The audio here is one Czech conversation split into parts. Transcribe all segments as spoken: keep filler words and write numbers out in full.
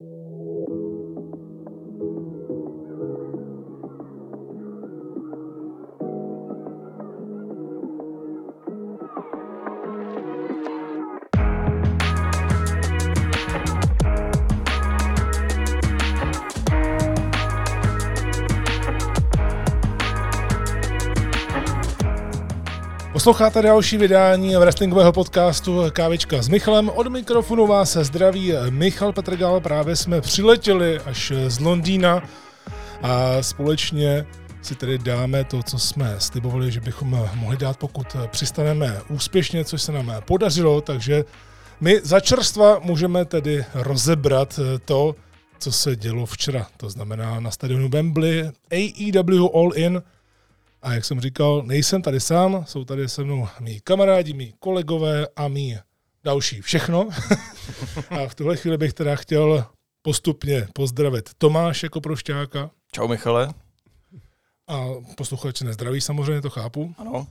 Posloucháte další vydání wrestlingového podcastu Kávička s Michalem. Od mikrofonu vás zdraví Michal Petrgal. Právě jsme přiletěli až z Londýna a společně si tedy dáme to, co jsme slibovali, že bychom mohli dát, pokud přistaneme úspěšně, což se nám podařilo. Takže my za čerstva můžeme tedy rozebrat to, co se dělo včera. To znamená na stadionu Wembley, A E W All In. A jak jsem říkal, nejsem tady sám, jsou tady se mnou mý kamarádi, mý kolegové a mý další všechno. A v tuhle chvíli bych teda chtěl postupně pozdravit Tomáše Koprošťáka. Čau Michale. A posluchače nezdraví, samozřejmě, to chápu. Ano.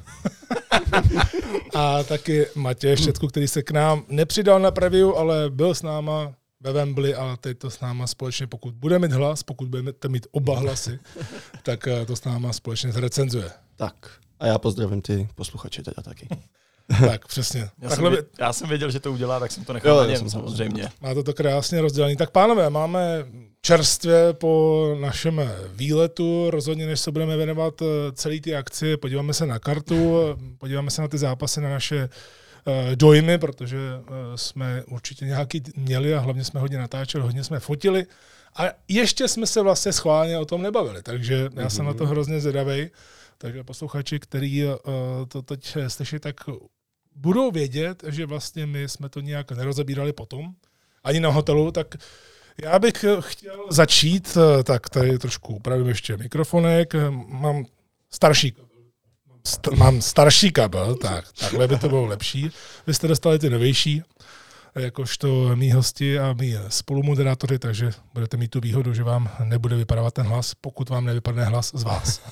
A taky Matěje Štětku, který se k nám nepřidal na preview, ale byl s náma ve Wembley, ale teď to s náma společně, pokud bude mít hlas, pokud budete mít oba hlasy, tak to s náma společně zrecenzuje. Tak, a já pozdravím ty posluchače teda taky. Tak, přesně. Já, Takhle jsem, by... já jsem věděl, že to udělá, tak jsem to nechal na něm, samozřejmě. Máte to krásně rozdělený. Tak pánové, máme čerstvě po našem výletu, rozhodně než se budeme věnovat celý ty akci, podíváme se na kartu, podíváme se na ty zápasy, na naše dojmy, protože jsme určitě nějaký měli a hlavně jsme hodně natáčeli, hodně jsme fotili a ještě jsme se vlastně schválně o tom nebavili, takže já jsem na to hrozně zvědavej, takže posluchači, který to teď slyší, tak budou vědět, že vlastně my jsme to nějak nerozebírali potom, ani na hotelu, tak já bych chtěl začít, tak tady trošku upravím ještě mikrofonek, mám starší St- mám starší kabel, tak takhle by to bylo lepší. Vy jste dostali ty novější, jakožto mý hosti a mý spolumoderátoři, takže budete mít tu výhodu, že vám nebude vypadávat ten hlas, pokud vám nevypadne hlas z vás.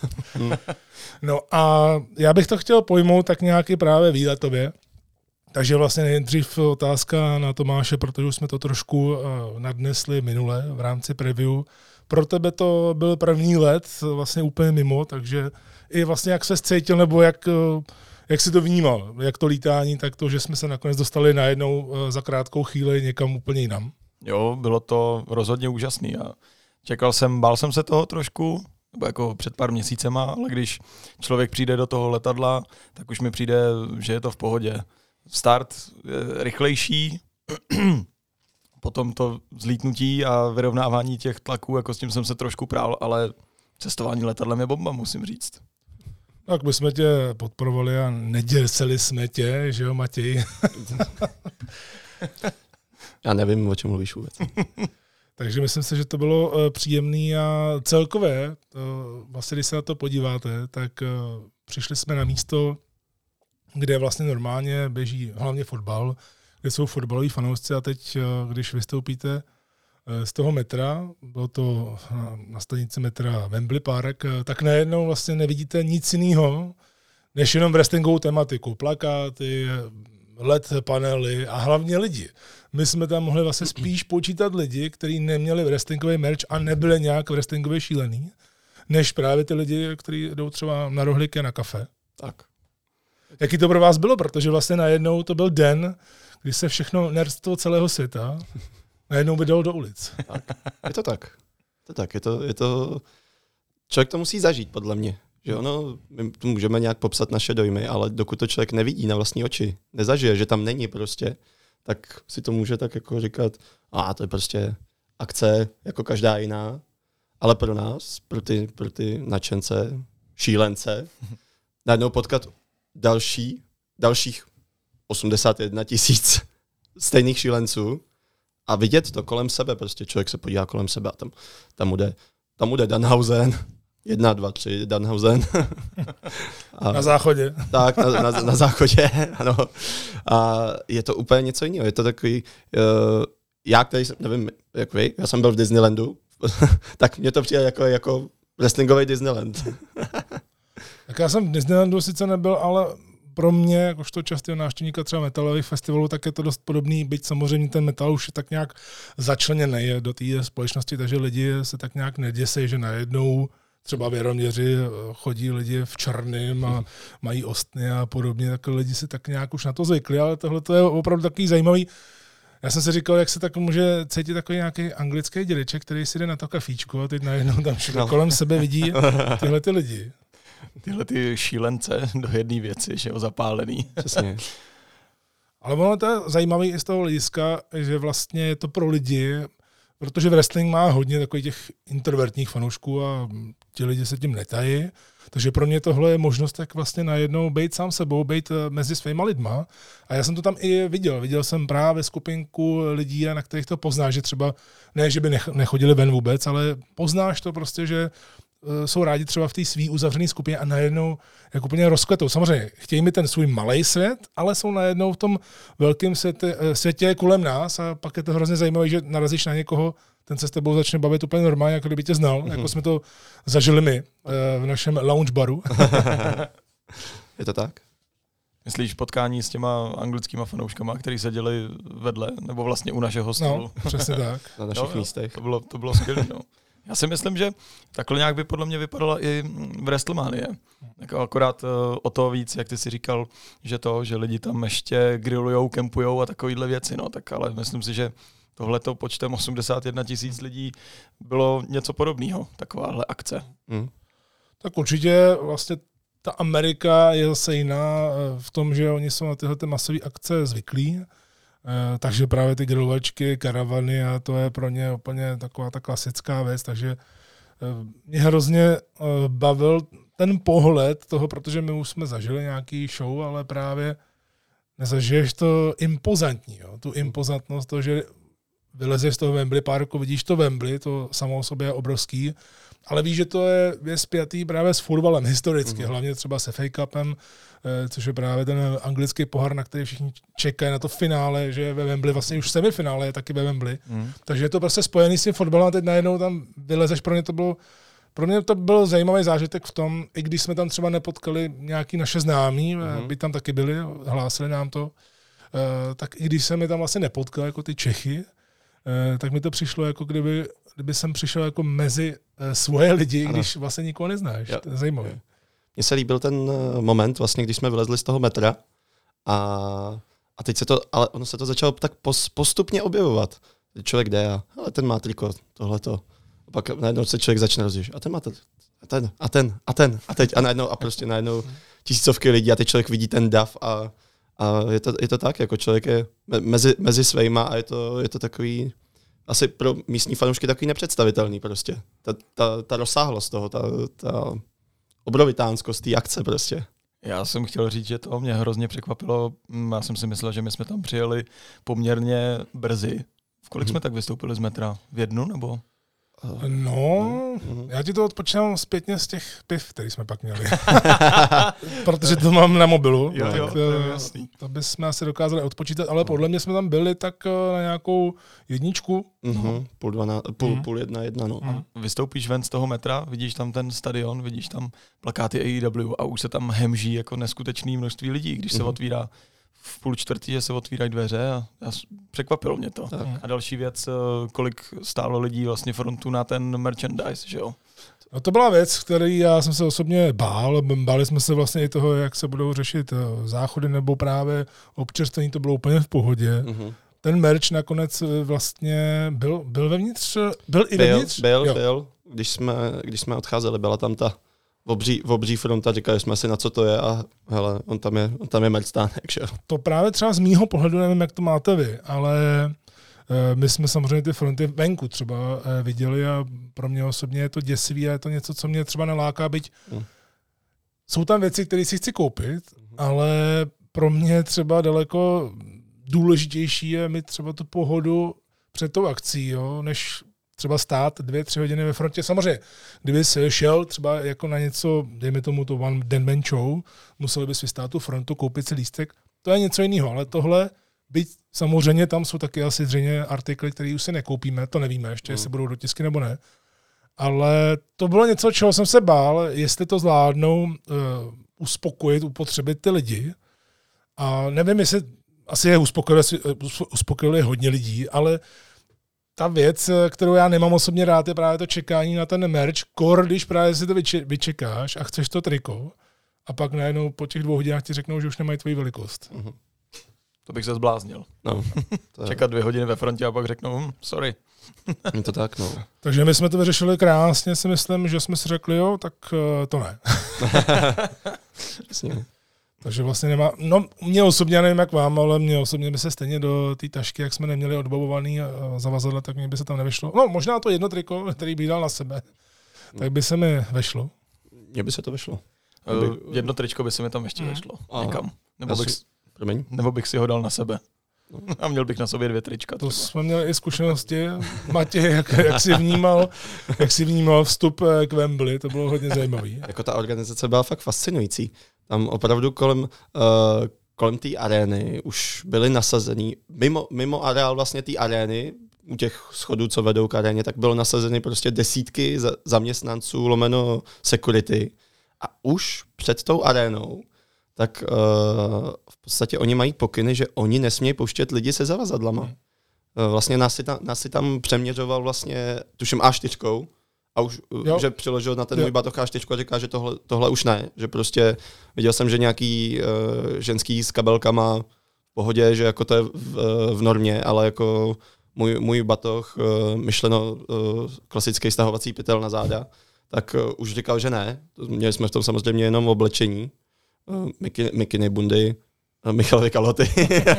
No a já bych to chtěl pojmout tak nějaký právě výletově. Takže vlastně nejdřív otázka na Tomáše, protože už jsme to trošku nadnesli minule v rámci preview. Pro tebe to byl první let, vlastně úplně mimo, takže i vlastně jak se cítil, nebo jak, jak jsi to vnímal, jak to lítání, tak to, že jsme se nakonec dostali najednou za krátkou chvíli někam úplně jinam. Jo, bylo to rozhodně úžasný a čekal jsem, bál jsem se toho trošku, nebo jako před pár měsícema, ale když člověk přijde do toho letadla, tak už mi přijde, že je to v pohodě. Start je rychlejší, potom to vzlítnutí a vyrovnávání těch tlaků, jako s tím jsem se trošku prál, ale cestování letadlem je bomba, musím říct. Tak my jsme tě podporovali a neděsili jsme tě, že jo, Matěj? Já nevím, o čem mluvíš vůbec. Takže myslím si, že to bylo příjemné a celkové, vlastně když se na to podíváte, tak přišli jsme na místo, kde vlastně normálně běží hlavně fotbal, kde jsou fotbaloví fanoušci a teď, když vystoupíte z toho metra, bylo to na stanici metra Wembley Park, tak najednou vlastně nevidíte nic jiného, než jenom wrestlingovou tematiku, plakáty, L E D panely a hlavně lidi. My jsme tam mohli vlastně spíš počítat lidi, kteří neměli wrestlingový merch a nebyli nějak wrestlingově šílený, než právě ty lidi, kteří jdou třeba na rohlíky na kafe. Tak. Jaký to pro vás bylo? Protože vlastně najednou to byl den, kdy se všechno nerdstvo celého světa najednou vydalo do ulic. Tak. Je to tak. Je to tak. Je to, je to... Člověk to musí zažít, podle mě. Že ono, my tu můžeme nějak popsat naše dojmy, ale dokud to člověk nevidí na vlastní oči, nezažije, že tam není prostě, tak si to může tak jako říkat, a to je prostě akce jako každá jiná, ale pro nás, pro ty, pro ty nadšence, šílence, najednou potkat další, dalších osmdesát jedna tisíc stejných šílenců a vidět to kolem sebe, prostě člověk se podívá kolem sebe a tam, tam jde, tam jde Danhausen, jedna, dva, tři, Danhausen. A, na záchodě. Tak, na, na, na záchodě, ano. A je to úplně něco jiného, je to takový, uh, já, který jsem, nevím, jak vy, já jsem byl v Disneylandu, tak mě to přijde jako, jako wrestlingový Disneyland. Tak já jsem v Disneylandu sice nebyl, ale pro mě, jakožto častého návštěvníka třeba metalových festivalů, tak je to dost podobný, byť samozřejmě ten metal už je tak nějak začleněný do té společnosti, takže lidi se tak nějak neděsí, že najednou třeba v Jaroměři chodí lidi v černém a mají ostny a podobně, tak lidi si tak nějak už na to zvykli, ale tohle to je opravdu takový zajímavý. Já jsem si říkal, jak se tak může cítit takový nějaký anglický dědeček, který si jde na to kafíčko a teď najednou tam všechno no. kolem sebe vidí tyhle ty lidi. Tyhle ty šílence do jedné věci, že jo, zapálený. Přesně. Ale ono to je zajímavé i z toho hlediska, že vlastně je to pro lidi, protože wrestling má hodně takových těch introvertních fanoušků a ti lidi se tím netají. Takže pro mě tohle je možnost tak vlastně najednou být sám sebou, být mezi svýma lidma. A já jsem to tam i viděl. Viděl jsem právě skupinku lidí, na kterých to poznáš, že třeba, ne, že by nechodili ven vůbec, ale poznáš to prostě, že jsou rádi třeba v té svý uzavřené skupině a najednou jako úplně rozkvetou. Samozřejmě chtějí mi ten svůj malej svět, ale jsou najednou v tom velkém světě, světě kolem nás a pak je to hrozně zajímavé, že narazíš na někoho, ten se s tebou začne bavit úplně normálně, jako kdyby tě znal, mm-hmm. jako jsme to zažili my v našem lounge baru. Je to tak? Myslíš potkání s těma anglickýma fanouškama, kteří seděli vedle, nebo vlastně u našeho stolu? No, přesně tak. Na našich no, místech. To bylo, to bylo skvělé. No. Já si myslím, že takhle nějak by podle mě vypadala i v WrestleMania. Tak akorát uh, o to víc, jak ty si říkal, že to, že lidi tam ještě grillujou, kempujou a takovýhle věci. No. Tak ale myslím si, že tohleto počtem osmdesát jedna tisíc lidí bylo něco podobného, takováhle akce. Mm. Tak určitě vlastně ta Amerika je zase jiná v tom, že oni jsou na tyhle masové akce zvyklí, takže právě ty grilovačky, karavany a to je pro ně úplně taková ta klasická věc, takže mě hrozně bavil ten pohled toho, protože my už jsme zažili nějaký show, ale právě nezažiješ to impozantní, jo? Tu impozantnost, to, že vylezeš z toho Wembley Parku, vidíš to Wembley, to samo o sobě je obrovský, ale víš, že to je, je spjatý právě s fotbalem historicky, mm-hmm. hlavně třeba s F A Cupem, což je právě ten anglický pohár, na který všichni čekají na to finále, že ve Wembley, vlastně už semifinále je taky ve Wembley. Mm. Takže je to prostě spojený s tím fotbalem a teď najednou tam vylezeš, pro mě to bylo Pro mě to byl zajímavý zážitek v tom, i když jsme tam třeba nepotkali nějaký naše známí, mm-hmm. by tam taky byli, hlásili nám to, tak i když jsem je tam vlastně nepotkal, jako ty Čechy, tak mi to přišlo, jako kdyby, kdyby jsem přišel jako mezi svoje lidi, ano. když vlastně nikoho neznáš. Jo. To je zajímavé. Mně se líbil ten moment, vlastně, když jsme vylezli z toho metra a, a teď se to, ale ono se to začalo tak postupně objevovat. Člověk jde a ale ten má triko, tohleto. A pak najednou se člověk začne rozjíždět. A ten má ten, a ten, a ten, a ten, a teď, a najednou, a prostě najednou tisícovky lidí a teď člověk vidí ten dav a, a je, to, je to tak, jako člověk je mezi, mezi svejma a je to, je to takový, asi pro místní fanoušky takový nepředstavitelný prostě. Ta, ta, ta rozsáhlost toho, ta, ta obrovitánskost té akce prostě. Já jsem chtěl říct, že to mě hrozně překvapilo. Já jsem si myslel, že my jsme tam přijeli poměrně brzy. V kolik mm-hmm. jsme tak vystoupili z metra? V jednu nebo? No, mm-hmm. já ti to odpočínám zpětně z těch piv, který jsme pak měli. Protože to mám na mobilu. Jo, tak jo, to je jasný. To bychom asi dokázali odpočítat, ale podle mě jsme tam byli tak na nějakou jedničku. Mm-hmm. No. Půl, dvaná, půl, mm. půl jedna, jedna, no. Mm. Vystoupíš ven z toho metra, vidíš tam ten stadion, vidíš tam plakáty A E W a už se tam hemží jako neskutečné množství lidí, když se mm. otvírá v půl čtvrtý, že se otvírají dveře a, a překvapilo mě to. Tak. A další věc, kolik stálo lidí vlastně frontu na ten merchandise, že jo? No to byla věc, který já jsem se osobně bál. Báli jsme se vlastně i toho, jak se budou řešit záchody nebo právě občerstvení, to bylo úplně v pohodě. Mm-hmm. Ten merch nakonec vlastně byl, byl vevnitř? Byl i vevnitř? Byl, byl, byl. Když jsme, když jsme odcházeli, byla tam ta v obří, v obří fronta, říkali jsme si, na co to je a hele, on tam je, on tam je merčstánek, že jo. To právě třeba z mýho pohledu, nevím, jak to máte vy, ale e, my jsme samozřejmě ty fronty venku třeba e, viděli a pro mě osobně je to děsivý a je to něco, co mě třeba neláká, byť hmm. jsou tam věci, které si chci koupit, hmm. ale pro mě třeba daleko důležitější je mít třeba tu pohodu před tou akcí, jo, než třeba stát dvě, tři hodiny ve frontě. Samozřejmě, kdyby se šel třeba jako na něco, dejme tomu to one den man show, museli bys vystát tu frontu, koupit si lístek, to je něco jiného, ale tohle, byť samozřejmě tam jsou taky asi zřejmě artikly, které už si nekoupíme, to nevíme ještě, mm. jestli budou dotisky nebo ne, ale to bylo něco, čeho jsem se bál, jestli to zvládnou uh, uspokojit, upotřebit ty lidi, A nevím, jestli asi je uspokojili, uspokojili hodně lidí, ale ta věc, kterou já nemám osobně rád, je právě to čekání na ten merch, kor, když právě si to vyčekáš a chceš to triko a pak najednou po těch dvou hodinách ti řeknou, že už nemají tvoji velikost. Uh-huh. To bych se zbláznil. No, to je... Čekat dvě hodiny ve frontě a pak řeknou, hm, sorry. Je to tak, no. Takže my jsme to vyřešili krásně, si myslím, že jsme si řekli, jo, tak to ne. Takže vlastně nemá, no mě osobně, já nevím jak vám, ale mě osobně by se stejně do té tašky, jak jsme neměli odbavovaný zavazadla, tak mě by se tam nevyšlo. No možná to jedno triko, který bych dal na sebe, tak by se mi vešlo. Mně by se to vešlo. Uh, jedno tričko by se mi tam ještě mm. vešlo. Aha. Někam. Nebo bych, si, promiň. nebo bych si ho dal na sebe. No. A měl bych na sobě dvě trička. To třeba. jsme měli i zkušenosti. Matěj, jak, jak, jsi vnímal, jak jsi vnímal vstup k Wembley, to bylo hodně zajímavý. Jako ta organizace byla fakt fascinující. Tam opravdu kolem, uh, kolem té arény už byly nasazený, mimo, mimo areál vlastně té arény, u těch schodů, co vedou k aréně, tak bylo nasazeny prostě desítky za, zaměstnanců, lomeno security. A už před tou arénou, tak uh, v podstatě oni mají pokyny, že oni nesmějí pouštět lidi se zavazadlama. Hmm. Uh, vlastně nás si, tam, nás si tam přeměřoval vlastně, tuším á čtyři, a už, jo. že přiložil na ten jo. můj batoh á čtyři a říká, že tohle, tohle už ne. Že prostě viděl jsem, že nějaký uh, ženský s kabelkama v pohodě, že jako to je v, v normě, ale jako můj, můj batoh, uh, myšleno uh, klasický stahovací pytel na záda, tak uh, už říkal, že ne. Měli jsme v tom samozřejmě jenom oblečení. Uh, mikiny, mikiny, bundy, uh, Michalovy kaloty.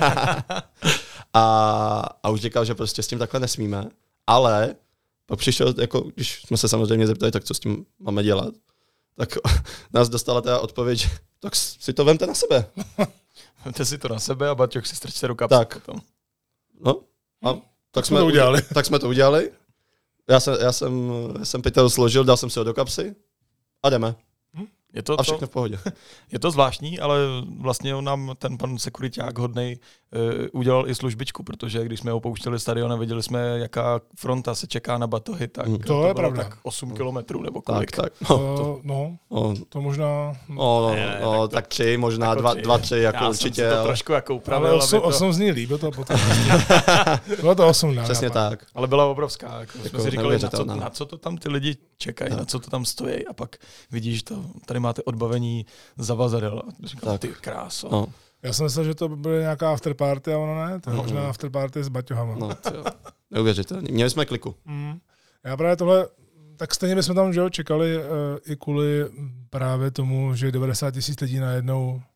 a, a už říkal, že prostě s tím takhle nesmíme. Ale pak přišel, jako, když jsme se samozřejmě zeptali, tak co s tím máme dělat, tak nás dostala teda odpověď, tak si to vemte na sebe. Vemte si to na sebe a baťoch si strčte do kapsy. Tak. Potom. No, a tak, tak jsme to udělali. Tak jsme to udělali. Já jsem, já jsem, já jsem pytel složil, dal jsem si ho do kapsy a jdeme. Je to a všechno to, v pohodě. Je to zvláštní, ale vlastně on nám ten pan sekuriťák hodnej uh, udělal i službičku, protože když jsme ho pouštěli stadion a viděli jsme, jaká fronta se čeká na batohy, tak hmm. to, to je bylo pravda. tak osm kilometrů nebo kolik. Tak, tak. No, to, no, no, to možná... No, no, ne, no tak, tak tři, možná jako dva, tři, dva, tři, jako já určitě. Já jsem to trošku jako upravil. Ale osm, to... osm z ní líbil to potom. Bylo to osm. Ne, přesně napak. tak. Ale byla obrovská. Jako, jako jsme si říkali, na co, na co to tam ty lidi čekají, na co to tam stojí a pak vidíš to, tady máte odbavení zavazadel. A říkám, ty kráso. No. Já jsem myslel, že to byla nějaká afterparty a ono ne, to je no, možná no. afterparty s baťohama. No, neuvěřitelný. Měli jsme kliku. Mm. Já právě tohle, tak stejně bychom tam že, čekali uh, i kvůli právě tomu, že devadesát tisíc lidí najednou uh,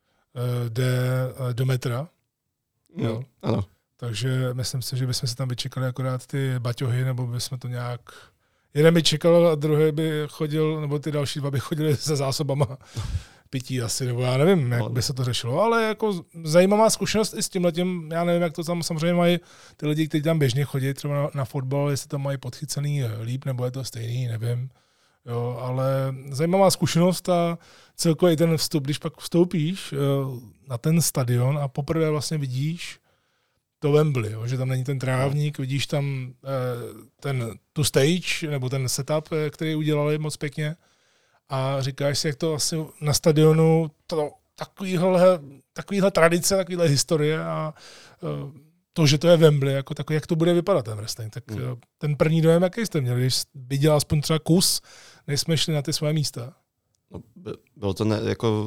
jde uh, do metra. No, jo. Ano. Takže myslím si, že bychom si tam vyčekali akorát ty baťohy, nebo bychom to nějak... Jeden by čekal a druhý by chodil, nebo ty další dva by chodili se zásobama pití asi, nebo já nevím, jak by se to řešilo, ale jako zajímavá zkušenost i s tímhletím, já nevím, jak to tam samozřejmě mají ty lidi, kteří tam běžně chodí třeba na, na fotbal, jestli tam mají podchycený líp, nebo je to stejný, nevím. Jo, ale zajímavá zkušenost a celkově ten vstup, když pak vstoupíš na ten stadion a poprvé vlastně vidíš to Wembley, jo, že tam není ten trávník, vidíš tam ten, tu stage, nebo ten setup, který udělali moc pěkně a říkáš si, jak to asi na stadionu, to, takovýhle, takovýhle tradice, takovýhle historie a to, že to je Wembley, jako takový, jak to bude vypadat ten wrestling. Tak hmm. ten první dojem, jaký jste měli, když viděl aspoň třeba kus, než jsme šli na ty své místa? No, bylo to ne, jako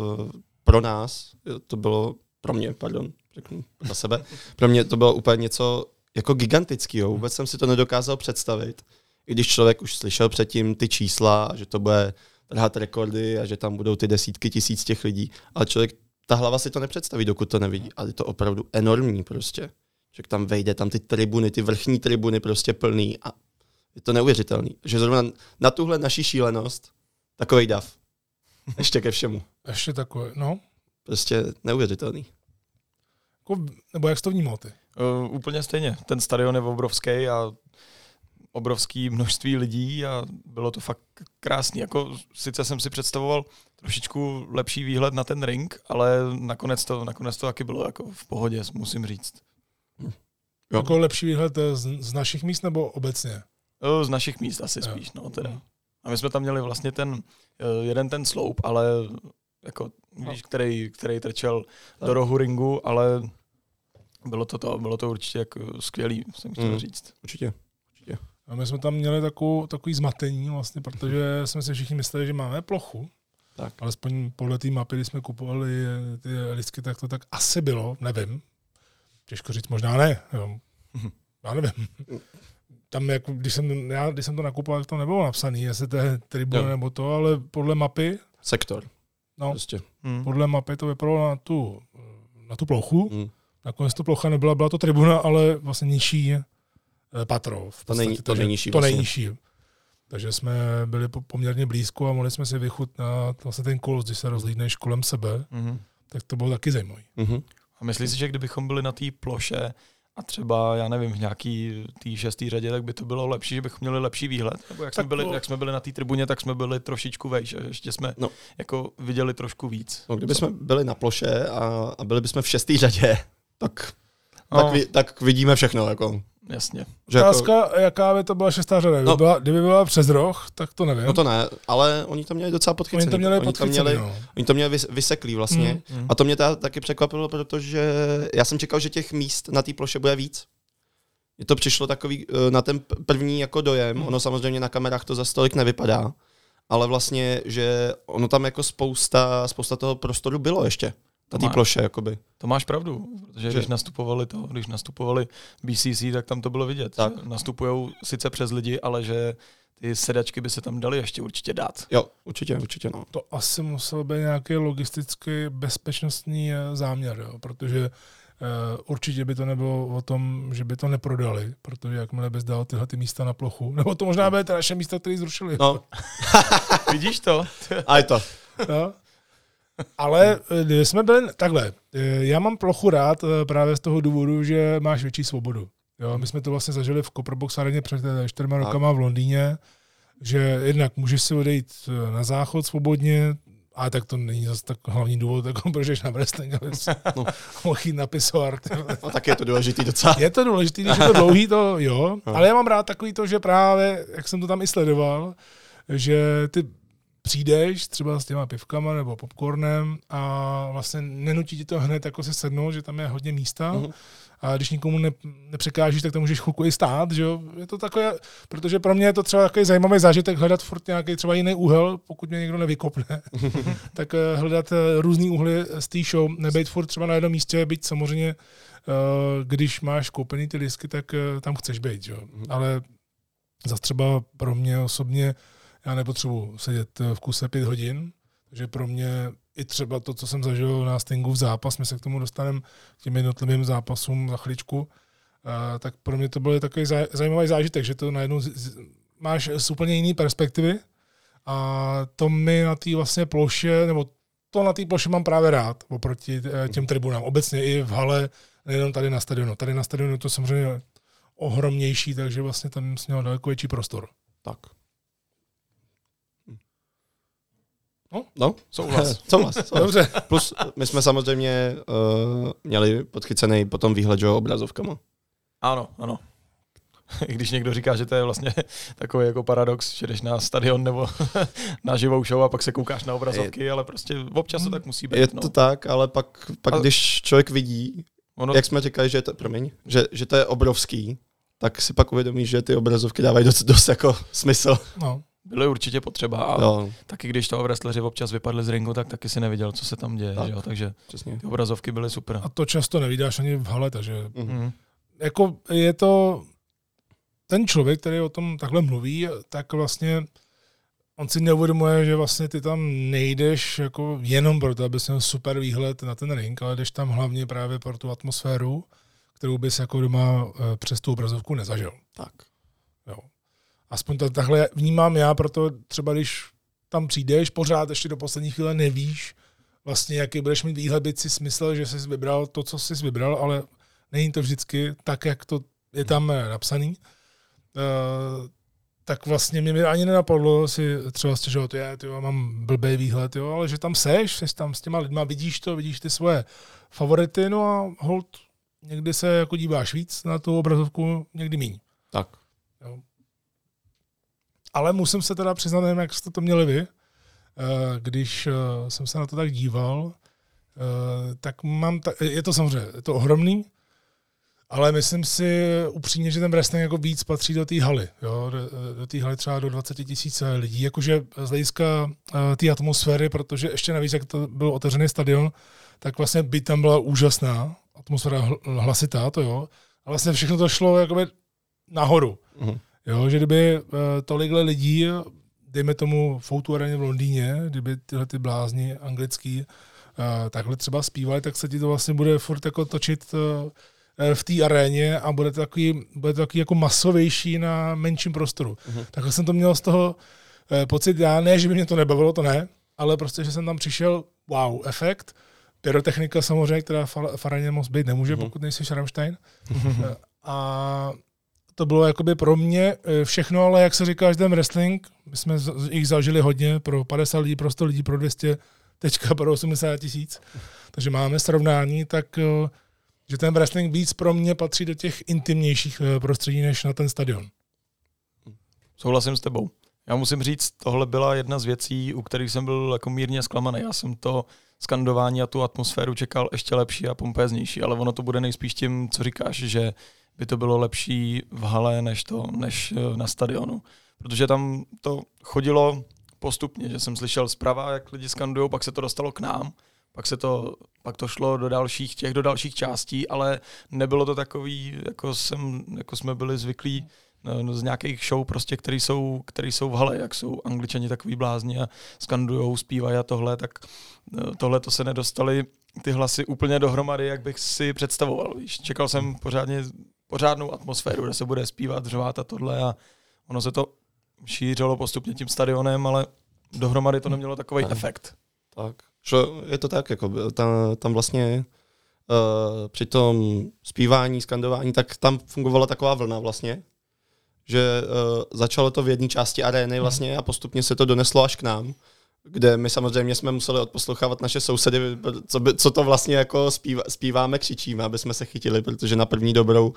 pro nás, to bylo pro mě, pardon, řeknu na sebe, pro mě to bylo úplně něco jako gigantického. Vůbec jsem si to nedokázal představit. I když člověk už slyšel předtím ty čísla, že to bude trhat rekordy a že tam budou ty desítky tisíc těch lidí, ale člověk, ta hlava si to nepředstaví, dokud to nevidí. Ale je to opravdu enormní prostě. Že tam vejde, tam ty tribuny, ty vrchní tribuny prostě plný a je to neuvěřitelný. Že zrovna na tuhle naší šílenost takovej dav. Ještě ke všemu. Ještě takové, no. Prostě neuvěřitelný. Jako, nebo jak jsi to vnímal ty? Uh, úplně stejně. Ten stadion je obrovský a obrovský množství lidí a bylo to fakt krásný. Jako, sice jsem si představoval trošičku lepší výhled na ten ring, ale nakonec to, nakonec to taky bylo jako v pohodě, musím říct. Jo. Jako lepší výhled z, z našich míst nebo obecně? Z našich míst asi jo. spíš, no teda. A my jsme tam měli vlastně ten jeden ten sloup, ale jako, No. víš, který, který trčel Tak. do rohu ringu, ale bylo to to, bylo to určitě jako skvělý, jsem chtěl Mm. říct. Určitě. A my jsme tam měli takovou, takový zmatení vlastně, protože jsme si všichni mysleli, že máme plochu. Tak. Alespoň podle té mapy, kdy jsme kupovali ty lístky, tak to tak asi bylo, nevím. Těžko říct, možná ne. Jo. Já nevím. Tam, jako, když, jsem, já, když jsem to nakupoval, tak to nebylo napsané, jestli to je tribuna Jo. nebo to, ale podle mapy, Sektor. no, Prostě. Hmm. podle mapy to vypadalo na tu, na tu plochu. Mm. Nakonec to plocha nebyla, byla to tribuna, ale vlastně nižší eh, patro. V To není- podstatě, to takže nejnižší To vlastně. nejnižší. Takže jsme byli po- poměrně blízko a mohli jsme si vychutnat vlastně ten kolos, když se rozhlídneš kolem sebe, Mhm. tak to bylo taky zajímavý. Mhm. A myslíš si, že kdybychom byli na té ploše a třeba, já nevím, v nějaký té šestý řadě, tak by to bylo lepší, že bychom měli lepší výhled? Nebo jak, jsme Tak byli, to- jak jsme byli na té tribuně, tak jsme byli trošičku vejš, a ještě jsme No. jako viděli trošku víc. No, kdyby jsme byli na ploše a, a byli bychom v šestý řadě, tak, No. tak, vi, tak vidíme všechno. Jako, Jasně. že jako, Otázka, jaká by to byla šestá řada. Kdyby, No. byla, kdyby byla přes roh, tak to nevím. no to ne, ale oni to měli docela podchycený. Oni to měli oni to podchycený, měli, no. oni to měli vys, vyseklý vlastně. Mm. Mm. A to mě teda taky překvapilo, protože já jsem čekal, že těch míst na té ploše bude víc. Mně to přišlo takový eh, na ten p- první jako dojem, Hmm. ono samozřejmě na kamerách to za stolik nevypadá, ale vlastně, že ono tam jako spousta, spousta toho prostoru bylo ještě na té Má- ploše, jakoby. To máš pravdu, protože Že- když nastupovali to, když nastupovali B C C, tak tam to bylo vidět. Tak. Nastupujou sice přes lidi, ale že ty sedačky by se tam daly ještě určitě dát. Jo, určitě, určitě, no. To asi musel být nějaký logistický bezpečnostní eh, záměr, jo, protože Uh, určitě by to nebylo o tom, že by to neprodali, protože jakmile bys dal tyhle ty místa na plochu, nebo to možná byly ty naše místa, které zrušili. No, Vidíš to? a je to. Jo? Ale eh, kdyby jsme byli takhle, eh, já mám plochu rád eh, právě z toho důvodu, že máš větší svobodu. Jo, my jsme to vlastně zažili v Copperbox areně před eh, čtyřma Tak. rokama v Londýně, že jednak můžeš si odejít eh, na záchod svobodně, ale tak to není zase tak hlavní důvod, jako proč jdeš na wrestling, aby jsi No. mohl jít na pisoar. No, tak je to důležitý docela. Je to důležité, když je to dlouhý, to jo, No. ale já mám rád takový to, že právě, jak jsem to tam i sledoval, že ty přijdeš třeba s těma pivkama nebo popcornem a vlastně nenutí ti to hned jako se sednout, že tam je hodně místa. Mhm. A když nikomu ne, nepřekážíš, tak tam můžeš chvilku i stát, že jo. Je to takové, protože pro mě je to třeba takový zajímavý zážitek hledat furt nějaký třeba jiný úhel, pokud mě někdo nevykopne, tak eh, hledat eh, různý úhly z té show, nebejt furt třeba na jednom místě, byť samozřejmě, eh, když máš koupený ty disky, tak eh, tam chceš být, že jo. Ale zase třeba pro mě osobně, já nepotřebuji sedět eh, v kuse pět hodin, takže pro mě i třeba to, co jsem zažil na Stingu v zápas, my se k tomu dostaneme k těm jednotlivým zápasům za chviličku, a tak pro mě to byl takový zaj- zajímavý zážitek, že to najednou z- z- máš z úplně jiný perspektivy a to mi na té vlastně ploše, nebo to na té ploše mám právě rád oproti eh, těm tribunám. Obecně i v hale, nejenom tady na stadionu. Tady na stadionu je to samozřejmě ohromnější, takže vlastně tam jsem měl daleko větší prostor. Tak. No. No, Souhlas. souhlas, souhlas. Dobře. Plus my jsme samozřejmě uh, měli podchycený potom výhled, že jo, obrazovkama. Ano, ano. I když někdo říká, že to je vlastně takový jako paradox, že jdeš na stadion nebo na živou show a pak se koukáš na obrazovky, je, ale prostě občas to tak musí být. Je no. to tak, ale pak, pak Ale- když člověk vidí, Ono, jak jsme říkali, že to, promiň, že, že to je obrovský, tak si pak uvědomí, že ty obrazovky dávají dost, dost jako smysl. No. byly určitě potřeba a Jo, taky když toho wrestleri občas vypadli z ringu, tak taky si neviděl, co se tam děje, Tak. že jo? Takže přesně. ty obrazovky byly super. A to často nevídáš ani v hale, takže Mhm. Mhm. jako je to ten člověk, který o tom takhle mluví, tak vlastně on si neuvědomuje, že vlastně ty tam nejdeš jako jenom proto, abys měl super výhled na ten ring, ale jdeš tam hlavně právě pro tu atmosféru, kterou bys jako doma eh, přes tu obrazovku nezažil. Tak. Jo. Aspoň to takhle vnímám já, proto třeba když tam přijdeš, pořád ještě do poslední chvíle nevíš vlastně, jaký budeš mít výhled, byť si smyslel, že jsi vybral to, co jsi vybral, ale není to vždycky tak, jak to je tam eh, napsaný. Uh, tak vlastně mě ani nenapadlo si třeba stěžovat, já tyjo, mám blbý výhled, jo, ale že tam seš, jsi tam s těma lidma, vidíš to, vidíš ty svoje favority, no a hold, někdy se jako díváš víc na tu obrazovku, někdy míň. Tak. Jo. Ale musím se teda přiznat, nevím, jak jste to měli vy, když jsem se na to tak díval, tak mám, ta, je to samozřejmě, je to ohromný, ale myslím si upřímně, že ten wrestling jako víc patří do té haly, jo? do, do té haly třeba do dvacet tisíc lidí, jakože z hlediska uh, té atmosféry, protože ještě navíc, jak to byl otevřený stadion, tak vlastně byť tam byla úžasná, atmosféra hl- hlasitá, to jo, a vlastně všechno to šlo jakoby nahoru, uh-huh. jo? Že kdyby uh, tolikhle lidí, dejme tomu v O dva aréně v Londýně, kdyby tyhle ty blázni anglický uh, takhle třeba zpívali, tak se ti to vlastně bude furt jako točit uh, v té aréně a bude to takový, bude to takový jako masovější na menším prostoru. Uh-huh. Takhle jsem to měl z toho eh, pocit, já ne, že by mě to nebavilo, to ne, ale prostě, že jsem tam přišel, wow, efekt, pyrotechnika samozřejmě, která v aréně moc být nemůže, uh-huh. pokud nejsi Rammstein. Uh-huh. A to bylo jakoby pro mě všechno, ale jak se říká, že ten wrestling, my jsme jich zažili hodně, pro padesát lidí, pro sto lidí, pro dvě stě, teďka pro osmdesát tisíc, takže máme srovnání, tak že ten wrestling víc pro mě patří do těch intimnějších prostředí, než na ten stadion. Souhlasím s tebou. Já musím říct, tohle byla jedna z věcí, u kterých jsem byl jako mírně zklamaný. Já jsem to skandování a tu atmosféru čekal ještě lepší a pompéznější, ale ono to bude nejspíš tím, co říkáš, že by to bylo lepší v hale, než, to, než na stadionu. Protože tam to chodilo postupně, že jsem slyšel zprava, jak lidi skandujou, pak se to dostalo k nám, Pak se to, pak to šlo do dalších těch, do dalších částí, ale nebylo to takový, jako, jsem, jako jsme byli zvyklí no, z nějakých show, prostě, které jsou, který jsou v hale, jak jsou Angličani takový blázni a skandujou, zpívají a tohle, tak tohle to se nedostali ty hlasy úplně dohromady, jak bych si představoval. Víš. Čekal jsem pořádně, pořádnou atmosféru, kde se bude zpívat, řvát a tohle a ono se to šířilo postupně tím stadionem, ale dohromady to nemělo takový tak. efekt. Tak. Že je to tak, jako tam, tam vlastně uh, při tom zpívání, skandování, tak tam fungovala taková vlna vlastně, že uh, začalo to v jedné části arény vlastně a postupně se to doneslo až k nám, kde my samozřejmě jsme museli odposlouchávat naše sousedy, co, by, co to vlastně jako zpíva, zpíváme, křičíme, aby jsme se chytili, protože na první dobrou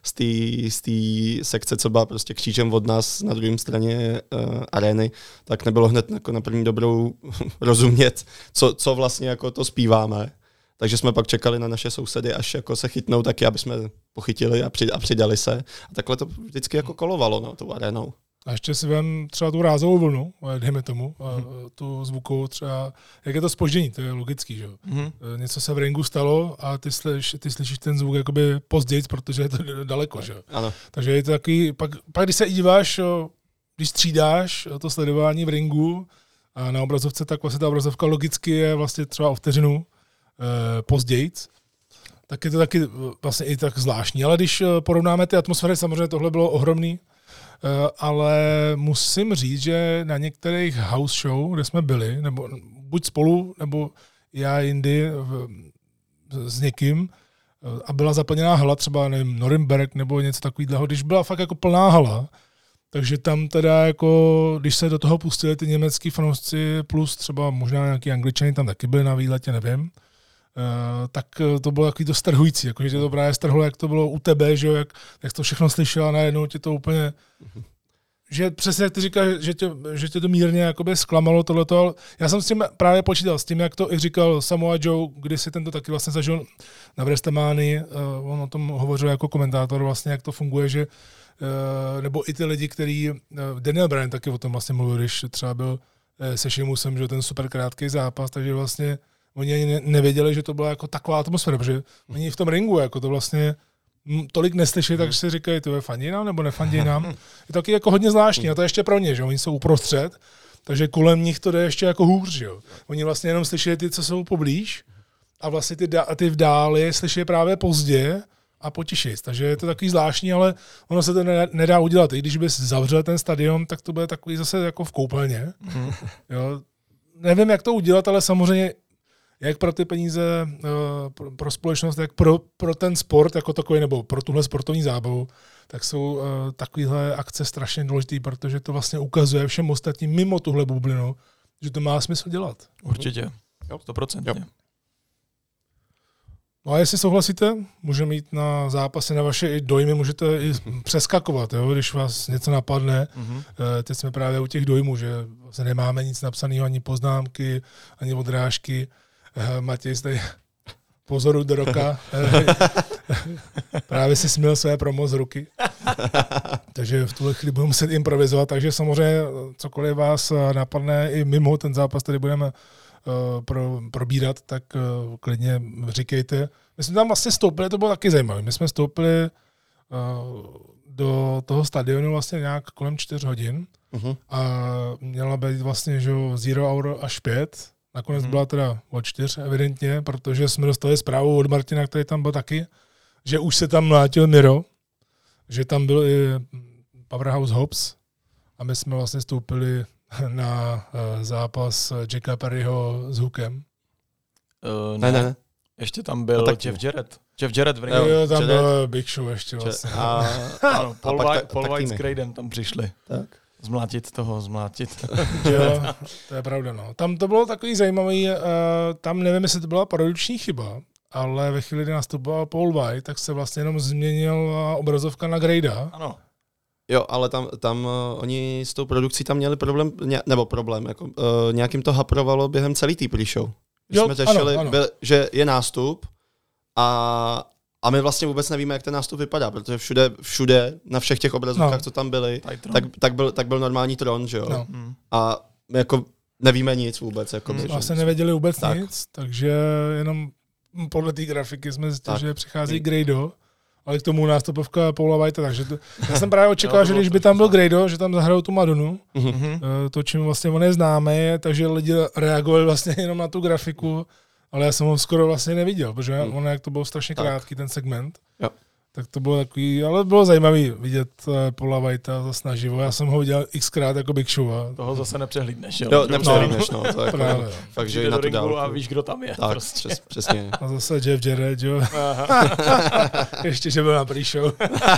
z té sekce, co byla prostě křížem od nás na druhé straně uh, arény, tak nebylo hned jako na první dobrou rozumět, co, co vlastně jako to zpíváme. Takže jsme pak čekali na naše sousedy, až jako se chytnou taky, aby jsme pochytili a, při, a přidali se. A takhle to vždycky jako kolovalo, no, tou arénou. A ještě si vem třeba tu rázovou vlnu, dejme tomu, a tu zvukovou třeba, jak je to zpoždění, to je logický, že jo. Mm-hmm. Něco se v ringu stalo a ty, slyš, ty slyšíš ten zvuk jakoby později, protože je to daleko, že jo. Ano. Takže je to takový, pak, pak když se díváš, když střídáš to sledování v ringu a na obrazovce, tak vlastně ta obrazovka logicky je vlastně třeba o vteřinu eh, později, tak je to taky vlastně i tak zvláštní. Ale když porovnáme ty atmosféry, samozřejmě tohle bylo ohromný, ale musím říct, že na některých house show, kde jsme byli, nebo buď spolu, nebo já jindy v, s někým, a byla zaplněná hala, třeba nevím, Norimberg nebo něco takového, když byla fakt jako plná hala, takže tam teda jako, když se do toho pustili ty německý fanoušci plus třeba možná nějaký Angličani tam taky byli na výletě, nevím, uh, tak to bylo takový to strhující, jakože tě to právě strhlo, jak to bylo u tebe, že jo, jak, jak to všechno slyšela najednou, tě to úplně, že přesně jak ty říkáš, že tě, že tě to mírně jakoby zklamalo tohleto, ale já jsem s tím právě počítal, s tím, jak to i říkal Samoa Joe, když si tento taky vlastně zažil na WrestleManii, uh, on o tom hovořil jako komentátor vlastně, jak to funguje, že Uh, nebo i ty lidi, který, uh, Daniel Bryan taky o tom vlastně mluvil, když třeba byl uh, se Sheamusem, že ten super krátký zápas, takže vlastně oni ani ne- nevěděli, že to byla jako taková atmosféra, protože oni v tom ringu jako to vlastně m, tolik neslyší, takže si říkají, to je fandí nám nebo nefandí nám. Je to taky jako hodně zvláštní a to ještě pro ně, že oni jsou uprostřed, takže kolem nich to jde ještě jako hůř, že jo. Oni vlastně jenom slyší ty, co jsou poblíž a vlastně ty, dá- ty v dáli slyší právě pozdě a potišit. Takže je to takový zvláštní, ale ono se to nedá udělat. I když bys zavřel ten stadion, tak to bude takový zase jako v koupelně. Mm. Jo. Nevím, jak to udělat, ale samozřejmě jak pro ty peníze pro, pro společnost, jak pro, pro ten sport jako takový, nebo pro tuhle sportovní zábavu, tak jsou uh, takovéhle akce strašně důležité, protože to vlastně ukazuje všem ostatním mimo tuhle bublinu, že to má smysl dělat. Určitě. sto procent. No a jestli souhlasíte, můžeme jít na zápasy, na vaše i dojmy, můžete i přeskakovat, jo, když vás něco napadne. Mm-hmm. Teď jsme právě u těch dojmů, že vlastně nemáme nic napsaného, ani poznámky, ani odrážky. Matěj zde pozoru do roka. Právě si směl své promo z ruky. Takže v tuhle chvíli budeme muset improvizovat, takže samozřejmě cokoliv vás napadne i mimo ten zápas, který budeme Pro, probírat, tak uh, klidně říkejte. My jsme tam vlastně stoupili, to bylo taky zajímavé. My jsme stoupili uh, do toho stadionu vlastně nějak kolem čtyř hodin uh-huh. a měla být vlastně že zero hour až pět. Nakonec uh-huh. byla teda od čtyř evidentně, protože jsme dostali zprávu od Martina, který tam byl taky, že už se tam mlátil Miro, že tam byl i Powerhouse Hobbs a my jsme vlastně stoupili na uh, zápas Jacka Perryho s Hookem. Uh, ne, ne, ne. Ještě tam byl no, Jeff Jarrett. Jeff Jarrett v ringu. Jo, jo, tam Jarrett. Byl Big Show ještě vlastně. A, ano, Paul, a White, Paul White s Gradem tam přišli. Tak. Zmlátit toho, zmlátit. Jo, to je pravda, no. Tam to bylo takový zajímavý, uh, tam nevím, jestli to byla produkční chyba, ale ve chvíli, kdy nastupoval Paul White, tak se vlastně jenom změnila obrazovka na Grada. Ano. Jo, ale tam, tam uh, oni s tou produkcí tam měli problém, ně, nebo problém, jako, uh, nějakým to haprovalo během celý té pre-show. Jo, jsme řešili, ano, ano. Byl, že je nástup a, a my vlastně vůbec nevíme, jak ten nástup vypadá, protože všude, všude na všech těch obrazovkách, no. co tam byly, tak, tak, byl, tak byl normální tron, že jo? No. A my jako nevíme nic vůbec. Jako hmm. Vlastně nevěděli vůbec tak. nic, takže jenom podle té grafiky jsme zjistili, že přichází Grado. Ale k tomu nástupovka Paula Whitea, takže to, já jsem právě očekal, že když by tam byl Grado, že tam zahrajou tu Madonu, mm-hmm. to, čím vlastně on je známý, takže lidi reagovali vlastně jenom na tu grafiku, ale já jsem ho skoro vlastně neviděl, protože mm. on, jak to bylo strašně tak. krátký ten segment, jo. tak to bylo takový, ale bylo zajímavý vidět Paula Whitea zase naživo. Já jsem ho viděl xkrát jako Big Show. A... Toho zase nepřehlídneš, jo? Jo, nepřehlídneš, no. To je právě, jako, fakt, že na tu dálku. A víš, kdo tam je. Tak, prostě. přes, přesně. A zase Jeff Jarrett, jo. Ještě, že byl na pre-show.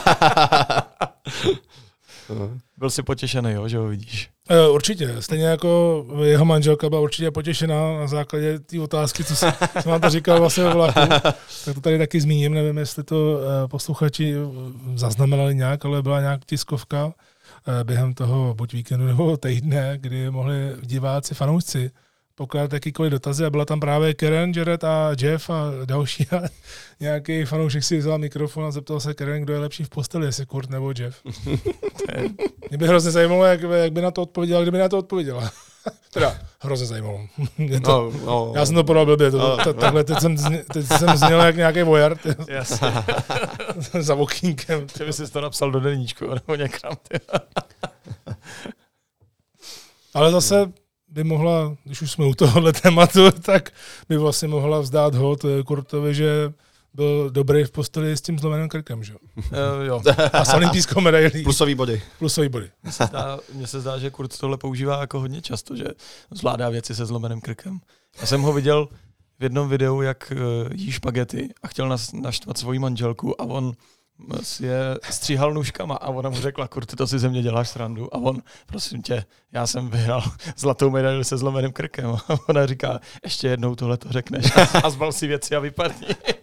Byl jsi potěšený, jo, že ho vidíš? Určitě. Stejně jako jeho manželka byla určitě potěšená na základě té otázky, co jsem, jsem vám to říkal vlastně ve vlaku. Tak to tady taky zmíním. Nevím, jestli to posluchači zaznamenali nějak, ale byla nějak tiskovka během toho buď víkendu nebo týdne, kdy mohli diváci, fanoušci pokládat jakýkoliv dotazy a byla tam právě Karen, Jarrett a Jeff a další a nějaký fanoušek si vzal mikrofon a zeptal se Karen, kdo je lepší v posteli, jestli Kurt nebo Jeff. Mě by hrozně zajímalo, jak, jak by na to odpověděla, kdyby na to odpověděla. Teda hrozně zajímalo. To, no, no, já jsem to podal blbě, to, to, to, takhle, teď jsem, teď jsem zněl jak nějaký voyard. Jasně. Za okýnkem. Ty by jsi to napsal do deníčku nebo někam. Ale zase by mohla, když už jsme u tohohle tématu, tak by vlastně mohla vzdát hod Kurtovi, že byl dobrý v posteli s tím zlomeným krkem, že uh, jo? A s olympijskou medailí. Plusový body. Plusový body. Mně se, zdá, mně se zdá, že Kurt tohle používá jako hodně často, že zvládá věci se zlomeným krkem. Já jsem ho viděl v jednom videu, jak uh, jí špagety a chtěl nas, naštvat svoji manželku a on si je stříhal nůžkama a ona mu řekla, Kurt, to si ze mě děláš srandu. A on, prosím tě, já jsem vyhrál zlatou medaili se zlomeným krkem. A ona říká, ještě jednou tohle to řekneš. A zbal si věci a vypadni.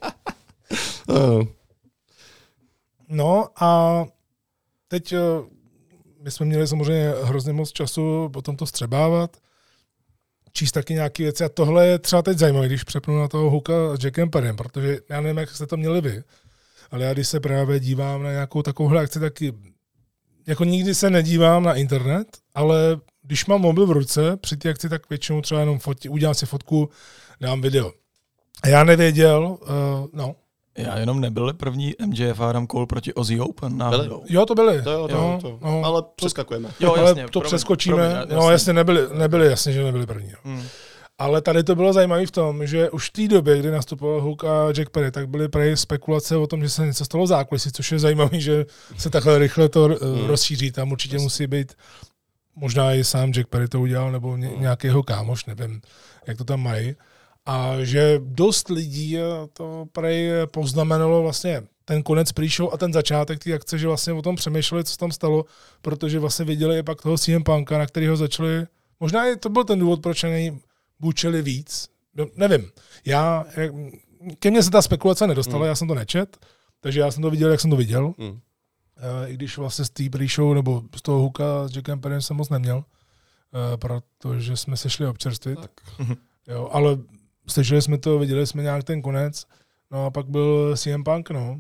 No a teď my jsme měli samozřejmě hrozně moc času potom to střebávat, číst taky nějaké věci a tohle je třeba teď zajímavé, když přepnu na toho Hooka s Jackem Perrym, protože já nevím, jak jste to měli vy, ale já když se právě dívám na nějakou takovouhle akci, taky jako nikdy se nedívám na internet, ale když mám mobil v ruce při té akci, tak většinou třeba jenom fotí, udělám si fotku, dám video. A já nevěděl, uh, no. Já jenom nebyl první M J F Adam Cole proti Ozzy Open náhodou. Jo, to byly. To jo, to, no, to. No, ale přeskakujeme. Jo, jasně, ale to promiň, přeskočíme. Promiň, jasně. No jasně, nebyli, nebyli, jasně, že nebyli první. No. Hmm. Ale tady to bylo zajímavé v tom, že už v té době, kdy nastupoval Hook a Jack Perry, tak byly prej spekulace o tom, že se něco stalo v zákulisí, což je zajímavé, že se takhle rychle to hmm. rozšíří. Tam určitě musí být, možná i sám Jack Perry to udělal, nebo ně, nějaký jeho kámoš, nevím, jak to tam mají. A že dost lidí to prej poznamenalo vlastně ten konec pre-show a ten začátek té akce, že vlastně o tom přemýšleli, co tam stalo, protože vlastně viděli i pak toho C M Punka, na kterého začali, možná i to byl ten důvod, proč na něj bučeli víc, no, nevím. Já, ke mně se ta spekulace nedostala, Hmm. já jsem to nečet, takže já jsem to viděl, jak jsem to viděl. Hmm. I když vlastně z té pre-show nebo z toho hooka s Jackem Perrym jsem moc neměl, protože jsme se šli občerstvit. Tak. Jo, ale slyšeli jsme to, viděli jsme nějak ten konec, no a pak byl C M Punk, no.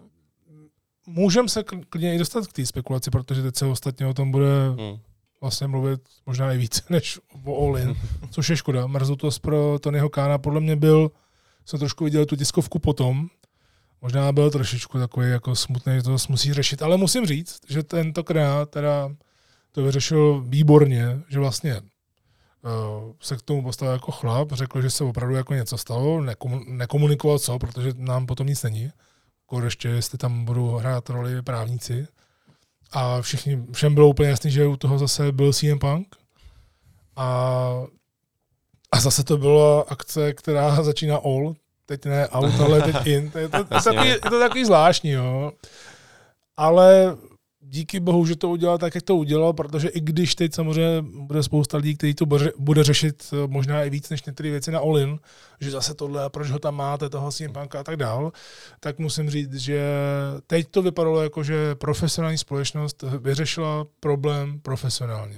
Můžeme se klidně i dostat k té spekulaci, protože teď se ostatně o tom bude Hmm. vlastně mluvit možná i více než o All In, což je škoda. Mrzutost pro Tonyho Khána podle mě byl, jsem trošku viděl tu tiskovku potom, možná byl trošičku takový jako smutný, že to musí řešit, ale musím říct, že tentokrát teda to vyřešil výborně, že vlastně uh, se k tomu postavil jako chlap, řekl, že se opravdu jako něco stalo, nekomu- nekomunikoval co, protože nám potom nic není. Jako ještě, jestli tam budou hrát roli právníci. A všichni, všem bylo úplně jasný, že u toho zase byl C M Punk. A, a zase to byla akce, která začíná all, teď ne out, ale teď in. To je to, to, takový, je to takový zvláštní, jo. Ale díky bohu, že to udělal tak, jak to udělal, protože i když teď samozřejmě bude spousta lidí, kteří to bude řešit možná i víc než některé věci na All In, že zase tohle, proč ho tam máte, toho C M Punka a tak dál, tak musím říct, že teď to vypadalo jako, že profesionální společnost vyřešila problém profesionálně.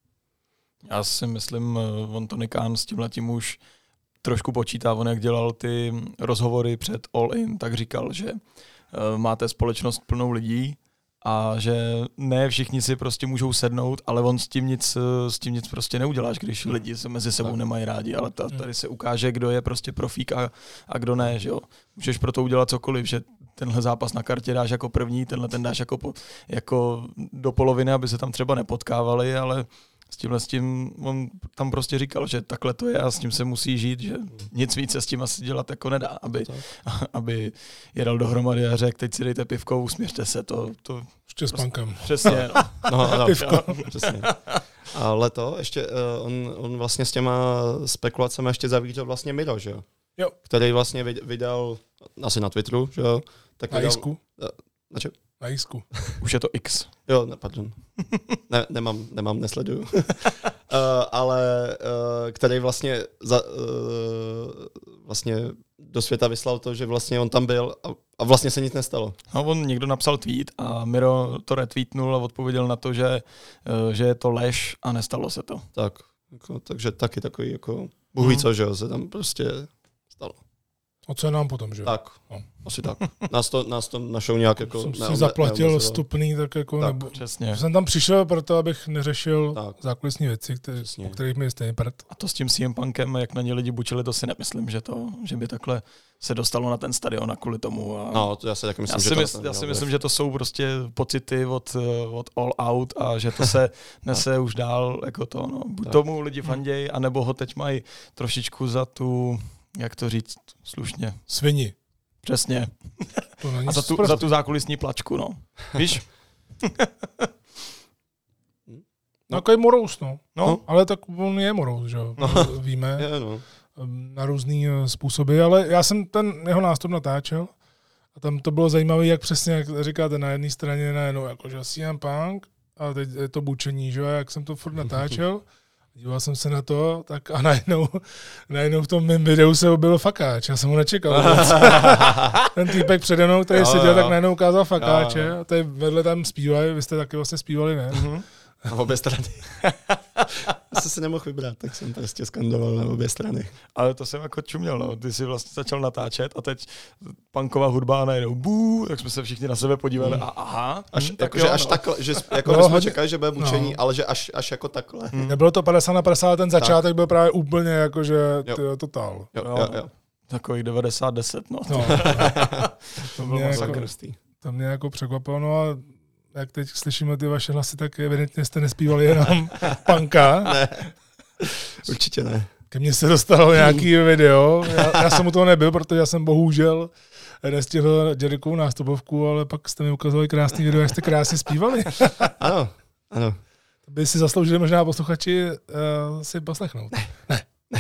Já si myslím, on Tony Khan s tímhletím už trošku počítá, on jak dělal ty rozhovory před All In, tak říkal, že máte společnost plnou lidí, a že ne všichni si prostě můžou sednout, ale on s tím nic, s tím nic prostě neuděláš, když lidi se mezi sebou nemají rádi, ale tady se ukáže, kdo je prostě profík a, a kdo ne, že jo. Můžeš pro to udělat cokoliv, že tenhle zápas na kartě dáš jako první, tenhle ten dáš jako, po, jako do poloviny, aby se tam třeba nepotkávali, ale s tímhle s tím on tam prostě říkal, že takhle to je a s tím se musí žít, že nic víc se s tím asi dělat jako nedá, aby, aby je dal dohromady a řekl, teď si dejte pivko, usměřte se, to... to ještě s Punkem. Přesně, no. No, no, no, přesně. Ale to ještě, uh, on, on vlastně s těma spekulacemi ještě zavířil vlastně Miro, že jo? Jo. Který vlastně vydal, asi na Twitteru, že jo? Tak na vydal, Jisku. Na čem? Na Jisku. Už je to X. Jo, ne, pardon. Ne, nemám, nemám, nesleduju. uh, ale uh, který vlastně, za, uh, vlastně do světa vyslal to, že vlastně on tam byl a, a vlastně se nic nestalo. No, on někdo napsal tweet a Miro to retweetnul a odpověděl na to, že, uh, že je to lež a nestalo se to. Tak, jako, takže taky takový, jako, Bůh ví co, že jo, se tam prostě stalo. A co je nám potom, že jo? Tak, no. asi tak. Nás to, nás to našel nějak jako... Jsem ne, si zaplatil ne, vstupný, tak jako... Tak, nebo, přesně. Jsem tam přišel proto, abych neřešil tak. zákulisní věci, které, o kterých mi je stejně prd. A to s tím C M Punkem, jak na ně lidi bučili, to si nemyslím, že, to, že by takhle se dostalo na ten stadion a kvůli tomu. A no, to já si taky myslím, já že si, to mysl, já si myslím, že to jsou prostě pocity od, od All Out a že to se nese už dál jako to. No. Buď tak. Tomu lidi fanděj, anebo ho teď mají trošičku za tu, jak to říct slušně. Svini. Přesně. To není a za tu, za tu zákulisní plačku, no. Víš? No, jako je morous, no. no. Ale tak on je morous, že jo. No. Víme. Je, no. Na různý způsoby, ale já jsem ten jeho nástup natáčel a tam to bylo zajímavé, jak přesně, jak říkáte, na jedné straně najednou jakože C M Punk a teď je to bučení, že jo, jak jsem to furt natáčel, díval jsem se na to, tak a najednou, najednou v tom mém videu se objevil fakáč, já jsem ho nečekal. Ten týpek přede mnou, který jo, seděl, jo. tak najednou ukázal fakáče jo, jo. a tady vedle tam zpívali, vy jste taky vlastně zpívali, ne? Mm-hmm. Na obě strany. Já jsem si nemohl vybrat, tak jsem prostě skandoval na obě strany. Ale to jsem jako čuměl, no. Ty jsi vlastně začal natáčet a teď punková hudba a najednou bů, tak jsme se všichni na sebe podívali mm. a aha. Až, hm, jako, jo, že až no. takhle, že jako no, jsme hodně... čekali, že bude bučení, no. ale že až, až jako takhle. Mm. Nebylo to padesát na padesát, ten začátek tak. byl právě úplně jako, že tyjo, totál. Jo, jo, jo. Takových devadesát deset, no. no. To bylo jako, to mě jako překvapilo, no a jak teď slyšíme ty vaše hlasy, tak evidentně jste nespívali jenom punka. Ne, určitě ne. Ke mně se dostalo nějaký video, já, já jsem u toho nebyl, protože já jsem bohužel nestihl Jerichovu nástupovku, ale pak jste mi ukazovali krásný video, jak jste krásně zpívali. Ano, ano. To by si zasloužili možná posluchači uh, si poslechnout. Ne, ne, ne.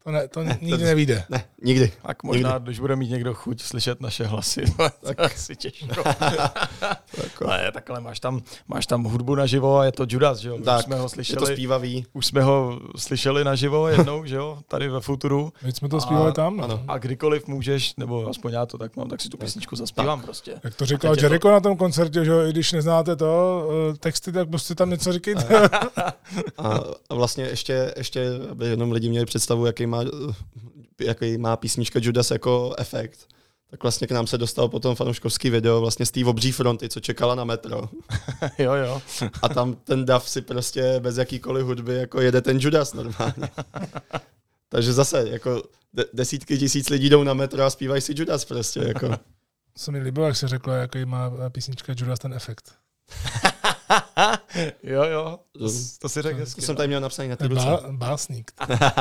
To, ne, to nikdy nevyjde. Ne, nikdy. Tak možná, nikdy. když bude mít někdo chuť slyšet naše hlasy, tak asi těžko. Tako. Ne, takhle máš tam, máš tam hudbu naživo a je to Judas, že jo? Tak, už jsme ho je to slyšeli, zpívavý. už jsme ho slyšeli naživo jednou, že jo? Tady ve Futuru. My jsme to zpívali tam, no. ano. A kdykoliv můžeš, nebo aspoň já to tak mám, tak si tu písničku zaspívám tak. prostě. Jak to říkal Jericho to... na tom koncertě, že jo, i když neznáte to, texty, tak prostě tam něco říkejte. A vlastně ještě, ještě, aby jenom lidi měli představu, jaký má, jaký má písnička Judas jako efekt. Tak vlastně k nám se dostal potom fanouškovský video vlastně z té obří fronty, co čekala na metro. jo, jo. A tam ten dav si prostě bez jakýkoliv hudby jako jede ten Judas normálně. Takže zase jako de- desítky tisíc lidí jdou na metro a zpívají si Judas prostě. Jako. Co mi líbilo, jak se řeklo, jaký má písnička Judas ten efekt. jo, jo. To, to si řekl hezky. To jsem tady měl napsaný na té Bá, básník.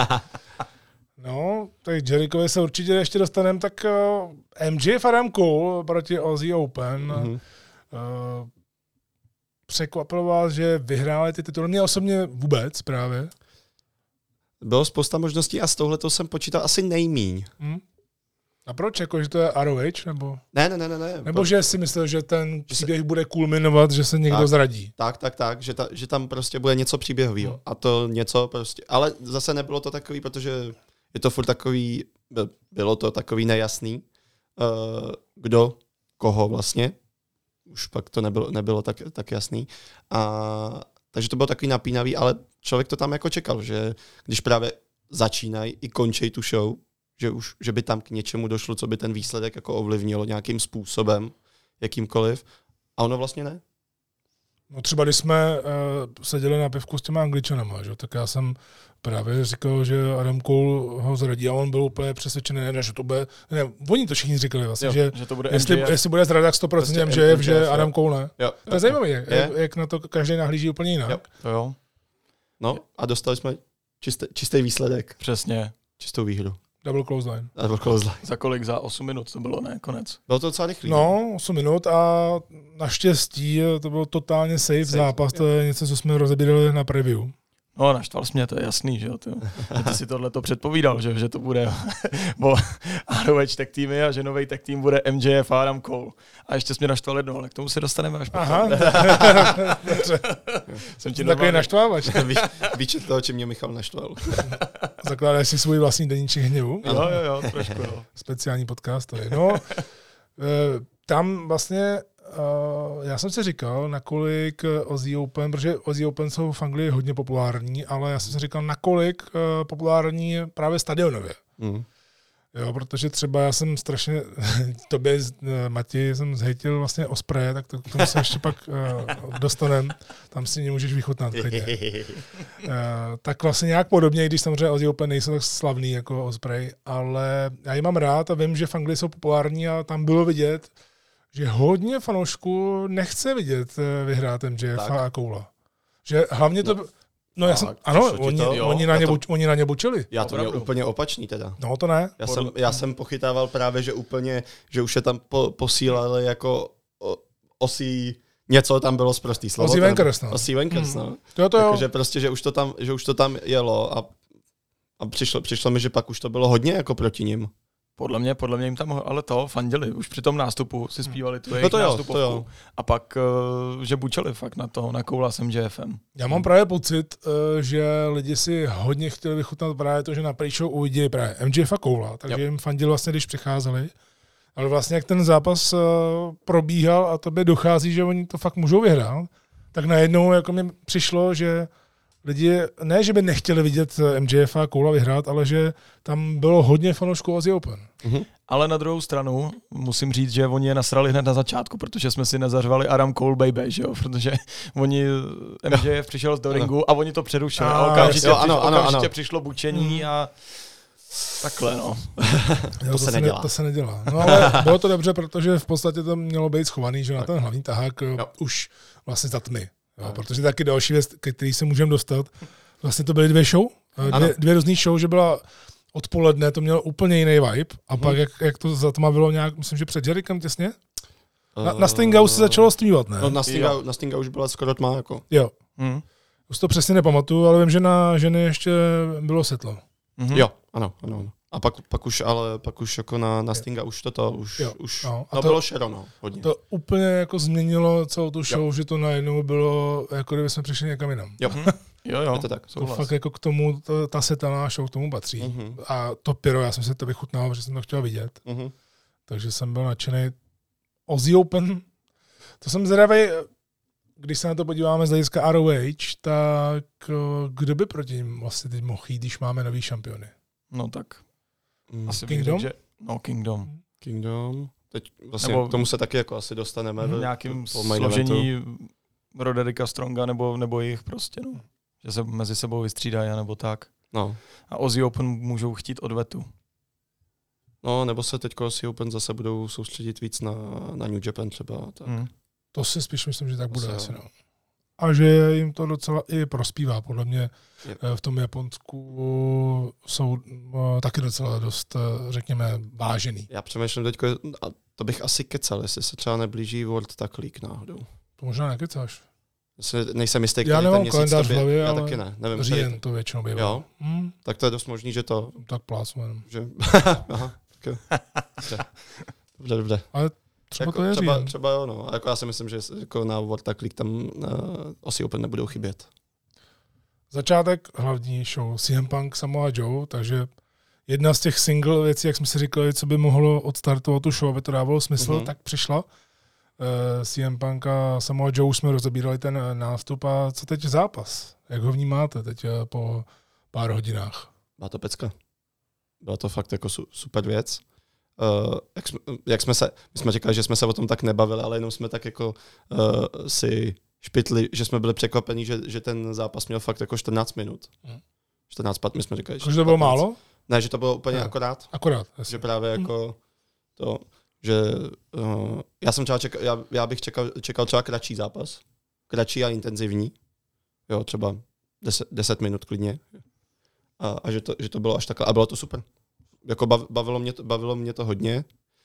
No, tak Jerichovi se určitě ještě dostaneme, tak uh, M J F Adam Cole proti Aussie Open. Mm-hmm. Uh, překvapilo vás, že vyhráli ty tituly. Mě osobně vůbec právě. Bylo spousta možností a s touhletou jsem počítal asi nejmíň. Hmm. A proč? Jako, že to je R O H? Nebo, ne, ne, ne, ne. ne. nebo že si myslel, že ten příběh se... bude kulminovat, že se někdo tak, zradí? Tak, tak, tak, že, ta, že tam prostě bude něco příběhového. Hmm. A to něco prostě, ale zase nebylo to takový, protože je to furt takový, bylo to takový nejasný, uh, kdo, koho vlastně. Už pak to nebylo, nebylo tak, tak jasný. A, takže to bylo takový napínavý, ale člověk to tam jako čekal, že když právě začínají i končí tu show, že už, že by tam k něčemu došlo, co by ten výsledek jako ovlivnilo nějakým způsobem, jakýmkoliv. A ono vlastně ne. No třeba když jsme uh, seděli na pivku s těma Angličanama, že? Tak já jsem právě říkal, že Adam Cole ho zradí a on byl úplně přesvědčený, ne, že to bude, ne, oni to všichni říkali vlastně, jo, že, že to bude jestli, jestli bude zrada, tak sto procent prostě M J F, že jo. Adam Cole ne. Jo. To je zajímavé, jak, je? jak na to každý nahlíží úplně jinak. Jo. To jo. No a dostali jsme čistý, čistý výsledek. Přesně. Čistou výhru. Double clothesline. Double clothesline. Za kolik? Za osm minut to bylo, ne? Konec. Bylo to docela rychlý. No, osm minut a naštěstí to byl totálně safe, safe zápas, to je něco, co jsme rozebírali na preview. No, naštval jsi mě, to je jasný, že jo. Ty, že ty si tohle předpovídal, že, že to bude bo R O H tag týmy a že novej tag tým bude M J F a Adam Cole. A ještě jsi mě naštval jedno, ale k tomu se dostaneme až potom. Aha. Jsem ti takový naštvávač. Výčet toho, čím mě Michal naštval. Zakládáš si svůj vlastní deníček hněvu? Jo, jo, jo, trošku, jo. Speciální podcast to je. No, tam vlastně Uh, já jsem si říkal, nakolik Aussie Open, protože Aussie Open jsou v Anglii hodně populární, ale já jsem si říkal, nakolik uh, populární právě stadionově. Mm. Jo, protože třeba já jsem strašně, tobě, Mati, jsem zhejtil vlastně Ospreje, tak to, k tomu se ještě pak uh, dostanem, tam si mě můžeš vychutnat. uh, tak vlastně nějak podobně, když samozřejmě Aussie Open nejsou tak slavný jako Osprey, ale já ji mám rád a vím, že v Anglii jsou populární a tam bylo vidět, že hodně fanoušků nechce vidět vyhrát M J F a Cola. Že hlavně to... No, no já jsem, ano, oni, to, oni, na ně, to, oni na ně bučili. Já to měl úplně opačný teda. No to ne. Já jsem, já jsem pochytával právě, že úplně, že už je tam po, posílali jako o, osí... Něco tam bylo z prostý slovo. Osí Wankers, no. Osí Wankers, no. To to jako, že prostě, že už to tam, že už to tam jelo a, a přišlo, přišlo mi, že pak už to bylo hodně jako proti nim. Podle mě, podle mě jim tam ale to fandili. Už při tom nástupu si zpívali tu jejich no to jo, nástupovku. To jo. A pak, že bučeli fakt na to, na Cola s M J F em. Já mám právě pocit, že lidi si hodně chtěli vychutnat právě to, že na pre-show uvidí právě M J F a Cola, takže yep. jim fandili vlastně, když přicházeli. Ale vlastně, jak ten zápas probíhal a tobě dochází, že oni to fakt můžou vyhrát, tak najednou jako mi přišlo, že lidi, ne, že by nechtěli vidět M J F a Cola vyhrát, ale že tam bylo hodně fanoušků Aussie Open. Mm-hmm. Ale na druhou stranu musím říct, že oni je nasrali hned na začátku, protože jsme si nezařvali Adam Cole baby, že jo? Protože oni, M J F přišel z do ringu a oni to přerušili. A, a okamžitě, jo, ano, přišlo, ano, okamžitě ano. přišlo bučení a takhle, no. Jo, to, to se nedělá. Ne, to se nedělá. No ale bylo to dobře, protože v podstatě to mělo být schovaný, že na ten hlavní tahák jo. už vlastně za tmy. Jo, protože taky další věc, ke který se můžeme dostat, vlastně to byly dvě show, dvě, dvě různý show, že byla odpoledne, to mělo úplně jiný vibe a hmm. pak jak, jak to za tma bylo nějak, myslím, že před Jerikem těsně, na, na Stinga už se začalo stmívat, ne? No na Stinga, na Stinga už byla skoro tma, jako. Jo. Hmm. Už to přesně nepamatuju, ale vím, že na ženy ještě bylo světlo. Mm-hmm. Jo, ano, ano. A pak, pak už, ale pak už jako na, na Stinga už toto, už, jo. už no, to, to bylo šero, no, hodně. To úplně jako změnilo celou tu show, jo. že to najednou bylo, jako kdyby jsme přišli někam jinam. Jo, mm-hmm. jo, jo. Je to tak. To fakt jako k tomu, ta, ta setaná show k tomu patří. Mm-hmm. A to pyro, já jsem si to vychutnal, protože jsem to chtěl vidět. Mm-hmm. Takže jsem byl nadšený. Aussie Open, to jsem zvědavý, když se na to podíváme z hlediska R O H, tak kdo by proti ním vlastně teď mohl jít, když máme nový šampiony? No tak. Mm. Asi Kingdom? Bych, že... No, Kingdom. Kingdom. Teď vlastně nebo k tomu se taky jako asi dostaneme. V nějakým složení Rodericka Stronga nebo, nebo jich prostě, no. Že se mezi sebou vystřídají, nebo tak. No. A Aussie Open můžou chtít odvetu. No, nebo se teď Aussie Open zase budou soustředit víc na, na New Japan třeba. Tak. Mm. To si spíš myslím, že tak bude asi, asi no. A že jim to docela i prospívá. Podle mě je. v tom Japonsku jsou taky docela dost, řekněme, vážený. Já přemýšlím teď, a to bych asi kecal, jestli se třeba neblíží World Tag League náhodou. To možná nekecáš. Nejsem jistý, já nemám kalendář v hlavě, já taky ne. Nevím, říjen to většinou bývá. Jo? Hmm. Tak to je dost možný, že to... Tak plácnu jenom. Že... Aha, okay. Dobře, dobře. Ale třeba jako, to je třeba, říjen. třeba jo, no. Jako já si myslím, že jako na World Tag League tam uh, Aussie Open nebudou chybět. Začátek hlavní show C M Punk, Samoa Joe, takže jedna z těch single věcí, jak jsme si říkali, co by mohlo odstartovat tu show, aby to dávalo smysl, mm-hmm. tak přišla. C M Punk a Samoa Joe jsme rozebírali ten nástup a co teď zápas? Jak ho vnímáte teď po pár hodinách? Byla to pecka. Byla to fakt jako su- super věc. Uh, jak, jsme, jak jsme se, my jsme říkali, že jsme se o tom tak nebavili, ale jenom jsme tak jako uh, si špitli, že jsme byli překvapení, že, že ten zápas měl fakt jako čtrnáct minut. Hmm. čtrnáct pat, my jsme říkali, že to bylo málo? Ne, že to bylo úplně ne. akorát. Akorát, jasně. Že právě hmm. jako to, že uh, já jsem třeba čekal, já, já bych čekal, čekal třeba kratší zápas. Kratší a intenzivní. Jo, třeba deset minut klidně. A, a že, to, že to bylo až takhle. A bylo to super. Jako bav, bavilo, mě to, bavilo mě to hodně.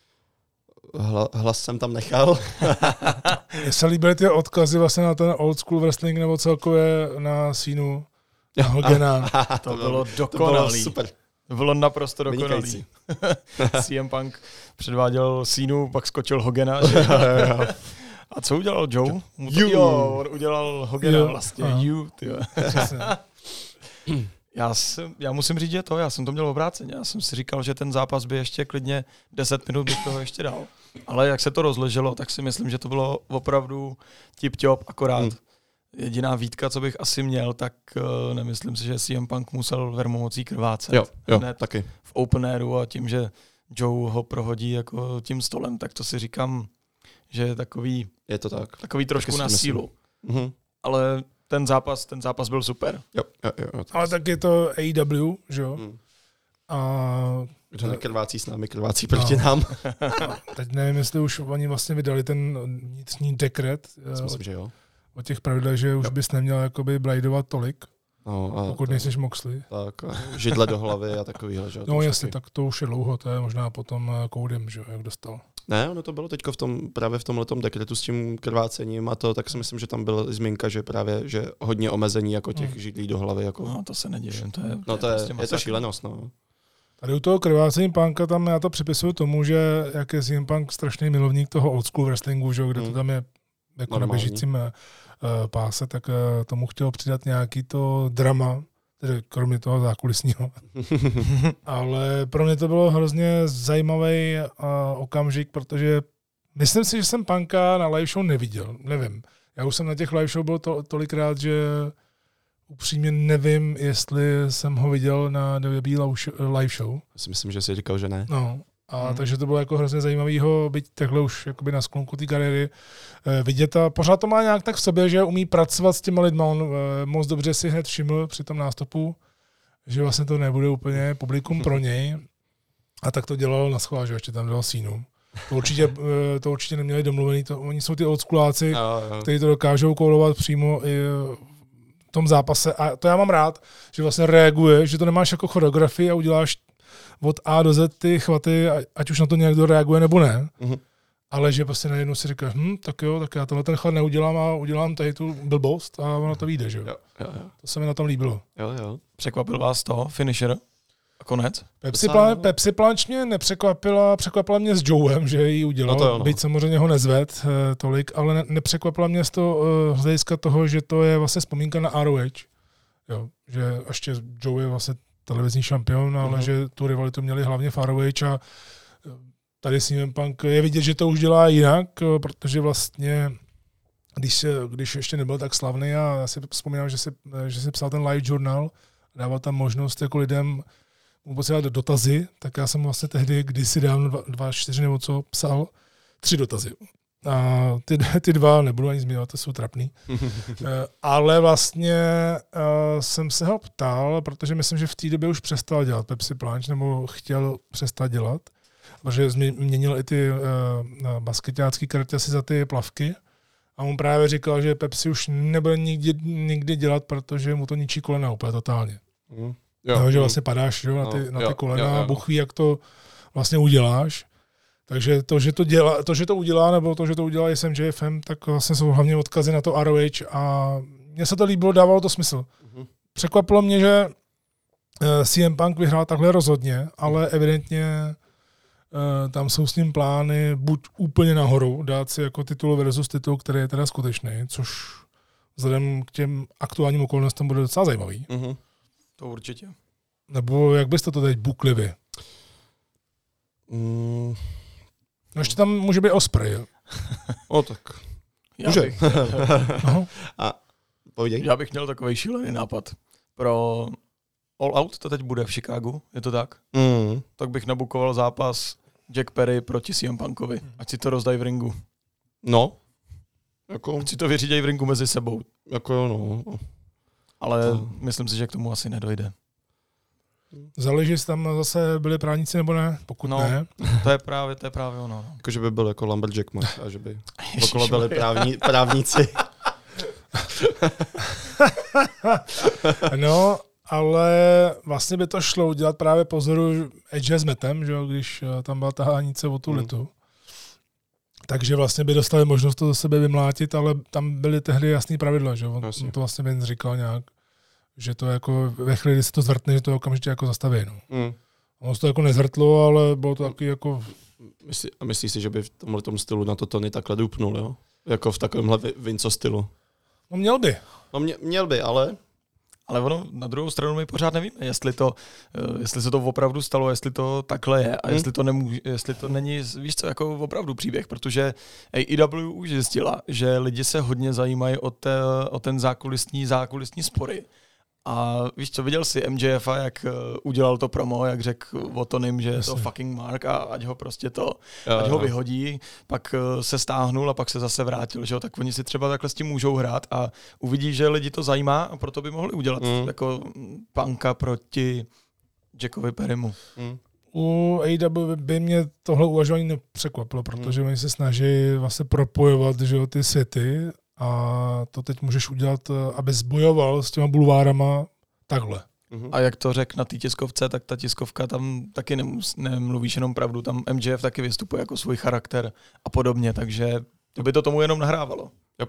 Hla, hlas jsem tam nechal. Mně se líbily ty odkazy vlastně na ten old school wrestling nebo celkově na Sínu, na Hogena. To, to bylo dokonalý. To bylo super. To bylo naprosto dokonalý. C M Punk předváděl Sínu, pak skočil Hogena. A co udělal Joe? To, jo, on udělal Hogena jo. vlastně. You, já, jsem, já musím říct, že to, já jsem to měl obráceně. Já jsem si říkal, že ten zápas by ještě klidně deset minut bych toho ještě dal. Ale jak se to rozleželo, tak si myslím, že to bylo opravdu tip-top, akorát. Hmm. Jediná výtka, co bych asi měl, tak uh, nemyslím si, že C M Punk musel vermomocí krvácet. Jo, jo, hned taky. V open airu a tím, že Joe ho prohodí jako tím stolem, tak to si říkám, že je takový, je to tak. takový trošku na sílu. Mm-hmm. Ale ten zápas, ten zápas byl super. Jo, jo, jo, jo, ale tak je to A E W, že jo? Hmm. A kdo nekrvácí s námi, krvácí proti no. nám. Teď nevím, jestli už oni vlastně vydali ten vnitřní dekret. Já myslím, že jo. O těch pravidlech, že už jo. bys neměl jakoby bladeovat tolik, no, a pokud to, nejseš Moxley. Tak a židle do hlavy a takovýhle, že jo. No jasně, tak to už je dlouho, to je možná potom Coudem, že jo, jak dostal. Ne, ono to bylo teďko v tom, právě v tomhletom dekretu s tím krvácením a to, tak si myslím, že tam byla zmínka, že právě, že hodně omezení jako těch hmm. židlí do hlavy. Jako... No to se nedivím, to je, to no to je, je, prostě je to šílenost, no. Tady u toho krvácení Punka tam já to připisuju tomu, že jak je C M Punk strašný milovník toho old school wrestlingu, že, kde hmm. to tam je jako na běžícím uh, páse, tak uh, tomu chtěl přidat nějaký to drama, tedy kromě toho zákulisního. Ale pro mě to bylo hrozně zajímavý uh, okamžik, protože myslím si, že jsem Punka na live show neviděl, nevím. Já už jsem na těch live show byl to, tolikrát, že upřímně nevím, jestli jsem ho viděl na W W E live show. Já si myslím, že jsi říkal, že ne. No, a hmm. takže to bylo jako hrozně zajímavý ho být takhle už jakoby na sklonku té kariéry eh, vidět a pořád to má nějak tak v sobě, že umí pracovat s těma lidma. On eh, moc dobře si hned všiml při tom nástupu, že vlastně to nebude úplně publikum pro něj. A tak to dělal na schvál, že ještě tam dal Sínu. To určitě, eh, to určitě neměli domluvený. To, oni jsou ty oldschooláci, kteří to dokážou koulovat přímo i v tom zápase. A to já mám rád, že vlastně reaguje, že to nemáš jako choreografii a uděláš od A do Z ty chvaty, ať už na to někdo reaguje nebo ne, mm-hmm. ale že prostě najednou si říkáš, hm, tak jo, tak já tohle ten chvat neudělám a udělám tady tu blbost a ono to vyjde, že jo. jo, jo, jo. To se mi na tom líbilo. Jo, jo. Překvapil vás to, finisher? A konec? Pepsi, Pla- Pepsi Planč mě nepřekvapila, překvapila mě s Joeem, že ji udělal, no to jo, no. Byť samozřejmě ho nezved uh, tolik, ale ne- nepřekvapila mě z toho uh, hlediska toho, že to je vlastně vzpomínka na R O H, jo, že ještě Joe je vlastně televizní šampion, ale uh-huh. že tu rivalitu měli hlavně v R O H a tady C M Punk je vidět, že to už dělá jinak, protože vlastně když, se, když ještě nebyl tak slavný a já si vzpomínám, že si, že si psal ten live journal, dával tam možnost jako lidem mu posílat dotazy, tak já jsem vlastně tehdy kdysi dávno dva, čtyři nebo co psal tři dotazy. A ty, ty dva nebudu ani zmiňovat, to jsou trapný. Ale vlastně uh, jsem se ho ptal, protože myslím, že v té době už přestal dělat Pepsi Planč, nebo chtěl přestat dělat, protože změnil i ty uh, basketácký karťasy za ty plavky. A on právě říkal, že Pepsi už nebude nikdy, nikdy dělat, protože mu to ničí kolena úplně totálně. Mm. Jo, no, že vlastně padáš jo, na ty, no, na ty kolena a Bůh ví, jak to vlastně uděláš. Takže to, že to, dělá, to, že to udělá, nebo to, že to udělá S M J F M, tak vlastně jsou hlavně odkazy na to R O H a mně se to líbilo, dávalo to smysl. Mm. Překvapilo mě, že C M Punk vyhrál takhle rozhodně, ale evidentně tam jsou s ním plány buď úplně nahoru, dát si jako titul versus titul, který je teda skutečný, což vzhledem k těm aktuálním okolnostem bude docela zajímavý. Mm-hmm. To určitě. Nebo jak byste to teď bukli vy? Mm. No ještě tam může být Osprey, jo? O, tak. Já může. Bych, A povídej. Já bych měl takový šílený nápad. Pro All Out to teď bude v Chicagu, je to tak? Mm. Tak bych nabukoval zápas Jack Perry proti C M Punkovi. Ať si to rozdají v ringu. No. Jako... Ať si to vyřídějí v ringu mezi sebou. Jako no. Ale to... myslím si, že k tomu asi nedojde. Záleží, jestli tam zase byli právníci nebo ne, pokud no, ne. To je právě, to je právě ono. Jako, že by byl jako Lumberjack match a že by okolo byli právní, právníci. No, ale vlastně by to šlo udělat právě po vzoru Edge s Mattem, že jo, když tam byla tahánice o tu hmm. litu. Takže vlastně by dostali možnost to do sebe vymlátit, ale tam byly tehdy jasný pravidla, že jo. On, on to vlastně Vince říkal nějak, že to jako ve chvíli, kdy se to zvrtne, že to okamžitě jako zastaví. No. Hmm. Ono se to jako nezvrtlo, ale bylo to taky jako... Myslí, a myslíš si, že by v tomhletom stylu na to Tony takhle dupnul, jo? Jako v takovémhle Vinco stylu? No měl by. No mě, měl by, ale... Ale ono na druhou stranu my pořád nevíme, jestli to, jestli se to opravdu stalo, jestli to takhle je a hmm. jestli to nemůže, jestli to není, víš co, jako opravdu příběh, protože A E W už zjistila, že lidi se hodně zajímají o, te, o ten zákulisní, zákulisní spory. A víš co, viděl jsi M J F a jak udělal to promo, jak řekl o Tonym, že je to fucking Mark a ať ho prostě to, jo, ať ho vyhodí, pak se stáhnul a pak se zase vrátil, že jo, tak oni si třeba takhle s tím můžou hrát a uvidí, že lidi to zajímá a proto by mohli udělat mm. jako Punka proti Jackovi Perrymu. Mm. U A E W by mě tohle uvažování nepřekvapilo, protože mm. oni se snaží vlastně propojovat, že jo, ty světy. A to teď můžeš udělat, aby zbojoval s těma bulvárama takhle. Uh-huh. A jak to řekl na té tiskovce, tak ta tiskovka tam taky nemus, nemluvíš jenom pravdu, tam M J F taky vystupuje jako svůj charakter a podobně, takže to by to tomu jenom nahrávalo. Yep.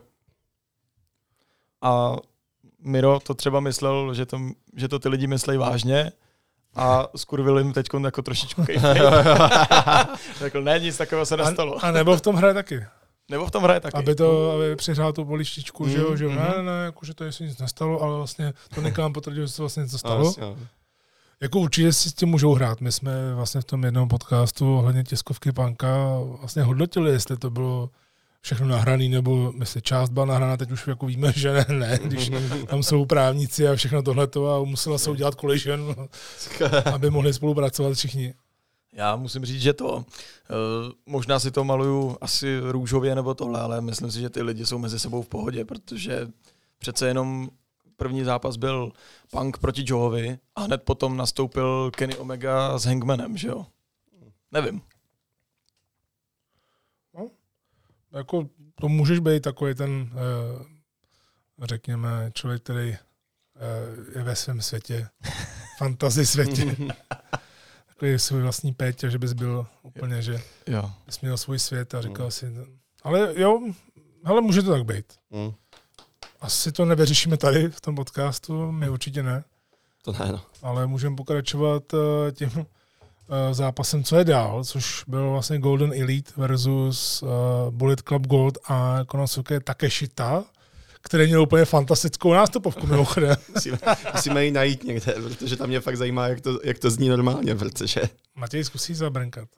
A Miro to třeba myslel, že to, že to ty lidi myslejí vážně a skurvil jim teď jako trošičku kejfej. Řekl, ne, nic takového se nestalo. A, a nebo v tom hraje taky. Nebo v tom hraje taky. Aby to, aby přihrál tu polištičku, mm, že jo, že jo, mm-hmm. ne, ne, jakože to jestli nic nestalo, ale vlastně to nekám potvrdil, že se vlastně něco stalo. Jako určitě si s tím můžou hrát. My jsme vlastně v tom jednom podcastu ohledně tiskovky Punka vlastně hodnotili, jestli to bylo všechno nahraný, nebo jestli část byla nahraná, teď už jako víme, že ne, ne, když tam jsou právníci a všechno tohleto a musela se udělat collision, aby mohli spolupracovat všichni. Já musím říct, že to, uh, možná si to maluju asi růžově nebo tohle, ale myslím si, že ty lidi jsou mezi sebou v pohodě, protože přece jenom první zápas byl Punk proti Joeovi a hned potom nastoupil Kenny Omega s Hangmanem, že jo? Nevím. No, jako to můžeš být takový ten, uh, řekněme, člověk, který uh, je ve svém světě, fantasy světě. Takový svůj vlastní Péťa, že bys byl úplně, že jo. Bys měl svůj svět a říkal mm. si, ale jo, hele, může to tak být. Mm. Asi to nevyřešíme tady v tom podcastu, my určitě ne. To ne, no. Ale můžeme pokračovat tím zápasem, co je dál, což byl vlastně Golden Elite versus Bullet Club Gold a Konosuke Takeshita, který měl úplně fantastickou nástupovku mimochodem. musíme, musíme ji najít někde, protože tam mě fakt zajímá, jak to, jak to zní normálně, protože... Matěj, zkusí zabrnkat.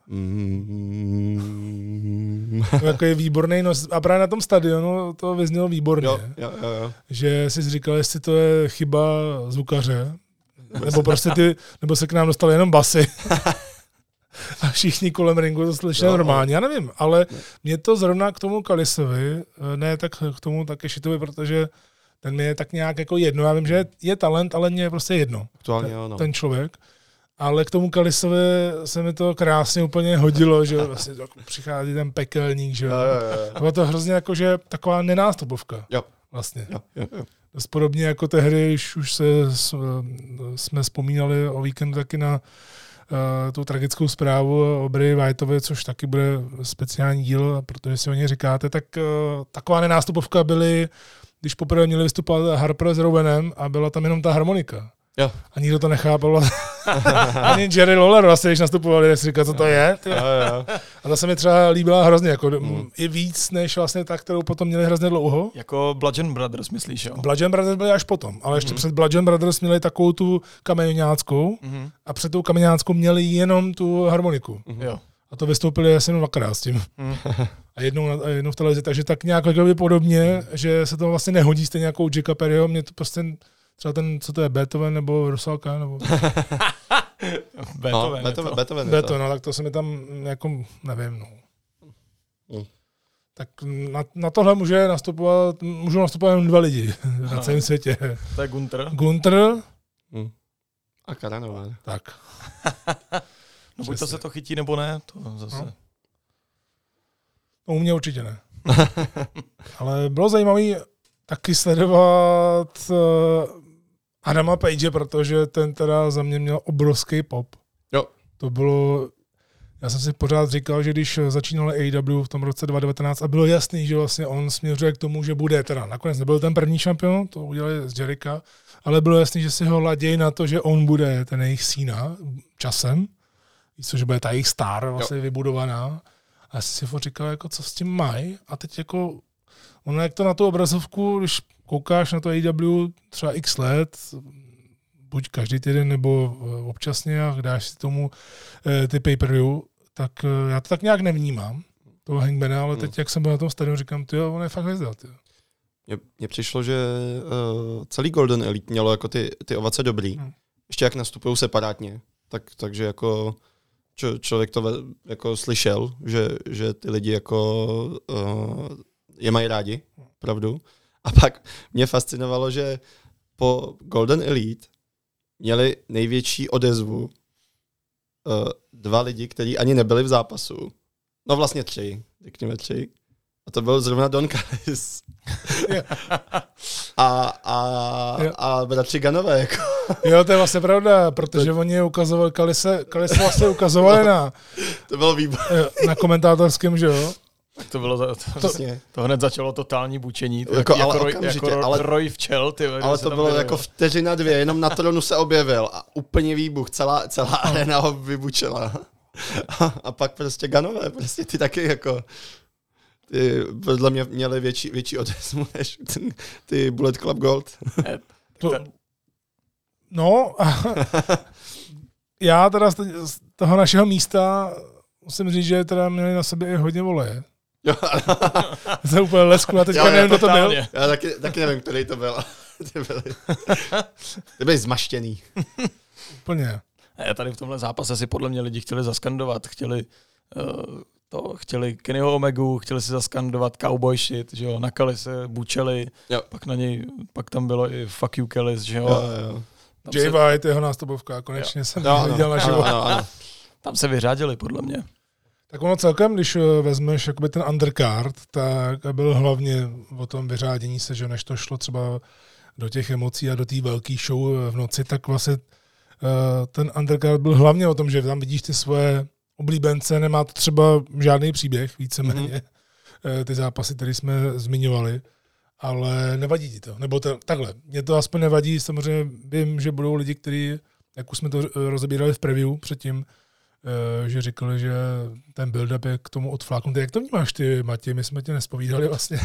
Mm. Jako je výborný nos. A právě na tom stadionu to vyznělo výborně. Jo, jo, jo, jo. Že jsi říkal, jestli to je chyba zvukaře, nebo prostě ty, nebo se k nám dostaly jenom basy. A všichni kolem ringu to slyšeli normálně, já nevím, ale mě to zrovna k tomu Kalisovi, ne tak k tomu Takeshitovi, protože ten mě je tak nějak jako jedno, já vím, že je talent, ale mě je prostě jedno, Aktuálně, ten, jo, no. ten člověk. Ale k tomu Kalisovi se mi to krásně úplně hodilo, že vlastně přichází ten pekelník, že jo. Bylo to hrozně jako, že taková nenástupovka. Jo. Vlastně. Jo, jo, jo. Dost podobně jako tehdy, když už se, jsme vzpomínali o víkendu taky na Uh, tu tragickou zprávu o Bray Wyatt, což taky bude speciální díl, protože si o něj říkáte, tak uh, taková nenástupovka byly, když poprvé měli vystupovat Harper s Rowanem a byla tam jenom ta harmonika. Jo. A nikdo to nechápal. Ani Jerry Lawler vlastně, když nastupovali, tak si říkal, co to je. Jo, jo. A ta se mi třeba líbila hrozně, jako mm. i víc, než vlastně ta, kterou potom měli hrozně dlouho. Jako Bludgeon Brothers, myslíš, jo? Bludgeon Brothers byli až potom, ale ještě mm. před Bludgeon Brothers měli takovou tu kameňáckou mm. a před tou kameňáckou měli jenom tu harmoniku. Mm. Jo. A to vystoupili asi jenom dvakrát s tím. Mm. A jednou, a jednou v televizi, takže tak nějak podobně, že se to vlastně nehodí stejně jako Jacka Perryho, mě to prostě třeba ten, co to je, Beethoven nebo Rusalka, nebo... Beethoven, no, Beethoven, Beethoven, Beethoven, no, tak to se mi tam jako, nevím, no. Mm. Tak na, na tohle může nastupovat, můžou nastupovat jen dva lidi na celém světě. To je Gunther. Gunther. Mm. A Karanova. Tak. No buď to se to chytí, nebo ne, to zase. No, no u mě určitě ne. Ale bylo zajímavé taky sledovat Adama Page, protože ten teda za mě měl obrovský pop. Jo. To bylo, já jsem si pořád říkal, že když začínal A E W v tom roce dva tisíce devatenáct a bylo jasný, že vlastně on směřuje k tomu, že bude teda. Nakonec nebyl ten první šampion, to udělali z Jericha, ale bylo jasný, že si ho ladějí na to, že on bude ten jejich sína časem, což bude ta jejich star vlastně jo. vybudovaná. A já jsem si říkal, jako, co s tím mají. A teď jako, ono jak to na tu obrazovku, když koukáš na to A E W třeba x let, buď každý týden nebo občasně a dáš si tomu e, ty pay-per-view, tak e, já to tak nějak nevnímám, toho Hangmana, ale teď, hmm. jak jsem byl na tom stadionu, říkám, tyjo, on je fakt hvězda, tyjo. Mně přišlo, že uh, celý Golden Elite mělo jako ty, ty ovace dobrý. Hmm. Ještě jak nastupují separátně, tak, takže jako č- člověk to ve, jako slyšel, že, že ty lidi jako uh, je mají rádi, pravdu. A pak mě fascinovalo, že po Golden Elite měli největší odezvu uh, dva lidi, kteří ani nebyli v zápasu. No vlastně tři, řekněme tři. A to byl zrovna Don Callis. a, a, a bratři Ganové. Jako. Jo, to je vlastně pravda, protože to... oni ukazovali, Calise, Calise vlastně ukazovali na, to bylo výborné. Na komentátorském, že jo? To bylo, to, to, to hned začalo totální bučení. To jako, jako, ale roj, jako ro, ale, roj včel. Ty, ale to bylo jako vteřina dvě, jenom na tronu se objevil a úplně výbuch, celá, celá arena ho vybučela. A, a pak prostě Ganové, prostě ty taky jako... Ty podle mě měli větší, větší odezvu než ty, ty Bullet Club Gold. To, no, já teda z toho našeho místa musím říct, že teda měli na sobě i hodně voleje. Jo. To je úplně lesku a teďka jo, nevím, kdo to byl. Já taky, taky nevím, který to byl. Ty byli, ty byli zmaštěný. Úplně. A tady v tomhle zápase si podle mě lidi chtěli zaskandovat, chtěli... Uh, To chtěli Kennyho Omegu, chtěli si zaskandovat cowboy shit, že jo, na Calise bučeli, jo. pak na něj, pak tam bylo i fuck you Callis, že jo. jo, jo. Jay se... White, jeho nástupovka, konečně jo. jsem no, viděl no, na život. No, no. Tam se vyřádili, podle mě. Tak ono celkem, když vezmeš jakoby ten undercard, tak byl hlavně o tom vyřádění se, že než to šlo třeba do těch emocí a do té velké show v noci, tak vlastně ten undercard byl hlavně o tom, že tam vidíš ty svoje oblíbence, nemá to třeba žádný příběh, víceméně, mm-hmm. ty zápasy, které jsme zmiňovali. ale nevadí ti to. Nebo to, takhle, mě to aspoň nevadí, samozřejmě vím, že budou lidi, kteří, jak už jsme to rozebírali v preview předtím, že říkali, že ten build-up je k tomu odfláknutý. Jak to vnímáš ty, Matěj? My jsme tě nespovídali vlastně.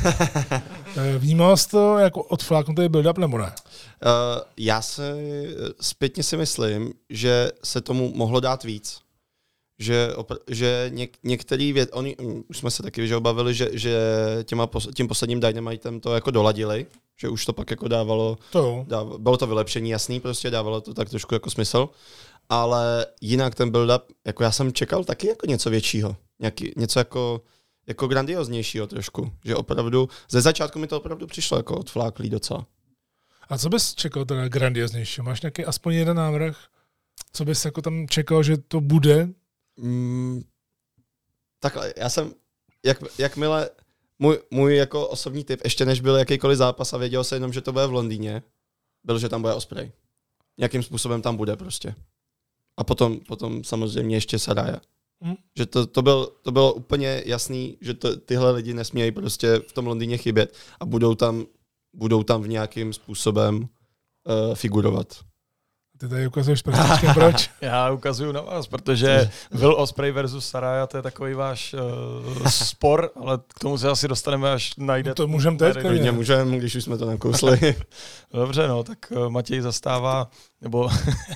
Vnímal jsi to jako odfláknutý build-up nebo ne? Uh, já se zpětně si myslím, že se tomu mohlo dát víc. Že, opr- že něk- některý věc, oni, už jsme se taky že obavili, že, že těma pos- tím posledním Dynamitem to jako doladili, že už to pak jako dávalo, to dáv- bylo to vylepšení jasný, prostě dávalo to tak trošku jako smysl, ale jinak ten build-up, jako já jsem čekal taky jako něco většího, nějaký, něco jako, jako grandioznějšího trošku, že opravdu, ze začátku mi to opravdu přišlo jako odfláklý docela. A co bys čekal teda grandioznější? Máš nějaký aspoň jeden návrh? Co bys jako tam čekal, že to bude? Mm, takhle, já jsem, jak, jakmile, můj, můj jako osobní tip, ještě než byl jakýkoliv zápas a věděl se jenom, že to bude v Londýně, byl, že tam bude Ospreay. Nějakým způsobem tam bude prostě. A potom, potom samozřejmě ještě Saraya. Hmm. Že to, to, byl, to bylo úplně jasný, že to, tyhle lidi nesmějí prostě v tom Londýně chybět a budou tam, budou tam v nějakým způsobem uh, figurovat. Ty tady ukazuješ prstičkem, proč? Já ukazuju na vás, protože Will Ospreay versus Saraya, to je takový váš uh, spor, ale k tomu se asi dostaneme, až najdete. No to můžeme teď. Klidně můžeme, když už jsme to nakousli. Dobře, no, tak uh, Matěj zastává, nebo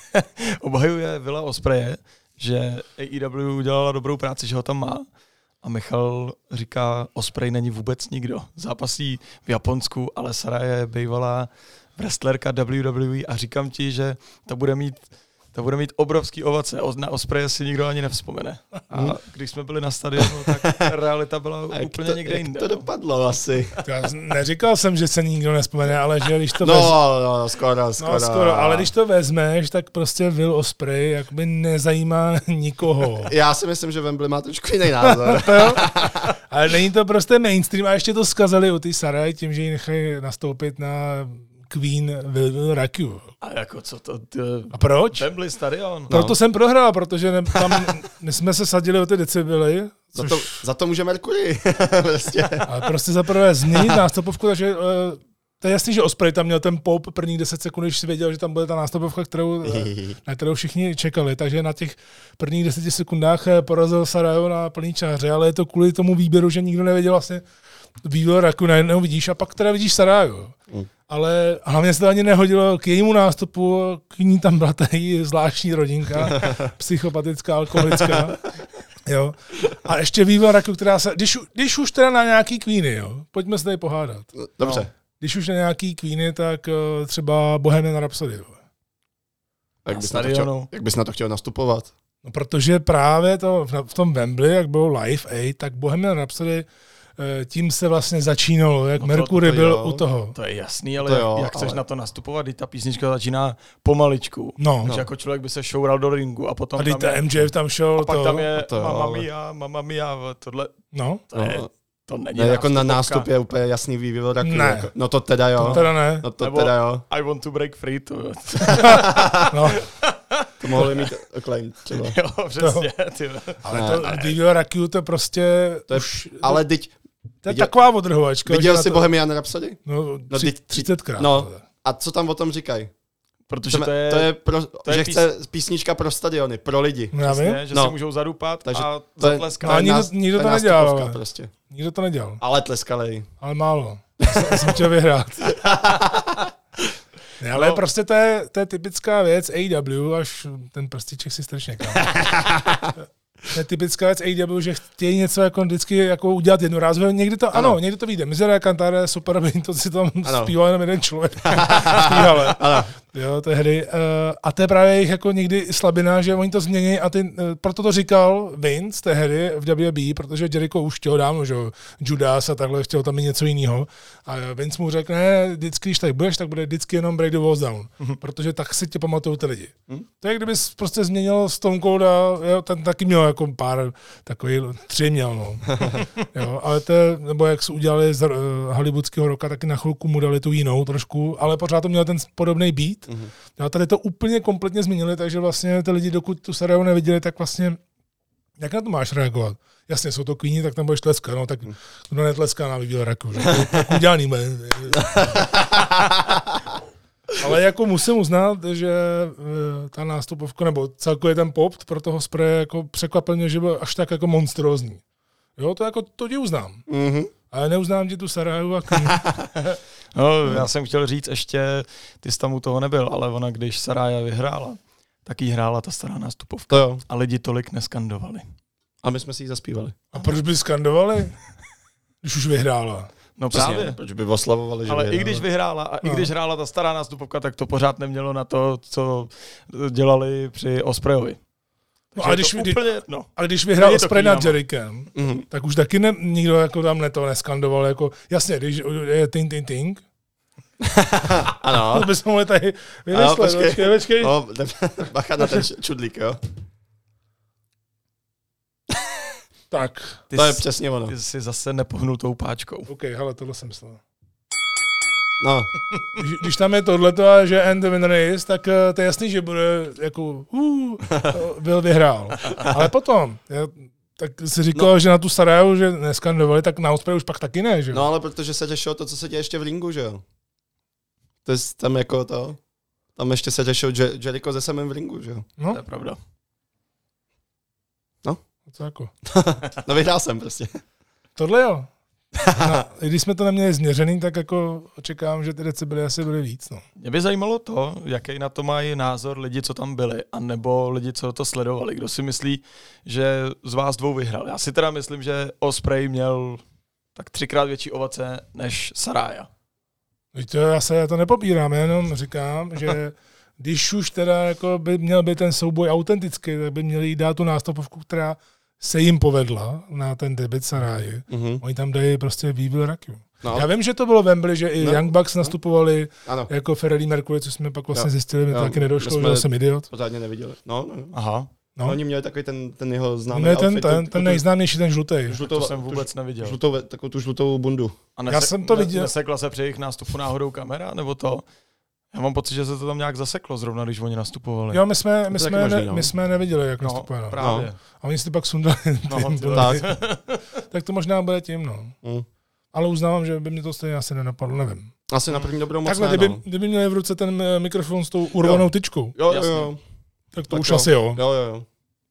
obhajuje Willa Ospreaye, že A E W udělala dobrou práci, že ho tam má. A Michal říká, Ospreay není vůbec nikdo. Zápasí v Japonsku, ale Saraya je bývalá wrestlerka W W E a říkám ti, že to bude mít, to bude mít obrovský ovace. Na Ospreaye si nikdo ani nevzpomene. A když jsme byli na stadionu, tak realita byla a úplně to, někde jak jinde. to dopadlo asi? Já neříkal jsem, že se nikdo nevzpomene, ale že když to No, vez... no, skoro, skoro. No, skoro, ale když to vezmeš, tak prostě Will Ospreay jakoby nezajímá nikoho. Já si myslím, že Wembley má trošku jiný názor. Ale není to prostě mainstream a ještě to zkazali u té Saraj tím, že ji nechají nastoupit na Queen Will Raku. A jako co to? Ty... A proč? Wembley stadion. No. Proto jsem prohrál, protože ne, tam my jsme se sadili o ty decibely. Což... Za, to, za to může Mercury. prostě. Ale prostě za prvé změnit nástupovku, takže uh, to je jasný, že Ospreay tam měl ten pop prvních deset sekund, když si věděl, že tam bude ta nástupovka, kterou, na kterou všichni čekali. Takže na těch prvních deseti sekundách porazil Sarajevo na plný čáře, ale je to kvůli tomu výběru, že nikdo nevěděl vlastně Will Raku, najednou vidíš a pak teda vidíš Sarajevo. Mm. Ale hlavně se to ani nehodilo k jejímu nástupu, k ní tam byla tady zvláštní rodinka, psychopatická, alkoholická. Jo. A ještě Will Raku, která se, když, když už teda na nějaký Queeny, jo, pojďme se tady pohádat. Dobře. No. Když už na nějaký Queeny, tak uh, třeba Bohemian Rhapsody. Jo. Jak bys, chtěl, jak bys na to chtěl nastupovat? No, protože právě to v tom Wembley, jak bylo Live Aid, tak Bohemian Rhapsody tím se vlastně začínalo, jak no to, Mercury to, to byl jo. u toho. To je jasný, ale jo, jak chceš ale... na to nastupovat, když ta písnička začíná pomaličku. No. Takže no. jako člověk by se šoural do ringu a potom a tam je... M J F tam šel a pak to. tam je to Mamma Mia, Mamma Mia, tohle. No. To, je, to není ne, jako na nástup je úplně jasný vývoj. Tak ne. Jako, no to teda jo. To teda ne. No to Nebo teda jo. I want to break free, to no. To mohli mít acclaim třeba. Jo, přesně. No. Ale to Will Raku to prostě to je, už... Ale teď... To je viděl, taková odrhovačka. Viděl jsi to... Bohemian Rhapsody? No, tři, třicetkrát. No, a co tam o tom říkají? Protože to je... To je, pro, to že je chce písnička pro stadiony, pro lidi. Já vím. Že no. si můžou zadupat takže a zatleskat. No, nikdo, nikdo to, to nedělal. Prostě. Nikdo to nedělal. Ale tleskali. Ale málo. Já jsem chtěl vyhrát. Ne, ale no. prostě to je, to je typická věc A E W, až ten prstiček si strašně kam. To je typická věc A E W, že chtějí něco jako vždycky jako udělat jednorázově. Někdy to, ano, ano někdy to vyjde. Miseria Cantare, super, aby to si tam zpíval jenom jeden člověk. Ano. Jo, tehdy. Uh, a to je právě jejich jako někdy slabina, že oni to změní a ty, uh, proto to říkal Vince tehdy v W W E, protože Jericho už chtěl dávno, že Judas a takhle chtěl tam i něco jiného. A Vince mu řekl, ne, vždycky, když tak budeš, tak bude vždycky jenom break the walls down, mm-hmm. protože tak si tě pamatují ty lidi. Mm. To je, kdybys prostě změnil Stone Cold a jo, ten taky měl jako pár takový, tři měl, no. Jo, ale to je, nebo jak se udělali z uh, hollywoodského roka, taky na chvilku mu dali tu jinou trošku, ale pořád to měl ten podobný beat. Mm-hmm. Jo, tady to úplně kompletně změnili, takže vlastně ty lidi, dokud tu Sarajevo neviděli, tak vlastně Jak na to máš reagovat? Jasně, jsou to kvíni, tak tam budeš tleskat, no tak kdo netleská na výběr raku, že? Tak udělaný, ale jako musím uznat, že ta nástupovka, nebo celkově ten pop pro toho spreje jako překvapil mě, že byl až tak jako monstrózní. Jo, to jako, to ti uznám. Mm-hmm. Ale neuznám ti tu Saraju a Queen. No, já jsem chtěl říct ještě, ty jsi tam u toho nebyl, ale ona, když Saraya vyhrála, tak jí hrála ta stará nástupovka. To jo. A lidi tolik neskandovali. A my jsme si ji zaspívali. A proč by skandovali, když už vyhrála? No Přesně, právě. proč by oslavovali, že Ale vyhrála. i když vyhrála a No. i když hrála ta stará nástupovka, tak to pořád nemělo na to, co dělali při Ospreyovi. No, ale, když, to úplně, no. ale když vyhrál Je to Osprey nad Queenama. Jerikem, Mhm. tak už taky ne, nikdo jako tam ne to neskandoval. Jako, jasně, když je ting, ting, ting, Ano. to bychom mohli tady Ano, vymyslet. počkej. Počkej, počkej. No, bacha na ten čudlík, jo. Tak, Ty To je jsi- přesně ono. Ty jsi zase nepohnul tou páčkou. OK, hele, tohle jsem myslel. No, Když, když tam je tohleto a že end the winner is, tak eh, to je jasný, že bude jako uh, byl vyhrál. Ale potom, já, tak si říkal, no. že na tu Saraju, že neskandovali, tak na Osprey už pak taky ne, že? no ale protože se řešilo to, co se děje ještě v ringu, že jo. To je tam jako to, tam ještě se řešil Je- Jericho se samým v ringu, že jo. No, To je pravda. co jako? No vyhrál jsem prostě. Tohle jo. No, i když jsme to neměli změřený, tak jako očekávám, že ty decibely asi byly víc, no. Mě by zajímalo to, jaký na to mají názor lidi, co tam byli, anebo lidi, co to sledovali. Kdo si myslí, že z vás dvou vyhrál. Já si teda myslím, že Osprey měl tak třikrát větší ovace než Saraya. Víte, já se já to nepopírám, já jenom říkám, že když už teda jako by měl být ten souboj autentický, tak by měli jí dát tu nástupovku, která se jim povedla na ten debut Saraji. Mhm. Oni tam dají prostě výbil raku. No, Já vím, že to bylo Wembley, že i No. Young Bucks nastupovali ano, jako Freddie Mercury, co jsme pak vlastně Jo. zjistili, mi to Jo, taky nedošlo, my jsme- že jsem idiot. pořádně neviděli. No, no, no. Aha, No. No. Oni měli takový ten, ten jeho známý Ne, ten, outfit, ten, tu- ten tu- nejznámější, ten žlutý. žlutou, to jsem tu vůbec neviděl. žlutou, takovou tu žlutou bundu. A Já jsem to ne- viděl. Nesekla se při jejich nástupu náhodou kamera, nebo to? Já mám pocit, že se to tam nějak zaseklo zrovna, když oni nastupovali. Jo, my jsme, my To taky jsme, možný, ne, no. my jsme neviděli, jak no, nastupuje. No. právě. A oni si to pak sundali. No, ty- ty- Tak. tak to možná bude tím, no. Mm. Ale uznávám, že by mě to stejně asi nenapadlo, nevím. Asi na první dobrou moc Takhle, ne, kdyby, no. kdyby měli v ruce ten eh, mikrofon s tou urvanou Jo. tyčkou, Jo, jo, Jasně. jo. tak to Tak už jo. asi jo. Jo, jo, jo.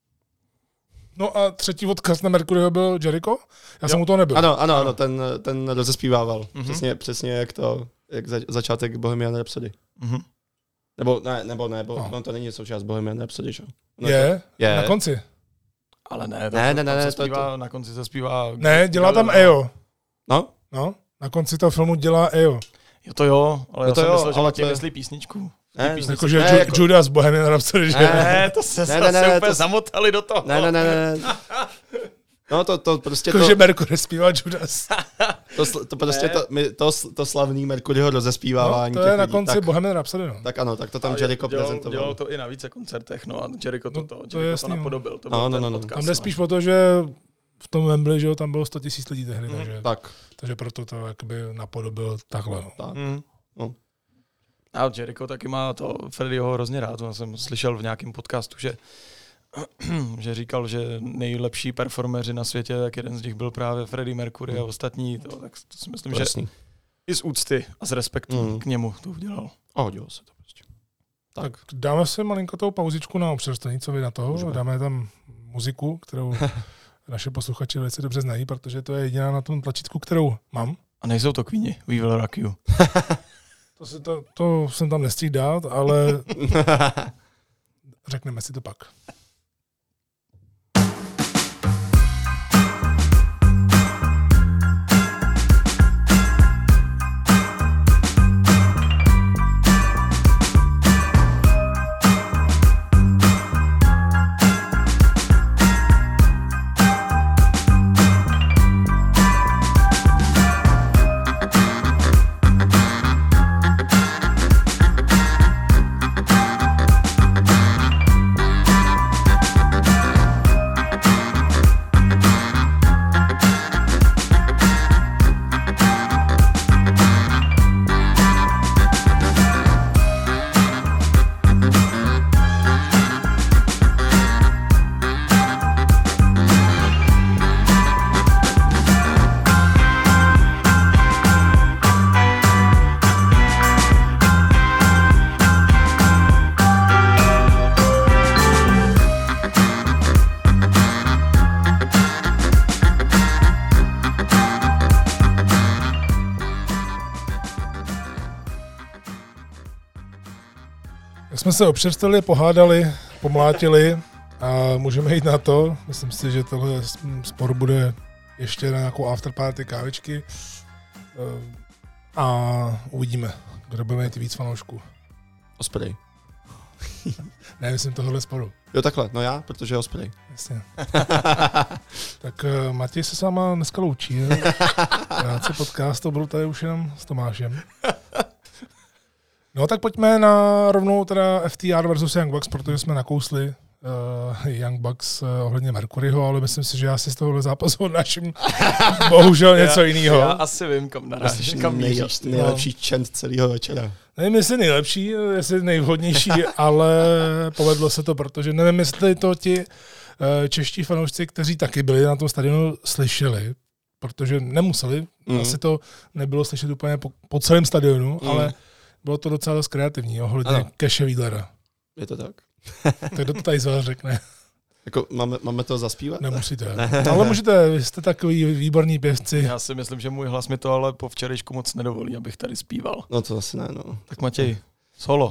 No a třetí odkaz na Mercuryho byl Jericho? Já Jo. jsem u toho nebyl. Ano, ano, ano, ten, ten rozespívával. Mhm. Přesně, přesně jak to, jak za, začátek Bohemian Rhapsody. Mhm. Nebo ne, nebo ne, bo, No. no. to není součást Bohemian Rhapsody, že? No, Je, je. na konci. Ale ne, Ne, tam, ne, tam ne, se ne, to- zpívá, na konci se zpívá... Ne, dělá tam Galileo. E O. No, No, na konci toho filmu dělá E O. Jo to jo, ale No já to jsem jo, myslel, že ale Matěj to je- myslí písničku. Ne, Písničku. Jakože Ne, Ju- jako- Judas Bohemian Rhapsody, že? Ne. Ne, to se Ne, zase ne, ne, ne, úplně to- zamotali do toho. ne, ne, ne, ne. No to, to prostě to, Jakože Mercury zpíval Judas. to, sl- to prostě Ne. to, my- to, sl- to slavný Mercuryho rozespívávání. No, to je těch na lidí. konci tak, Bohemian Rhapsody, no. tak ano, tak to tam Ale Jericho dělal, prezentoval. dělal to i na více koncertech, no a Jericho to, No, to, to je Jericho jasný, to no. napodobil. To No, byl no, ten no, no. podcast, Tam jde no. spíš o to, že v tom Wembley, že jo, tam bylo sto tisíc lidí tehdy, Mhm. takže, Tak, takže proto to jakoby napodobil takhle. No. tak. Mm. No. A Jericho taky má to, Freddie ho hrozně rád, já jsem slyšel v nějakém podcastu, že že říkal, že nejlepší performeři na světě, tak jeden z nich byl právě Freddie Mercury a ostatní, to, tak to si myslím, že Jasný. i z úcty a z respektu Mm. k němu to udělal. A hodilo se to prostě. Tak dáme si malinko tou pauzičku na občerstvení, co vy na toho, Můžeme. dáme tam muziku, kterou naše posluchači velice dobře znají, protože to je jediná na tom tlačítku, kterou mám. A nejsou to Queeni, We Will Rock You. To, si to, to jsem tam nestihl dát, ale řekneme si to pak. Jak jsme se občerstvili, pohádali, pomlátili a můžeme jít na to. Myslím si, že tohle spor bude ještě na nějakou afterparty kávičky a uvidíme, kdo bude mít víc fanoušků. Osprey. Ne, myslím tohohle sporu. Jo, takhle, no já, protože je Osprey. Jasně. Tak uh, Matěj se s váma dneska loučí. Krátce podcast, to byl tady už jenom s Tomášem. No tak pojďme na rovnou teda F T R versus Young Bucks, protože jsme nakousli uh, Young Bucks uh, ohledně Mercuryho, ale myslím si, že já si z tohohle zápasu odnáším bohužel něco jiného. Já asi vím, kam narážíš, kam míříš. Nej, nejlepší čent celého večera. Nevím, jestli nejlepší, jestli nejvhodnější, ale povedlo se to, protože nevím, jestli to ti uh, čeští fanoušci, kteří taky byli na tom stadionu, slyšeli, protože nemuseli, mm. asi to nebylo slyšet úplně po, po celém stadionu, mm. ale bylo to docela dost kreativní, ohledně Cashe Wheelera. Je to tak? Tak kdo to tady z vás řekne? Jako máme, máme to zaspívat? Nemusíte. Ne. Ale můžete, vy jste takový výborní pěvci. Já si myslím, že můj hlas mi to ale po včerejšku moc nedovolí, abych tady zpíval. No to asi ne, no. Tak Matěj, solo.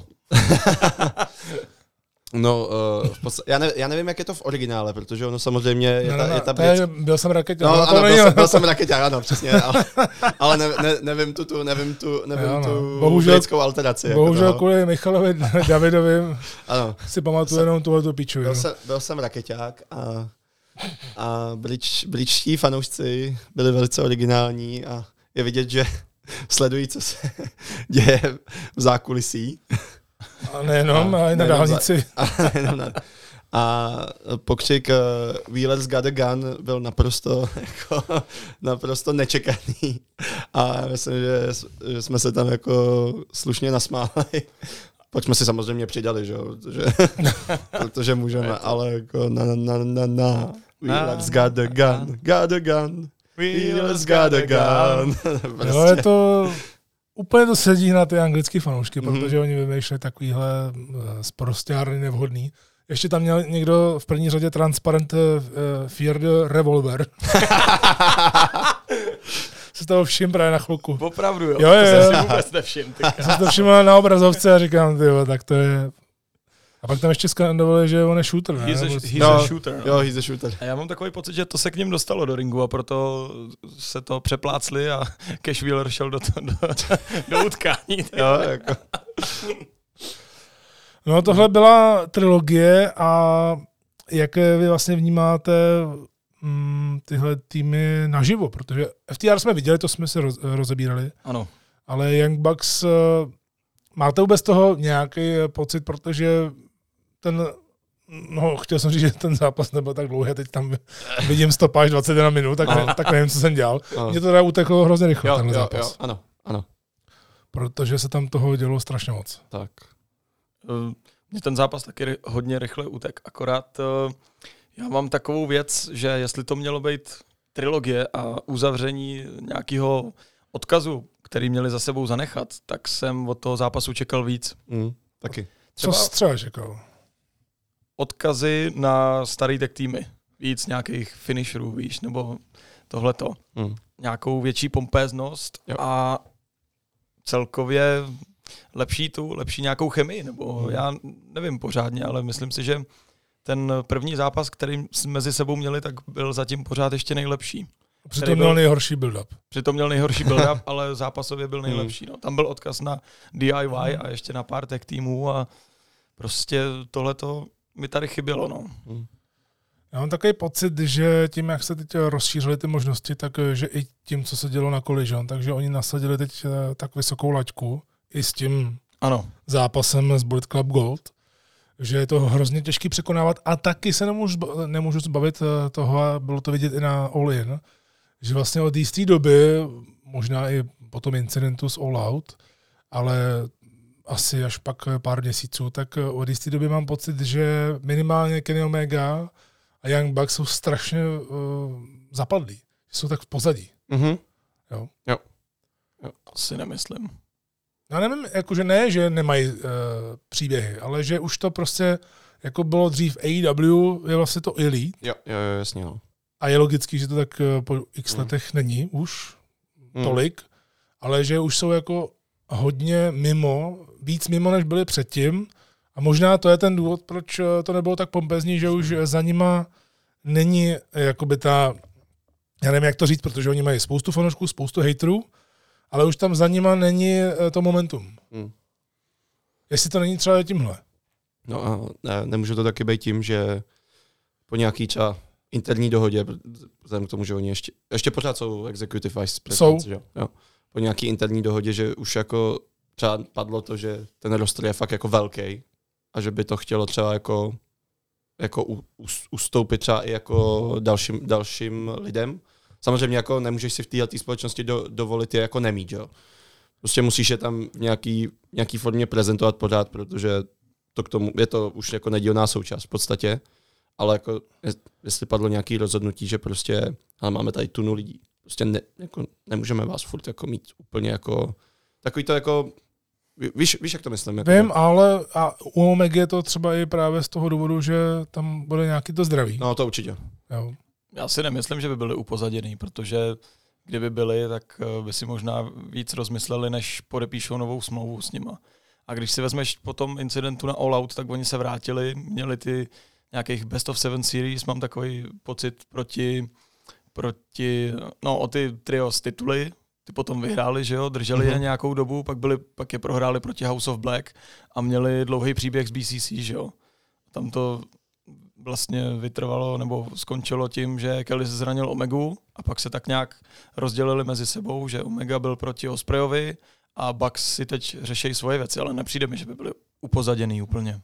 No, uh, v podstatě, já, ne, já nevím, jak je to v originále, protože ono samozřejmě je no, ta, no, je ta brit... je, byl jsem rakeťák. No, ano, byl, jsem, byl jsem rakeťák, ano, přesně, ale, ale ne, ne, nevím tu, tu, nevím tu, nevím jo, no. tu bohužel, britskou alteraci. Bohužel jako kvůli Michalovi Davidovi ano. si pamatuju jenom tuhletu piču. Byl, jsem, byl jsem rakeťák a, a britč, britští fanoušci byli velice originální a je vidět, že sledují, co se děje v zákulisí. A nejenom, a, ale i na dálnici. A, a, a pokřik uh, Wheeler's got a gun byl naprosto, jako, naprosto nečekaný. A myslím, že, že jsme se tam jako slušně nasmáli. Pak jsme si samozřejmě přidali, že jo, protože, protože můžeme, ale jako na na na na Wheeler's got a gun, got a gun, Wheeler's got a gun. Prostě. Jo, je to... Úplně to sedí na ty anglické fanoušky, mm-hmm. protože oni vymýšlejí takovýhle sprosťárny nevhodný. Ještě tam měl někdo v první řadě transparent uh, Fear the Revolver. Se toho všim právě na chvilku. Opravdu, jo? Jo, jo, jo. To jsem si vůbec nevšim. Já jsem to všiml na obrazovce a říkám, tyjo, tak to je... A pak tam ještě skandovali, že on je shooter, ne? He's a, he's no, a shooter. No. Jo, he's a shooter. A já mám takový pocit, že to se k ním dostalo do ringu a proto se to přeplácli a Cash Wheeler šel do, to, do, do utkání. Jo, jako. No tohle byla trilogie a jak vy vlastně vnímáte mm, tyhle týmy naživo, protože F T R jsme viděli, to jsme se roz, rozebírali. Ano. Ale Young Bucks, máte vůbec toho nějaký pocit, protože ten, no chtěl jsem říct, že ten zápas nebyl tak dlouhý, teď tam vidím stopáž dvacet jedna minut, tak, ne, tak nevím, co jsem dělal. Mně to teda uteklo hrozně rychle, jo, tenhle jo, zápas. Jo, ano, ano. Protože se tam toho dělo strašně moc. Tak. Mně ten zápas taky hodně rychle utek, akorát já mám takovou věc, že jestli to mělo být trilogie a uzavření nějakého odkazu, který měli za sebou zanechat, tak jsem od toho zápasu čekal víc. Mm, taky. Třeba co jsi třeba čekal? Odkazy na starý tech týmy. Víc nějakých finisherů, víš, nebo tohleto. Mm. Nějakou větší pompéznost jo. a celkově lepší tu, lepší nějakou chemii, nebo mm. já nevím pořádně, ale myslím si, že ten první zápas, který mezi sebou měli, tak byl zatím pořád ještě nejlepší. Přitom měl nejhorší build-up. Přitom měl nejhorší build-up, ale zápasově byl nejlepší. No. Tam byl odkaz na D I Y mm. a ještě na pár tech týmů a prostě tohleto mi tady chybělo. No. Mm. Já mám takový pocit, že tím, jak se teď rozšířily ty možnosti, tak že i tím, co se dělo na Collision, takže oni nasadili teď tak vysokou laťku i s tím ano. zápasem z Bullet Club Gold, že je to hrozně těžký překonávat a taky se nemůžu, nemůžu zbavit toho, a bylo to vidět i na All In, že vlastně od jisté doby, možná i po tom incidentu s All Out, ale asi až pak pár měsíců, tak od jisté doby mám pocit, že minimálně Kenny Omega a Young Bucks jsou strašně uh, zapadlí. Jsou tak v pozadí. Mm-hmm. Jo. Jo. jo. To si nemyslím. Já nevím, jakože ne, že nemají uh, příběhy, ale že už to prostě, jako bylo dřív A E W, je vlastně to Elite. Jo, jo, jo jasně. Jo. A je logický, že to tak uh, po x mm. letech není už mm. tolik, ale že už jsou jako hodně mimo, víc mimo, než byli předtím A možná to je ten důvod, proč to nebylo tak pompezní, že už za nima není to nebylo tak pompezní, že už za nima není jakoby ta, já nevím, jak to říct, protože oni mají spoustu fanoušků, spoustu hejterů, ale už tam za nima není to momentum. Hmm. Jestli to není třeba tímhle. No a ne, nemůže to taky být tím, že po nějaký třeba interní dohodě, vzhledem k tomu, že oni ještě, ještě pořád jsou executive vice presidents, že jo. Po nějaký interní dohodě, že už jako třeba padlo to, že ten roster je fakt jako velký a že by to chtělo třeba jako, jako u, u, ustoupit třeba i jako dalším, dalším lidem. Samozřejmě jako nemůžeš si v této společnosti do, dovolit je jako nemít, jo. Prostě musíš je tam v nějaký, nějaký formě prezentovat pořád, protože to k tomu, je to už jako nedílná součást v podstatě, ale jako jestli padlo nějaké rozhodnutí, že prostě, ale máme tady tunu lidí, prostě ne, jako nemůžeme vás furt jako mít úplně jako, takový to jako, víš, víš jak to myslím? Jako Vím, ale a u Omegy je to třeba i právě z toho důvodu, že tam bude nějaký to zdraví. No to určitě. Jo. Já si nemyslím, že by byli upozaděný, protože kdyby byli, tak by si možná víc rozmysleli, než podepíšou novou smlouvu s nima. A když si vezmeš po tom incidentu na All Out, tak oni se vrátili, měli ty nějakých Best of Seven Series, mám takový pocit proti, proti no o ty trios tituly, ty potom vyhráli, že jo, drželi mm-hmm. je nějakou dobu, pak, byli, pak je prohráli proti House of Black a měli dlouhý příběh z B C C, že jo. Tam to vlastně vytrvalo, nebo skončilo tím, že Kelly zranil Omegu a pak se tak nějak rozdělili mezi sebou, že Omega byl proti Ospreyovi a Bucks si teď řeší svoje věci, ale nepřijde mi, že by byli upozaděný úplně.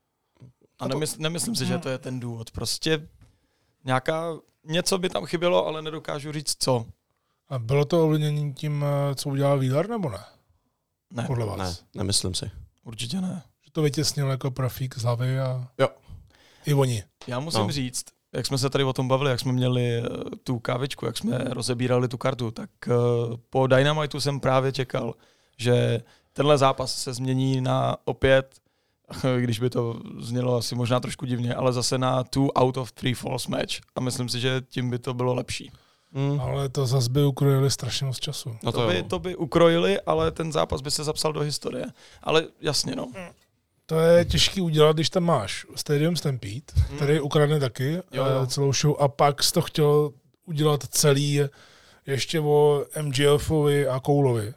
A nemysl, nemyslím si, že to je ten důvod. Prostě nějaká, něco by tam chybělo, ale nedokážu říct co. A bylo to ovlivnění tím, co udělal Wheeler, nebo ne? Ne. Podle vás? Ne, nemyslím si. Určitě ne. Že to vytěsnil jako profík z hlavy a... Jo. I oni. Já musím no. říct, jak jsme se tady o tom bavili, jak jsme měli tu kávičku, jak jsme rozebírali tu kartu, tak po Dynamitu jsem právě čekal, že tenhle zápas se změní na opět, když by to znělo asi možná trošku divně, ale zase na two out of three falls match. A myslím si, že tím by to bylo lepší. Mm. Ale to zase by ukrojili strašně moc času. No to, to, by, to by ukrojili, ale ten zápas by se zapsal do historie. Ale jasně, no. To je těžký udělat, když tam máš Stadium Stampede, mm. který ukradne taky jo, jo. celou show a pak jsi to chtěl udělat celý ještě o M J Fovi a Coulovi.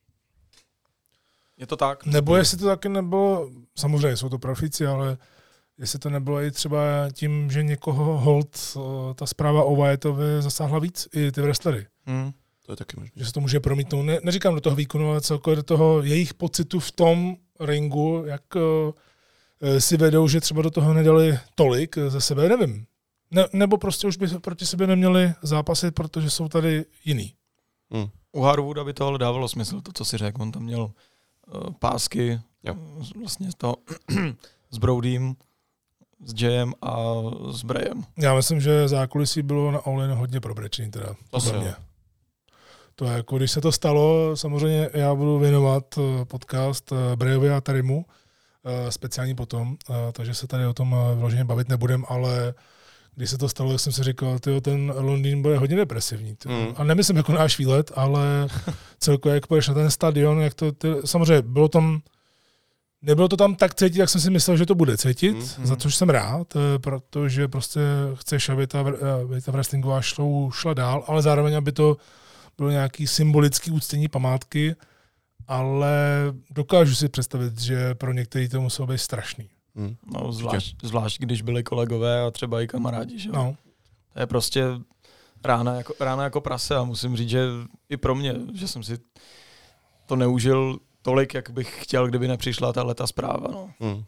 Je to tak? Nebo jestli to taky nebylo, samozřejmě jsou to profíci, ale jestli to nebylo i třeba tím, že někoho hold ta zpráva o Wyattovi zasáhla víc, i ty wrestlery. Hmm. To je taky možné. Že se to může promítnout, ne, neříkám do toho výkonu, ale celkově do toho jejich pocitu v tom ringu, jak uh, si vedou, že třeba do toho nedali tolik ze sebe, nevím. Ne, nebo prostě už by proti sebe neměli zápasy, protože jsou tady jiný. Hmm. U Harwooda by to ale dávalo smysl, to, co si řekl. On tam měl uh, pásky jo. vlastně z toho s Brodym, s Jayem a s Brayem. Já myslím, že zákulisí bylo na All In hodně probrečení teda. To se mě. To je jako, když se to stalo, samozřejmě já budu věnovat podcast Brayovi a Tarimu, speciální potom, takže se tady o tom vloženě bavit nebudem, ale když se to stalo, tak jsem si říkal, tyjo, ten Londýn bude hodně depresivní. Mm. A nemyslím jako náš výlet, ale celkově, jak půjdeš na ten stadion, jak to, ty, samozřejmě bylo tam, nebylo to tam tak cítit, jak jsem si myslel, že to bude cítit, mm. za což jsem rád, protože prostě chceš, aby ta, aby ta wrestlingová show šla dál, ale zároveň, aby to bylo nějaký symbolický úctění památky, ale dokážu si představit, že pro některý to muselo být strašný. Hmm. No, zvlášť, zvlášť, když byli kolegové a třeba i kamarádi. Že? No. To je prostě rána jako, rána jako prase a musím říct, že i pro mě, že jsem si to neužil tolik, jak bych chtěl, kdyby nepřišla tahle ta zpráva. No. Hmm.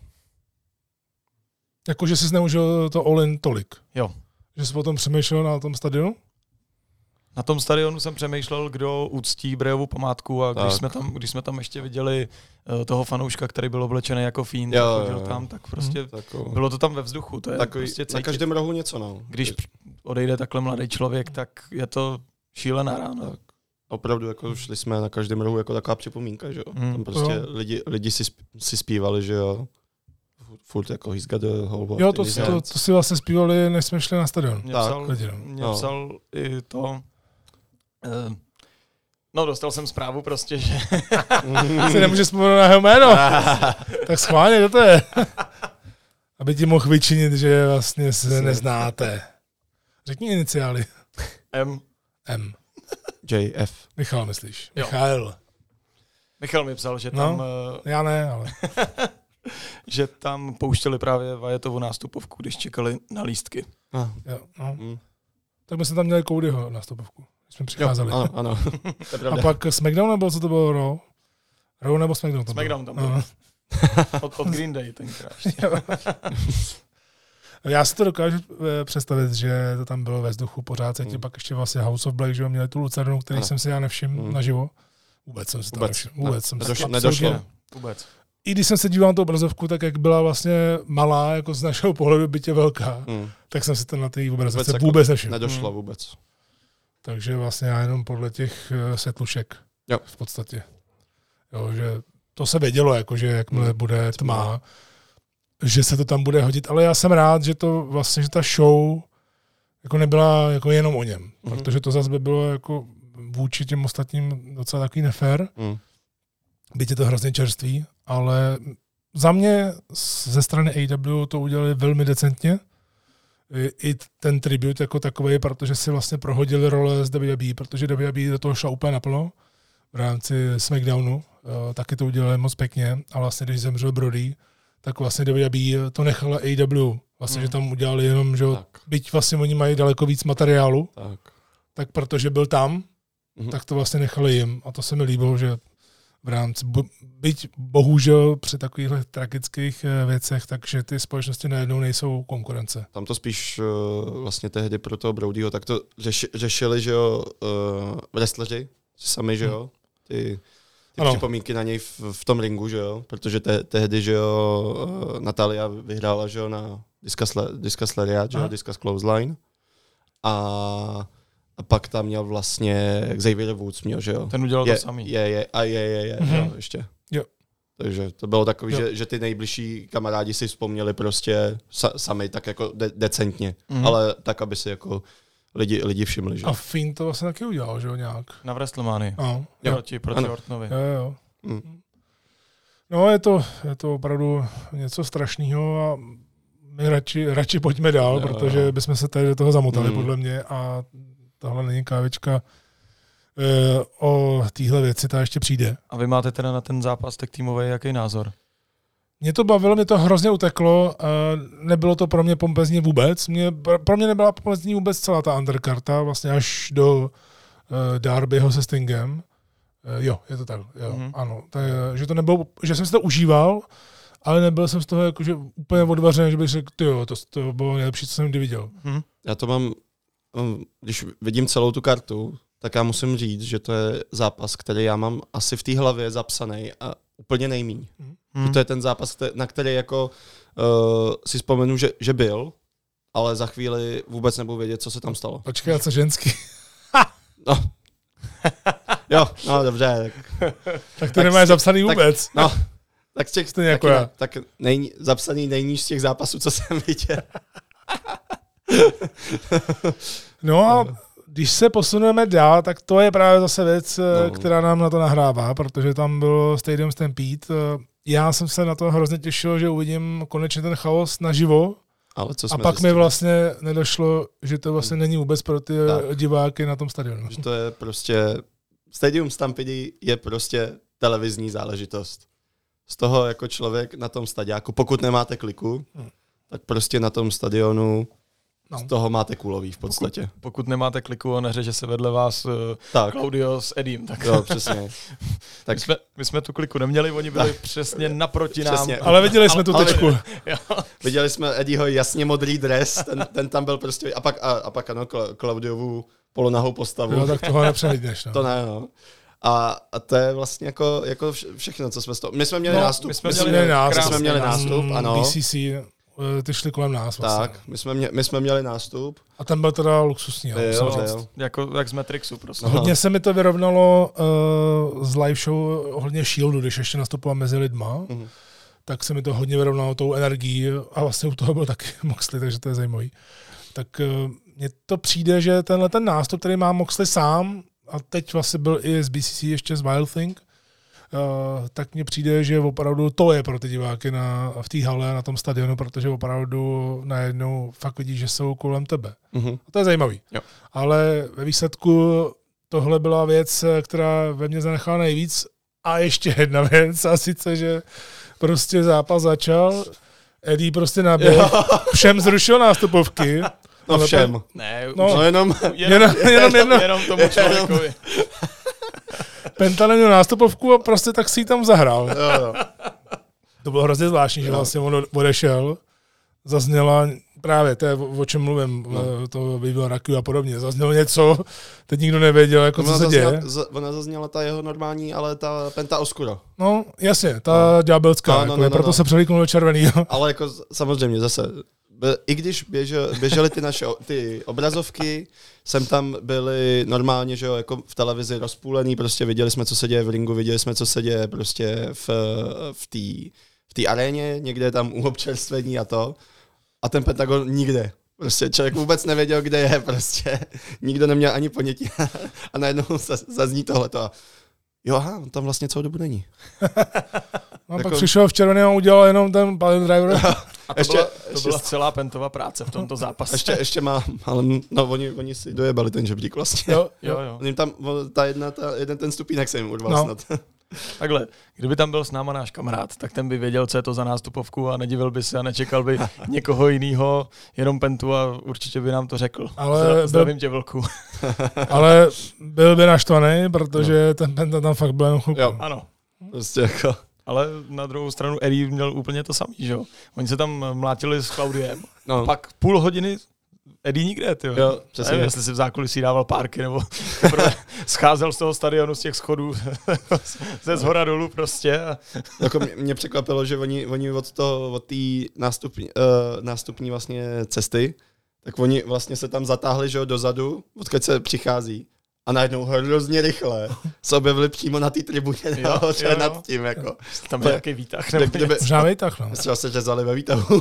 Jako, že jsi neužil to all-in tolik? Jo. Že jsi potom přemýšlel na tom stadionu? Na tom stadionu jsem přemýšlel, kdo uctí Brayovu památku a když jsme, tam, když jsme tam ještě viděli uh, toho fanouška, který byl oblečený jako Fiend, jo, jo, jo. tam, tak prostě hmm. Takový. Bylo to tam ve vzduchu. To je Takový, prostě na každém rohu něco. No. Když odejde takhle mladý člověk, tak je to šílená rána. Tak. Opravdu jako šli jsme na každém rohu jako taková připomínka, že jo. Hmm. Tam prostě jo. lidi, lidi si, si zpívali, že jo. Furt jako he's got a whole world. Jo, to, to, to si vlastně zpívali, než jsme šli na stadion. Mě psal, mě no. psal i to... No, dostal jsem zprávu prostě, že... si nemůže vzpomenout na jeho jméno. Tak schválně, to to je. Aby ti mohl vyčinit, že vlastně se neznáte. Řekni iniciály. M. M. J F. Michal, myslíš? Jo. Michal. Michal mi psal, že No, tam, já ne, ale... že tam pouštěli právě Vajetovu nástupovku, když čekali na lístky. Ah. Jo, no. Mm. Tak my jsme tam měli Codyho nástupovku, když jsme Jo, přicházeli. ano, ano. To je A pravda. pak SmackDown, nebo co to bylo? Raw? Raw nebo SmackDown? To SmackDown tam bylo? byl. Aha. Od, od Green Day tenkrát. Já si to dokážu eh, představit, že to tam bylo ve vzduchu pořád, cítím Mm. pak ještě vlastně House of Black, že jo, měli tu lucernu, který Ano. jsem si já nevšiml Mm. naživo. Vůbec jsem si to Vůbec. nevšiml. Vůbec jsem si Nedošlo- absolutně- nedošlo. Vůbec. I když jsem se díval na tu obrazovku, tak jak byla vlastně malá, jako z našeho pohledu bytě velká, Mm. tak jsem si to na té obrazovce Vůbec jako vůbec nevšiml. Nedošlo Mm. vůbec. Takže vlastně já jenom podle těch eh, světlušek Jo. v podstatě. Jo, že to se vědělo, jako, že jakmile Hmm. bude tma, že se to tam bude hodit, ale já jsem rád, že to vlastně, že ta show jako nebyla jako jenom o něm, Mhm. protože to zase by bylo jako vůči těm ostatním docela takový nefér, Mm. byť je to hrozně čerstvý, ale za mě ze strany A E W to udělali velmi decentně. I, i ten tribut jako takový, protože si vlastně prohodili role z W W E, protože W W E do toho šla úplně naplno v rámci SmackDownu. Uh, taky to udělali moc pěkně a vlastně když zemřel Brody, tak vlastně W W E to nechala A E W. Vlastně, Hmm. že tam udělali jenom, že jo, Tak. byť vlastně oni mají daleko víc materiálu, Tak. tak protože byl tam, Mhm. tak to vlastně nechali jim. A to se mi líbilo, že v rámci, bo- byť bohužel při takových tragických eh, věcech, takže ty společnosti najednou nejsou konkurence. Tam to spíš uh, vlastně tehdy pro toho Brodyho, tak to řeši, řešili, že jo, uh, wrestleri sami, že jo, ty, ty Ano. připomínky na něj v, v tom ringu, že jo, protože te, tehdy, že jo, uh, Natalia vyhrála, že jo, na Discus, Discus Lariat, že jo, Aha. Discus Clothesline a, a pak tam měl vlastně Xavier Woods měl, že jo. Ten udělal je, to samý. Je, je, a je, je, je, Mhm. jo, ještě. Jo. Takže to bylo takový, Jo. že, že ty nejbližší kamarádi si vzpomněli prostě sa, sami tak jako de, decentně, Mhm. ale tak, aby si jako lidi, lidi všimli, že? A Fiend to vlastně taky udělal, že jo, nějak. Na WrestleManii. No, Jo. Proti, proti Ano. Ortonovi. jo, jo. Mm. No, je to, je to opravdu něco strašného a my radši, radši pojďme dál, Jo, protože jo. bychom se tady do toho zamotali, Mm. podle mě, a tahle není kávička. E, o téhle věci ta ještě přijde. A vy máte teda na ten zápas tak týmový jaký názor? Mě to bavilo, mě to hrozně uteklo, e, nebylo to pro mě pompezní vůbec. Mě, pro mě nebyla pompezní vůbec celá ta underkarta, vlastně až do e, Darbyho se Stingem. E, jo, je to tak, jo, Mhm. ano. To je, že to nebylo, že jsem si to užíval, ale nebyl jsem z toho jakože úplně odvařený, že bych řekl, tyjo, to, to bylo nejlepší, co jsem kdy viděl. Hm? Já to mám, um, když vidím celou tu kartu, tak já musím říct, že to je zápas, který já mám asi v té hlavě zapsaný a úplně nejmíň. Hm? To je ten zápas, kte- na který jako uh, si vzpomenu, že, že byl, ale za chvíli vůbec nebudu vědět, co se tam stalo. Počkej, a co ženský? No. Jo, no dobře. Tak, Tak to Tak nemáš si- zapsaný tak- vůbec. no, tak z těch, Stejně jako taky já. ne, tak nej, zapsaný nejníž z těch zápasů, co jsem viděl. No a když se posuneme dál, tak to je právě zase věc, No. no. která nám na to nahrává, protože tam bylo Stadium Stampede. Já jsem se na to hrozně těšil, že uvidím konečně ten chaos naživo. Ale co A jsme pak mi zjistili, vlastně nedošlo, že to vlastně není vůbec pro ty Tak. diváky na tom stadionu. že to je prostě, Stadium Stampede je prostě televizní záležitost. Z toho jako člověk na tom stadiáku, pokud nemáte kliku, Hmm. tak prostě na tom stadionu No. z toho máte kulový v podstatě. Pokud nemáte kliku a neřeže se vedle vás uh, Tak, Claudio s Edim, tak jo, přesně. Tak my, jsme, my jsme tu kliku neměli, oni byli přesně naproti nám. Přesně. Ale viděli jsme tu ale- tečku. Jo. viděli jsme Eddieho jasně modrý dres, ten, ten tam byl prostě, a pak, a, a pak ano, Kla- Claudiovu polonahou postavu. Jo, tak toho nepřehlídneš. No. To ne, no. A, a to je vlastně jako, jako vše- všechno, co jsme z toho... My jsme měli No, nástup. my jsme My měli jsme měli nástup. krásný My jsme měli nástup, Mm, ano. B C C, eh, ty šli kolem nás vlastně. Tak, my jsme, mě, my jsme měli nástup. A ten byl teda luxusní. Jo, Jo, musím jo, říct. jo. Jako jak z Matrixu prostě. No. Hodně se mi to vyrovnalo uh, z live show hodně Shieldu, když ještě nastupoval mezi lidma, Mhm. tak se mi to hodně vyrovnalo tou energií a vlastně u toho byl taky Moxley, takže to je zajímavý. Tak uh, mně to přijde, že tenhle ten nástup, který má Moxley sám, a teď vlastně byl i z B C C ještě z Wild Thing, tak mně přijde, že opravdu to je pro ty diváky na, v té hale na tom stadionu, protože opravdu najednou fakt vidíš, že jsou kolem tebe. Mm-hmm. A to je zajímavý. Jo. Ale ve výsledku tohle byla věc, která ve mně zanechala nejvíc. A ještě jedna věc, a sice, že prostě zápas začal, Eddie prostě naběh, všem zrušil nástupovky. No všem. Ne, no, no jenom, jenom, jenom, jenom, jenom, jenom tomu člověkovi. Penta neměl nástupovku a prostě tak si ji tam zahrál. Jo, jo. To bylo hrozně zvláštní, že vlastně on odešel, zazněla právě, to je o čem mluvím, no. To by bylo Raku a podobně, zaznělo něco, teď nikdo nevěděl, jako co se zazněla, děje. Z, ona zazněla ta jeho normální, ale ta Penta Oscura. No, jasně, ta no. ďábelská, no, no, jako, no, no, proto no. se převlíknul do červenýho. Ale jako samozřejmě zase, i když běžel, běžely ty naše ty obrazovky, sem tam byly normálně, že jo, jako v televizi rozpůlený, prostě viděli jsme, co se děje v ringu, viděli jsme, co se děje prostě v, v té v té aréně, někde tam u občerstvení a to. A ten Pentagon nikde. Prostě člověk vůbec nevěděl, kde je, prostě. Nikdo neměl ani ponětí. A najednou zazní tohleto. A jo, aha, on tam vlastně celou dobu není. No, jako... pak přišel v červeném a udělal jenom ten pilot driver. A to, ještě, byla, to ještě... byla celá Pentová práce v tomto zápase. Ještě, ještě má, ale no, oni, oni si dojebali ten žebřík vlastně. Jo, jo, jo. Oni tam, ta jedna, ta, jeden ten stupínek se jim urval no. snad. Takhle, kdyby tam byl s náma náš kamarád, tak ten by věděl, co je to za nástupovku a nedivil by se a nečekal by někoho jiného, jenom Pentu a určitě by nám to řekl. Ale Zdravím byl... tě, Vlku. Ale byl by naštvaný, protože no. ten Penta tam fakt byl jenom chlupu. Jo, ano. Prostě jako... Ale na druhou stranu Eddie měl úplně to samý, že jo? Oni se tam mlátili s Claudiem, no. Pak půl hodiny Eddie nikde, ty jo. Přesně. Nevím, jestli si v zákulisí dával párky, nebo scházel z toho stadionu, z těch schodů, ze zhora dolů prostě. Jako mě, mě překvapilo, že oni, oni od toho, od té nástupní, uh, nástupní vlastně cesty, tak oni vlastně se tam zatáhli, že jo, dozadu, odkud se přichází. A najednou hrozně rychle se objevili přímo na té tribuně nahoře nad tím, jako. Tam je nějaký výtah, nebo kdyby, možná výtah, no. Třeba se řezali ve výtahu.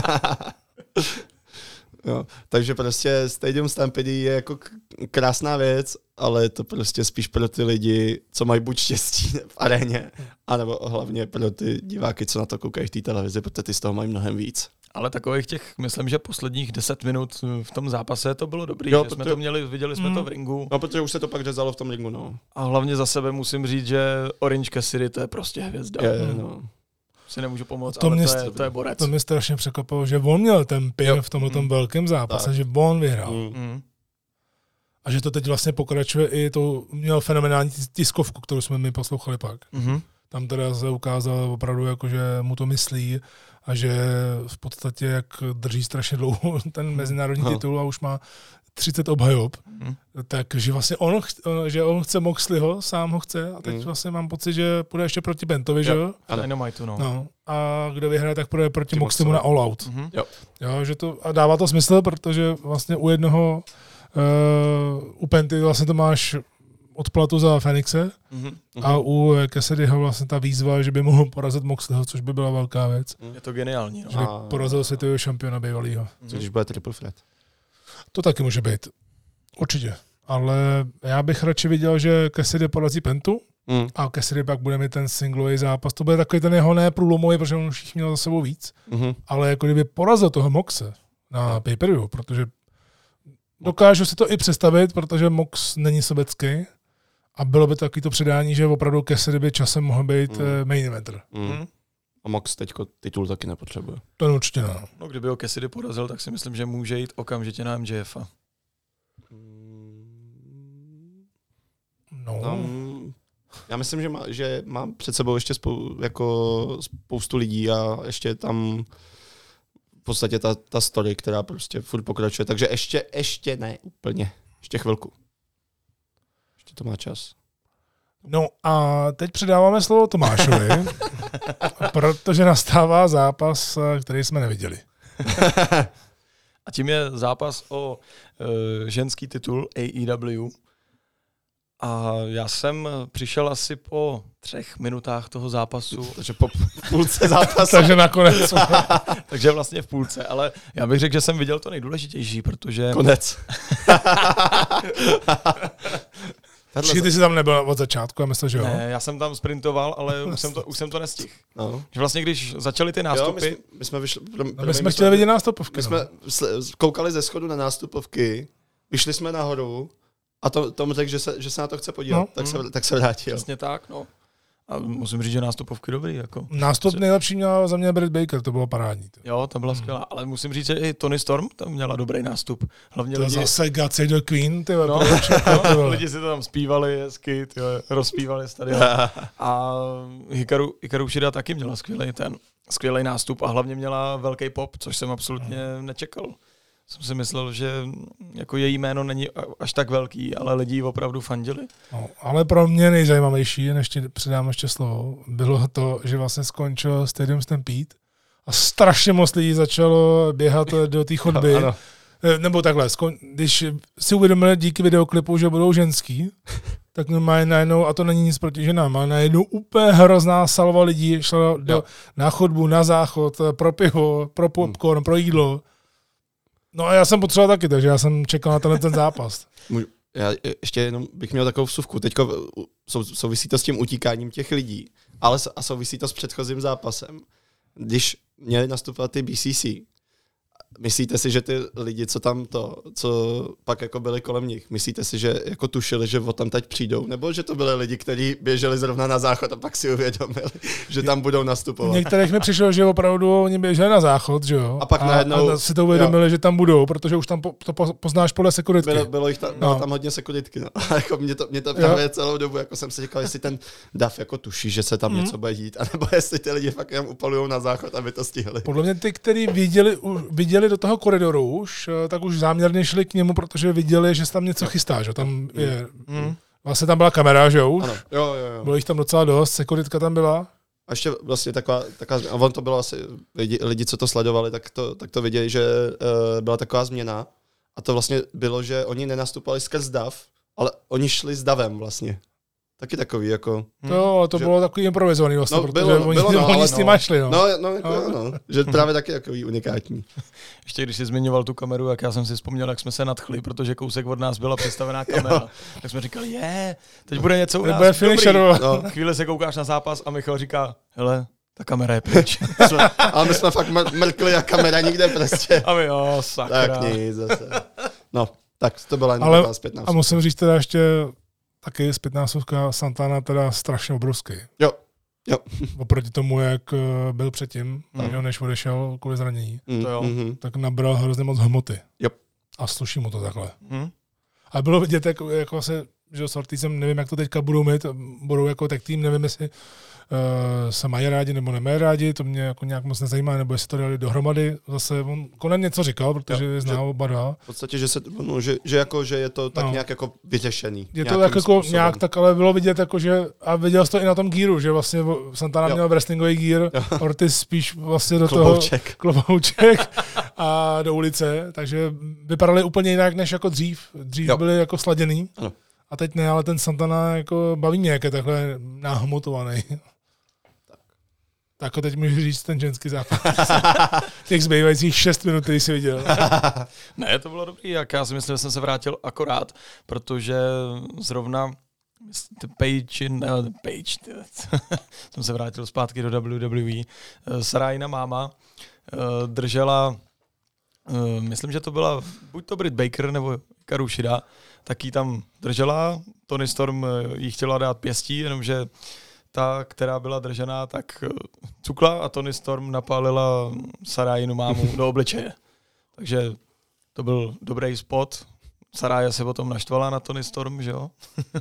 Jo, takže prostě Stadium Stampede je jako krásná věc, ale je to prostě spíš pro ty lidi, co mají buď štěstí v aréně, anebo hlavně pro ty diváky, co na to koukají v té televizi, protože ty z toho mají mnohem víc. Ale takových těch, myslím, že posledních deset minut v tom zápase to bylo dobrý, jo, že protože... jsme to měli, viděli jsme mm. to v ringu. No, protože už se to pak řezalo v tom ringu, no. A hlavně za sebe musím říct, že Orange Cassidy to je prostě hvězda. Je, mm. no. Si nemůžu pomoct, to ale mě, to, je, to je borec. To mě strašně překvapilo, že on měl ten pin jo. v tomhle mm. velkém zápase, tak. že on vyhrál. Mm. A že to teď vlastně pokračuje i to, měl fenomenální tiskovku, kterou jsme my poslouchali pak. Mm. Tam teda se ukázal opravdu, jako, že mu to myslí a že v podstatě, jak drží strašně dlouho ten mezinárodní no. titul a už má třicet obhajob, mm. takže vlastně on, že on chce Moxleyho, sám ho chce a teď mm. vlastně mám pocit, že půjde ještě proti Pentovi, že jo? Dynamitu, no. no. A kdo vyhraje, tak půjde proti Moxleymu na All Out. Mm-hmm. Jo. Jo, že to, a dává to smysl, protože vlastně u jednoho uh, u Penty vlastně to máš odplatu za Fenixe mm-hmm. a u Cassidyho vlastně ta výzva, že by mohl porazit Moxleyho, což by byla velká věc. Je to geniální. No. Že by a... porazil světového šampiona bývalýho. Co když bude triple threat? To taky může být. Určitě. Ale já bych radši viděl, že Cassidy porazí Pentu mm. a Cassidy pak bude mít ten singlový zápas. To bude takový ten jeho neprůlomový, protože on už jich měl za sebou víc. Mm-hmm. Ale jako kdyby porazil toho Moxe na pay-per-view, protože dokážu si to i představit, protože Mox není sobecký a bylo by takový to předání, že opravdu Cassidy by časem mohl být mm. main eventer. Mm. A Mox teďko titul taky nepotřebuje. To určitě ne. No, kdyby ho Cassidy porazil, tak si myslím, že může jít okamžitě na M J F a. No. Tam, já myslím, že má, že má před sebou ještě spou, jako spoustu lidí a ještě tam v podstatě ta, ta story, která prostě furt pokračuje. Takže ještě, ještě ne úplně. Ještě chvilku. Ještě to má čas. No a teď předáváme slovo Tomášovi, protože nastává zápas, který jsme neviděli. A tím je zápas o uh, ženský titul A E W. A já jsem přišel asi po třech minutách toho zápasu. Takže po půlce zápasu. Takže nakonec. Takže vlastně v půlce, ale já bych řekl, že jsem viděl to nejdůležitější, protože... Konec. Či ty jsi tam nebyl od začátku, já myslím, že jo? Ne, já jsem tam sprintoval, ale už jsem to, už jsem to nestihl. No. Že vlastně, když začaly ty nástupy... Jo, my, jsme, my jsme vyšli... Pro, no, my jsme chtěli vidět nástupovky. My jsme koukali ze schodu na nástupovky, vyšli jsme nahoru a to, tomu řekl, že se, že se na to chce podívat, no. tak, se, tak se vrátil. Přesně tak, no. A musím říct, že nástupovky dobrý. Jako. Nástup nejlepší měla za mě Britt Baker, to bylo parádní. To. Jo, to byla skvělá, ale musím říct, že i Toni Storm tam měla dobrý nástup. Hlavně to lidi... zase God Save the Queen, ty no, no, lidi si to tam zpívali hezky, tyjo, rozpívali stadion. A Hikaru, Hikaru Shida taky měla skvělý ten, skvělý nástup a hlavně měla velký pop, což jsem absolutně nečekal. Jsem si myslel, že jako její jméno není až tak velký, ale lidi opravdu fandili. No, ale pro mě nejzajímavější, než ti předám ještě slovo, bylo to, že vlastně skončil Stadium Stampede a strašně moc lidí začalo běhat do té chodby. Ano. Nebo takhle, skon, když si uvědomili díky videoklipu, že budou ženský, tak normálně najednou, a to není nic proti ženám, ale najednou úplně hrozná salva lidí šla do, na chodbu, na záchod, pro pivo, pro popcorn, hmm. pro jídlo. No a já jsem potřeboval taky, takže já jsem čekal na tenhle ten zápas. Já ještě jenom bych měl takovou vsuvku. Teďko souvisí to s tím utíkáním těch lidí, ale a souvisí to s předchozím zápasem. Když měli nastupovat ty B C C, myslíte si, že ty lidi, co tam to, co pak jako byli kolem nich, myslíte si, že jako tušili, že o tam teď přijdou? Nebo že to byli lidi, kteří běželi zrovna na záchod a pak si uvědomili, že tam budou nastupovat? Některých mi přišlo, že opravdu oni běželi na záchod, že jo? A pak najednou... A si to uvědomili, jo. že tam budou, protože už tam po, to poznáš podle sekuritky. Bylo, bylo, jich tam, bylo no. tam hodně sekuritky. No. A jako mě to, mě to právě celou dobu, jako jsem si říkal, jestli ten dav jako tuší, že se tam mm. něco bude dít, anebo jestli ty lidi fakt jen upalujou na záchod, aby to stihli. Podle mě ty, kteří viděli, viděli do toho koridoru už, tak už záměrně šli k němu, protože viděli, že se tam něco chystá, že tam je, mm. vlastně tam byla kamera, že už? Ano. Jo, jo, jo. Bylo jich tam docela dost, sekuritka tam byla. A ještě vlastně taková, taková a on to bylo asi, lidi, lidi co to sledovali, tak to, tak to viděli, že uh, byla taková změna a to vlastně bylo, že oni nenastupovali skrz dav, ale oni šli s davem vlastně. Taky takový, jako... To, to že... bylo takový improvizovaný vlastně, no, protože bylo, oni, bylo, no, oni s tím no. šli, no. No, no, jako, no, no. Že právě taky takový unikátní. Ještě když jsi zmiňoval tu kameru, jak já jsem si vzpomněl, jak jsme se nadchli, protože kousek od nás byla představená kamera. Tak jsme říkali, je, teď bude něco u nás, bude finisher, no. Chvíli se koukáš na zápas a Michal říká, hele, ta kamera je pryč. Ale my jsme fakt mrkli a kamera nikde prostě. A my, jo, sakra. Tak nic zase. No, tak to byla jen ale, zpětná. A musím říct teda ještě taky zpětnásobka Santana teda strašně obrovský. Jo, jo. Oproti tomu, jak byl předtím, mm. než odešel kvůli zranění, mm. to jo. tak nabral hrozně moc hmoty. Jo. A sluší mu to takhle. Mm. A bylo vidět, jako, jako se, že s Ortizem, nevím, jak to teďka budou mít, budou jako tak tým, nevím, jestli uh, se mají rádi nebo nemají rádi, to mě jako nějak moc nezajímá, nebo jestli to dali dohromady. Zase on Konec něco říkal, protože jo, zná oba dva. V podstatě, že, se, no, že, že, jako, že je to tak no. nějak jako vyřešený. Je to tak jako nějak tak, ale bylo vidět, jako, že, a viděl jsi to i na tom gíru, že vlastně Santana jo. měl wrestlingový gír, Ortiz spíš vlastně do klobouček. toho klobouček a do ulice, takže vypadali úplně jinak, než jako dřív. Dřív jo. byli jako sladěný. Ano. A teď ne, ale ten Santana jako baví mě, jak je takhle nahmotovaný. Tak. Tak teď můžu říct ten ženský zápas. Těch zbývajících šest minut, který jsi viděl. Ne, to bylo dobrý, jak já si myslím, že jsem se vrátil akorát, protože zrovna Page, ne, Page, jsem se vrátil zpátky do W W E. Sarajina máma držela, myslím, že to byla buď to Britt Baker nebo Hikaru Shida, tak ji tam držela. Toni Storm jí chtěla dát pěstí, jenomže ta, která byla držená, tak cukla a Toni Storm napálila Sarajinu mámu do obličeje. Takže to byl dobrý spot. Saraja se potom naštvala na Toni Storm, že jo?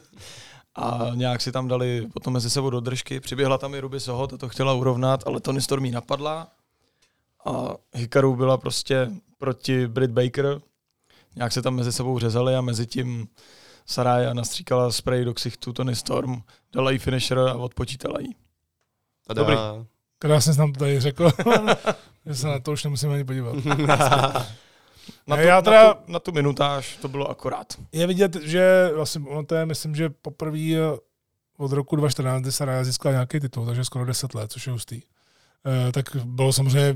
A nějak si tam dali potom mezi sebou do držky. Přiběhla tam i Ruby Soho, ta to chtěla urovnat, ale Toni Storm jí napadla. A Hikaru byla prostě proti Britt Baker. Nějak se tam mezi sebou řezali a mezi tím Saraya nastříkala spray do ksichtu Toni Storm, dala jí finisher a odpočítala jí. Dobrý. Krásně jsi nám to tady řekl, že se na to už nemusíme ani podívat. na, tu, já teda, na, tu, na tu minutáž to bylo akorát. Je vidět, že vlastně ono to je, myslím, že poprvé od roku dva tisíce čtrnáct, kdy Saraya získala nějaký titul, takže skoro deset let, což je hustý. E, tak bylo samozřejmě,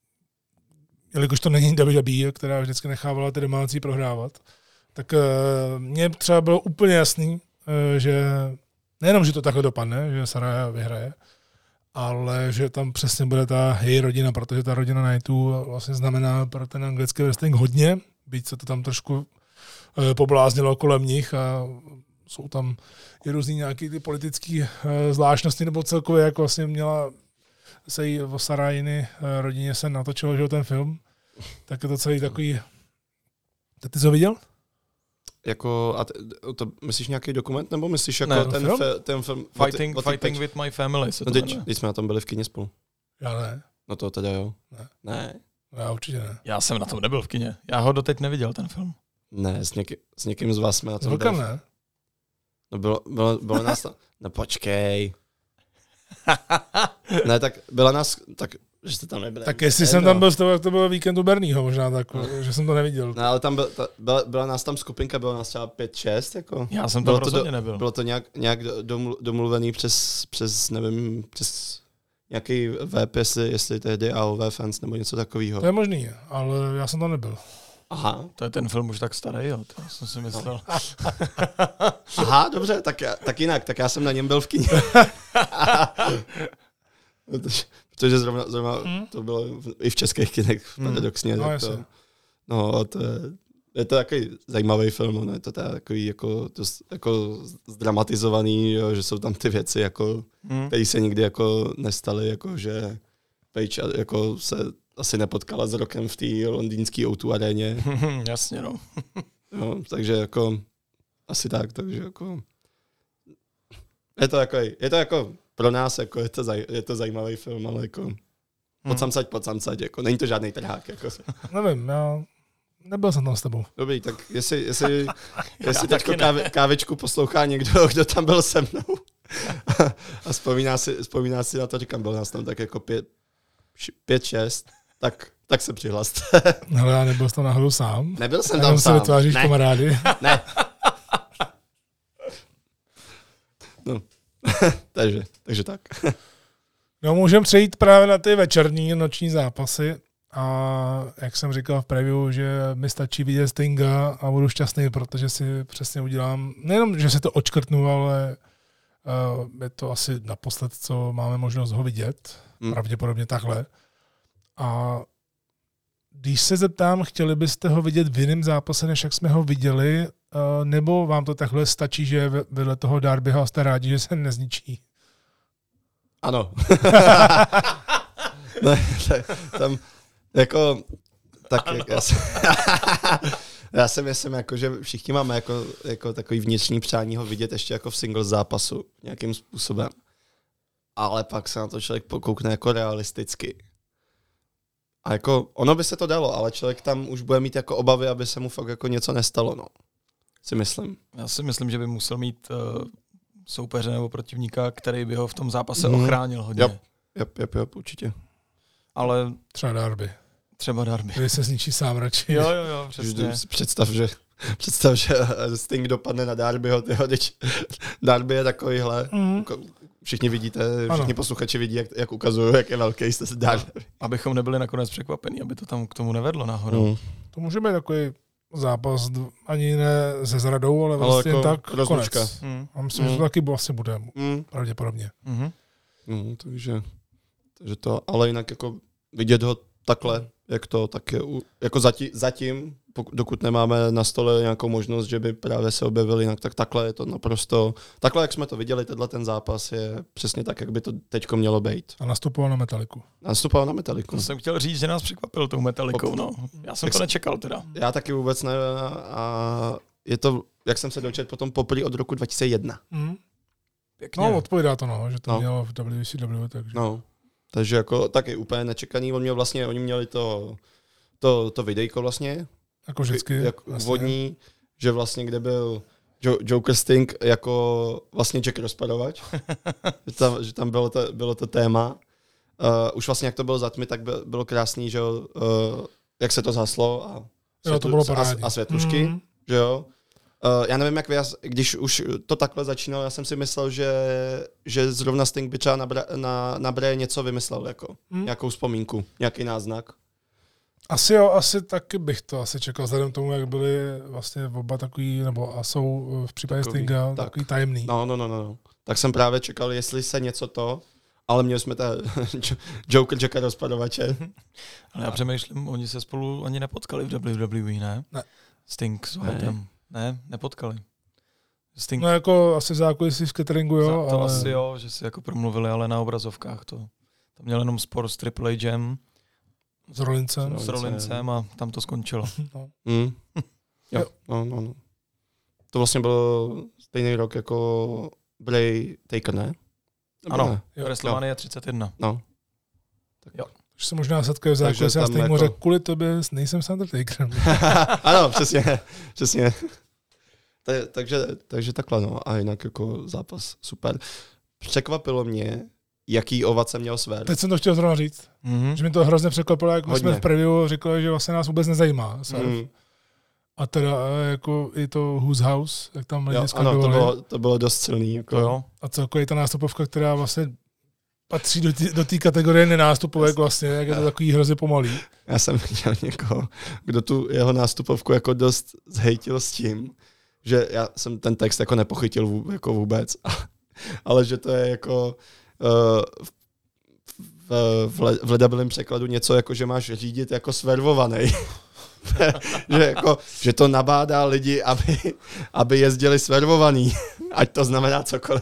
jelikož to není W W E, která vždycky nechávala ty domácí prohrávat, tak uh, mně třeba bylo úplně jasný, že nejenom, že to takhle dopadne, že Saraya vyhraje, ale že tam přesně bude ta její rodina, protože ta rodina Knightů vlastně znamená pro ten anglický wrestling hodně, byť se to tam trošku pobláznilo kolem nich a jsou tam i různý nějaký ty politický zvláštnosti, nebo celkově, jak vlastně měla se jí o Sarayiny rodině se natočilo, že ten film, tak je to celý takový... Tak ty jsi ho viděl? Jako, a t, to myslíš nějaký dokument, nebo myslíš jako ne, ten, film? Fe, ten film? Fighting, o ty, o ty fighting peč... with my family se No to teď, jmenuje. teď jsme na tom byli v kině spolu. Já ne. No to teda jo. Ne. Ne. Já určitě ne. Já jsem na tom nebyl v kině. Já ho doteď neviděl, ten film. Ne, s, něký, s někým z vás jsme na tom Velkám byli. ne. No bylo, bylo, bylo nás tam... No počkej. Ne, tak byla nás... Tak, že jste tam nebyli. Tak jestli jsem tam byl z toho, jak to bylo víkendu Bernýho možná, tak, no. že jsem to neviděl. No ale tam byl, ta, byla, byla nás tam skupinka, bylo nás třeba pět šest, jako. Já jsem tam bylo to rozhodně do, nebyl. Bylo to nějak, nějak domlu, domluvený přes, přes, nevím, přes nějaký web, jestli, jestli tehdy A O V Fans nebo něco takového. To je možný, ale já jsem tam nebyl. Aha. To je ten film už tak starý, jo, to jsem si myslel. Aha, dobře, tak, já, tak jinak, tak já jsem na něm byl v kině. protože, protože zrovna, zrovna hmm? to bylo v, i v českých kinech paradoxně. Hmm. No, to, no, to je, je to takový zajímavý film, no, je to takový jako, to, jako zdramatizovaný, jo, že jsou tam ty věci, jako, hmm. které se nikdy jako nestaly, jako že Page jako se asi nepotkala s Rockem v té londýnské ó dva aréně. Jasně, no. Jo, takže jako asi tak, takže jako je to jako, je to jako pro nás jako je to, zaj, je to zajímavý film, ale jako hmm. pocamcať, pocamcať, jako není to žádný trhák. Jako. Nevím, já nebyl jsem tam s tebou. Dobrý, tak jestli, jestli, jestli teďko káve, kávečku poslouchá někdo, kdo tam byl se mnou a vzpomíná si, vzpomíná si na to, říkám, byl nás tam tak jako pět, pět šest, tak, tak se přihlaste. Ale já nebyl jsem tam náhodou sám. Nebyl jsem já tam sám. sám. Se vytváříš ne. kamarády. Ne. No. takže, takže tak. No, můžeme přejít právě na ty večerní, noční zápasy. A jak jsem říkal v preview, že mi stačí vidět Stinga a budu šťastný, protože si přesně udělám, nejenom, že se to odškrtnu, ale uh, je to asi naposled, co máme možnost ho vidět. Hmm. Pravděpodobně takhle. A když se zeptám, chtěli byste ho vidět v jiném zápase, než jak jsme ho viděli, uh, nebo vám to takhle stačí, že vedle toho Darbyho jste rádi, že se nezničí? Ano. ne, tam jako, tak já, jsem, já si myslím, jako, že všichni máme jako, jako takový vnitřní přání ho vidět ještě jako v single zápasu nějakým způsobem. Ale pak se na to člověk pokoukne jako realisticky. A jako, ono by se to dalo, ale člověk tam už bude mít jako obavy, aby se mu fakt jako něco nestalo, no. Si myslím. Já si myslím, že by musel mít uh, soupeře nebo protivníka, který by ho v tom zápase mm. ochránil hodně. Yep, yep, yep, yep, určitě. Ale třeba Darby. Třeba Darby. Který se zničí sám radši. Jo, jo, jo, přesně. Představ, že, představ, že Sting dopadne na Darbyho, tyho, když Darby je takovýhle, mm. všichni vidíte, všichni ano. posluchači vidí, jak, jak ukazují, jak je velký Darby. Abychom nebyli nakonec překvapení, aby to tam k tomu nevedlo nahoru. Mm. To může být takový zápas, ani ne se zradou, ale vlastně ale jako tak konec. Mm. A myslím, mm. že to taky vlastně bude, mm. pravděpodobně. Mm. Mm, takže, takže to, ale jinak jako vidět ho takhle, jak to, tak je, jako zatím, zatím, dokud nemáme na stole nějakou možnost, že by právě se objevil jinak, tak takhle je to naprosto, takhle, jak jsme to viděli, tenhle ten zápas je přesně tak, jak by to teďko mělo být. A nastupoval na Metaliku. Nastupoval na Metaliku. To jsem chtěl říct, že nás překvapil tou Metalikou, no. Já jsem jak to nečekal teda. Já taky vůbec ne, a je to, jak jsem se dočetl, potom poprvé od roku dva tisíce jedna. Mm. Pěkně. No, odpovídá to, no, že to no. mělo v W C W, takže... No. Takže jako taky úplně nečekaný. On měl vlastně, oni měli to, to, to videjko vlastně. Jako vždycky. Jak úvodní, že vlastně kde byl jo, Joker Sting jako vlastně Jack Rozpadovač. že, tam, že tam bylo to, bylo to téma. Uh, už vlastně jak to bylo za tmy, tak by, bylo krásný, že uh, jak se to zhaslo a, světlu, jo, to bylo a, a světlušky. Mm-hmm. Že jo. Uh, já nevím, jak vy, když už to takhle začínalo, já jsem si myslel, že, že zrovna Sting by třeba na, bra, na, na Bray něco vymyslel, jako hmm. nějakou vzpomínku, nějaký náznak. Asi jo, asi taky bych to asi čekal, vzhledem tomu, jak byli vlastně oba takový, nebo a jsou v případě Takový, Stinga tak. takový tajemný. No, no, no, no, no. Tak jsem právě čekal, jestli se něco to, ale měli jsme ta Joker Jacka rozpadovače. Ale já přemýšlím, oni se spolu ani nepotkali v W W E, ne? Ne. Sting s Whiteem. Ne, nepotkali. Sting, No jako asi v zákulisí v cateringu, jo, to ale... asi jo, že si jako promluvili, ale na obrazovkách to. Tam měl jenom spor s Triple H'em, S Rollincem. s Rollincem a tam to skončilo. No. Mm. Jo, no, no, no. To vlastně bylo stejný rok jako Bray Taker, ne? Ano, Jo. WrestleMania třicet jedna. No. Tak jo. Už se možná setkají v Takže zákulisí a tam Sting mu jako- řekl, kvůli tobě nejsem s Undertakerem. Ano, přesně, přesně. Ta, takže, takže takhle, no. A jinak jako zápas super. Překvapilo mě, jaký ovace měl Swerve. Teď jsem to chtěl zrovna říct. Mm-hmm. Že mi to hrozně překvapilo, jak my Hodně. jsme v preview říkali, že vlastně nás vůbec nezajímá. Mm. A teda eh, jako i to Who's House, jak tam lidi Jo, ano, to skandovali. bylo, to bylo dost silný. Jako. To jo. A celkově ta nástupovka, která vlastně patří do té do té kategorie nenástupovek vlastně, jak je to takový hrozně pomalý. Já jsem viděl někoho, kdo tu jeho nástupovku jako dost zhejtil s tím, že já jsem ten text jako nepochytil vů, jako vůbec, ale že to je jako uh, v, v, le, v ledabilém překladu něco jako, že máš řídit jako svervovaný. že, jako, že to nabádá lidi, aby, aby jezdili svervovaný, ať to znamená cokoliv.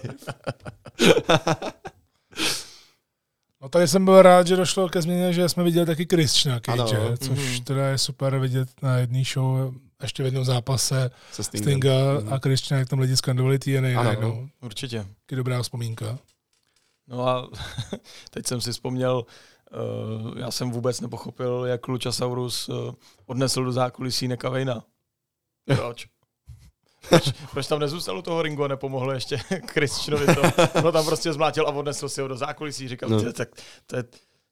No tady jsem byl rád, že došlo ke změně, že jsme viděli taky Christiana Cage, Ano. což Mhm. teda je super vidět na jedné show, ještě v jednom zápase Se Stingem. Stinga Mhm. a Christiana, jak tam lidi skandovali T N A Ano. najednou. Určitě. Taky dobrá vzpomínka. No a teď jsem si vzpomněl, uh, já jsem vůbec nepochopil, jak Luchasaurus uh, odnesl do zákulisí Neka Vejna. Proč? Proč, proč tam nezůstal u toho ringu a nepomohl ještě Christianovi to? No tam prostě zmlátil a odnesl si ho do zákulisí. Říkal, No. no. tak to je,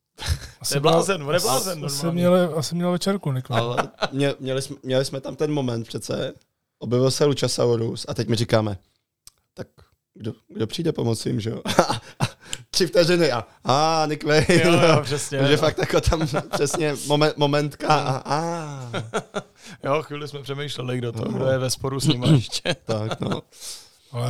Asi to je blázen, on je blázen. Asi normálně. měli, asi měl večerku, Nick. Ale mě, měli, jsme, měli jsme tam ten moment přece, objevil se Luchasaurus a teď mi říkáme, tak kdo, kdo přijde pomoci jim, že jo? Tři vteřiny a a Nick Wayne. Jo, jo, přesně. Takže no. fakt jako tam přesně moment, momentka a a Jo, chvíli jsme přemýšleli, kdo to, No. kdo je ve sporu s nimi ještě. tak no. Ale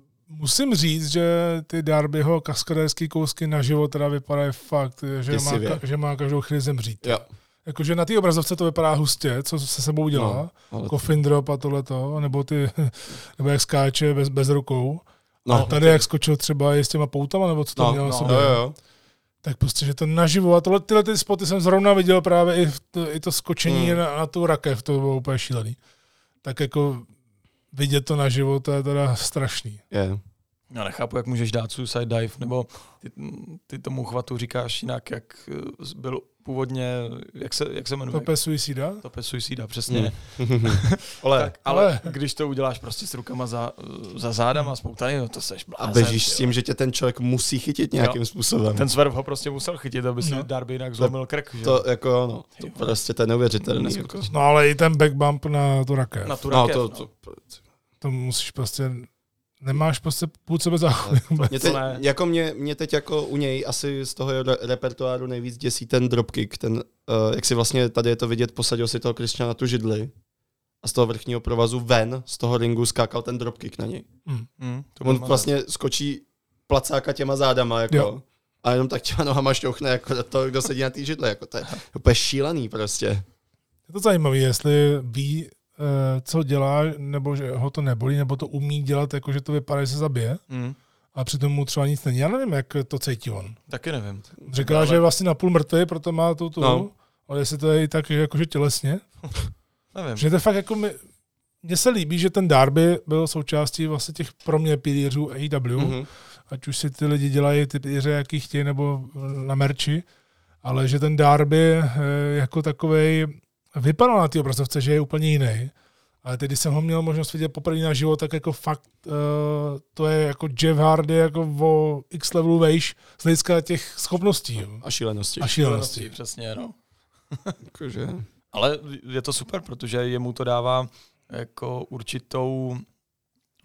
musím říct, že ty Darbyho kaskadérský kousky naživo teda vypadají fakt, že má, Děsivě. ka- že má každou chvíli zemřít. Jo. Jakože na té obrazovce to vypadá hustě, co se sebou dělá. No, ale Coffin drop a tohleto, nebo ty, nebo jak skáče bez, bez rukou. no, A tady jak skočil třeba i s těma poutama, nebo co tam no, měl na no, sobě. jo, jo. Tak prostě, že to naživo. A tohle, tyhle ty spoty jsem zrovna viděl právě i, v to, i to skočení Hmm. na, na tu rakev, to bylo úplně šílený. Tak jako vidět to naživo, to je teda strašný. Je. Já nechápu, jak můžeš dát suicide dive, nebo ty, ty tomu chvatu říkáš jinak, jak eh, byl původně, jak se, jak se jmenuje? To je suicida? Tope suicida, přesně. Hmm. Ole, Tak, ale, Ale- když to uděláš prostě s rukama za, za zádama spoutaný, no to seš a blázen. bežíš s jo. tím, že tě ten člověk musí chytit nějakým Jo. způsobem. Ten swerv ho prostě musel chytit, aby si No. Darby jinak zlomil krk. Že? To jako, no, to Ty vole. prostě to je neuvěřitelný. Jako. Neskutečný. No ale i ten backbump na tu rakev. Na tu No, rakev, to, no. to, To musíš prostě, nemáš prostě půl sebe záchody. Mě teď, ne. jako mě, mě teď jako u něj asi z toho re- repertoáru nejvíc děsí ten dropkick, ten, uh, jak si vlastně tady je to vidět, posadil si toho Christiana na tu židli a z toho vrchního provazu ven, z toho ringu skákal ten dropkick na něj. Hmm, to On byl vlastně skočí placáka těma zádama, jako, Jo. a jenom tak těma nohama šťouchne jako do toho, kdo sedí na té židli. Jako, to je úplně šílený prostě. Je to zajímavé, jestli ví, eh, co dělá, nebo že ho to nebolí, nebo to umí dělat, jako že to vypadá, že se zabije, Hmm, a přitom mu třeba nic není. Já nevím, jak to cítí on. taky nevím. Říká, Ale- že je vlastně napůl mrtvý, proto má tu tu, No. ale jestli to je i tak, jakože tělesně. Nevím. Že to je fakt jako mi, mně se líbí, že ten Darby byl součástí vlastně těch pro mě pilířů A E W, mm-hmm. Mhm. ať už si ty lidi dělají ty pilíře, jaký chtějí, nebo na merči, ale že ten Darby eh, jako takovej vypadal na té obrazovce, že je úplně jiný. Ale teď, když jsem ho měl možnost vidět poprvé na život, tak jako fakt uh, to je jako Jeff Hardy jako o x levelu vejš z hlediska těch schopností. Jo. A šílenosti. A šílenosti. Přesně, no. Jakože, Ale je to super, protože jemu to dává jako určitou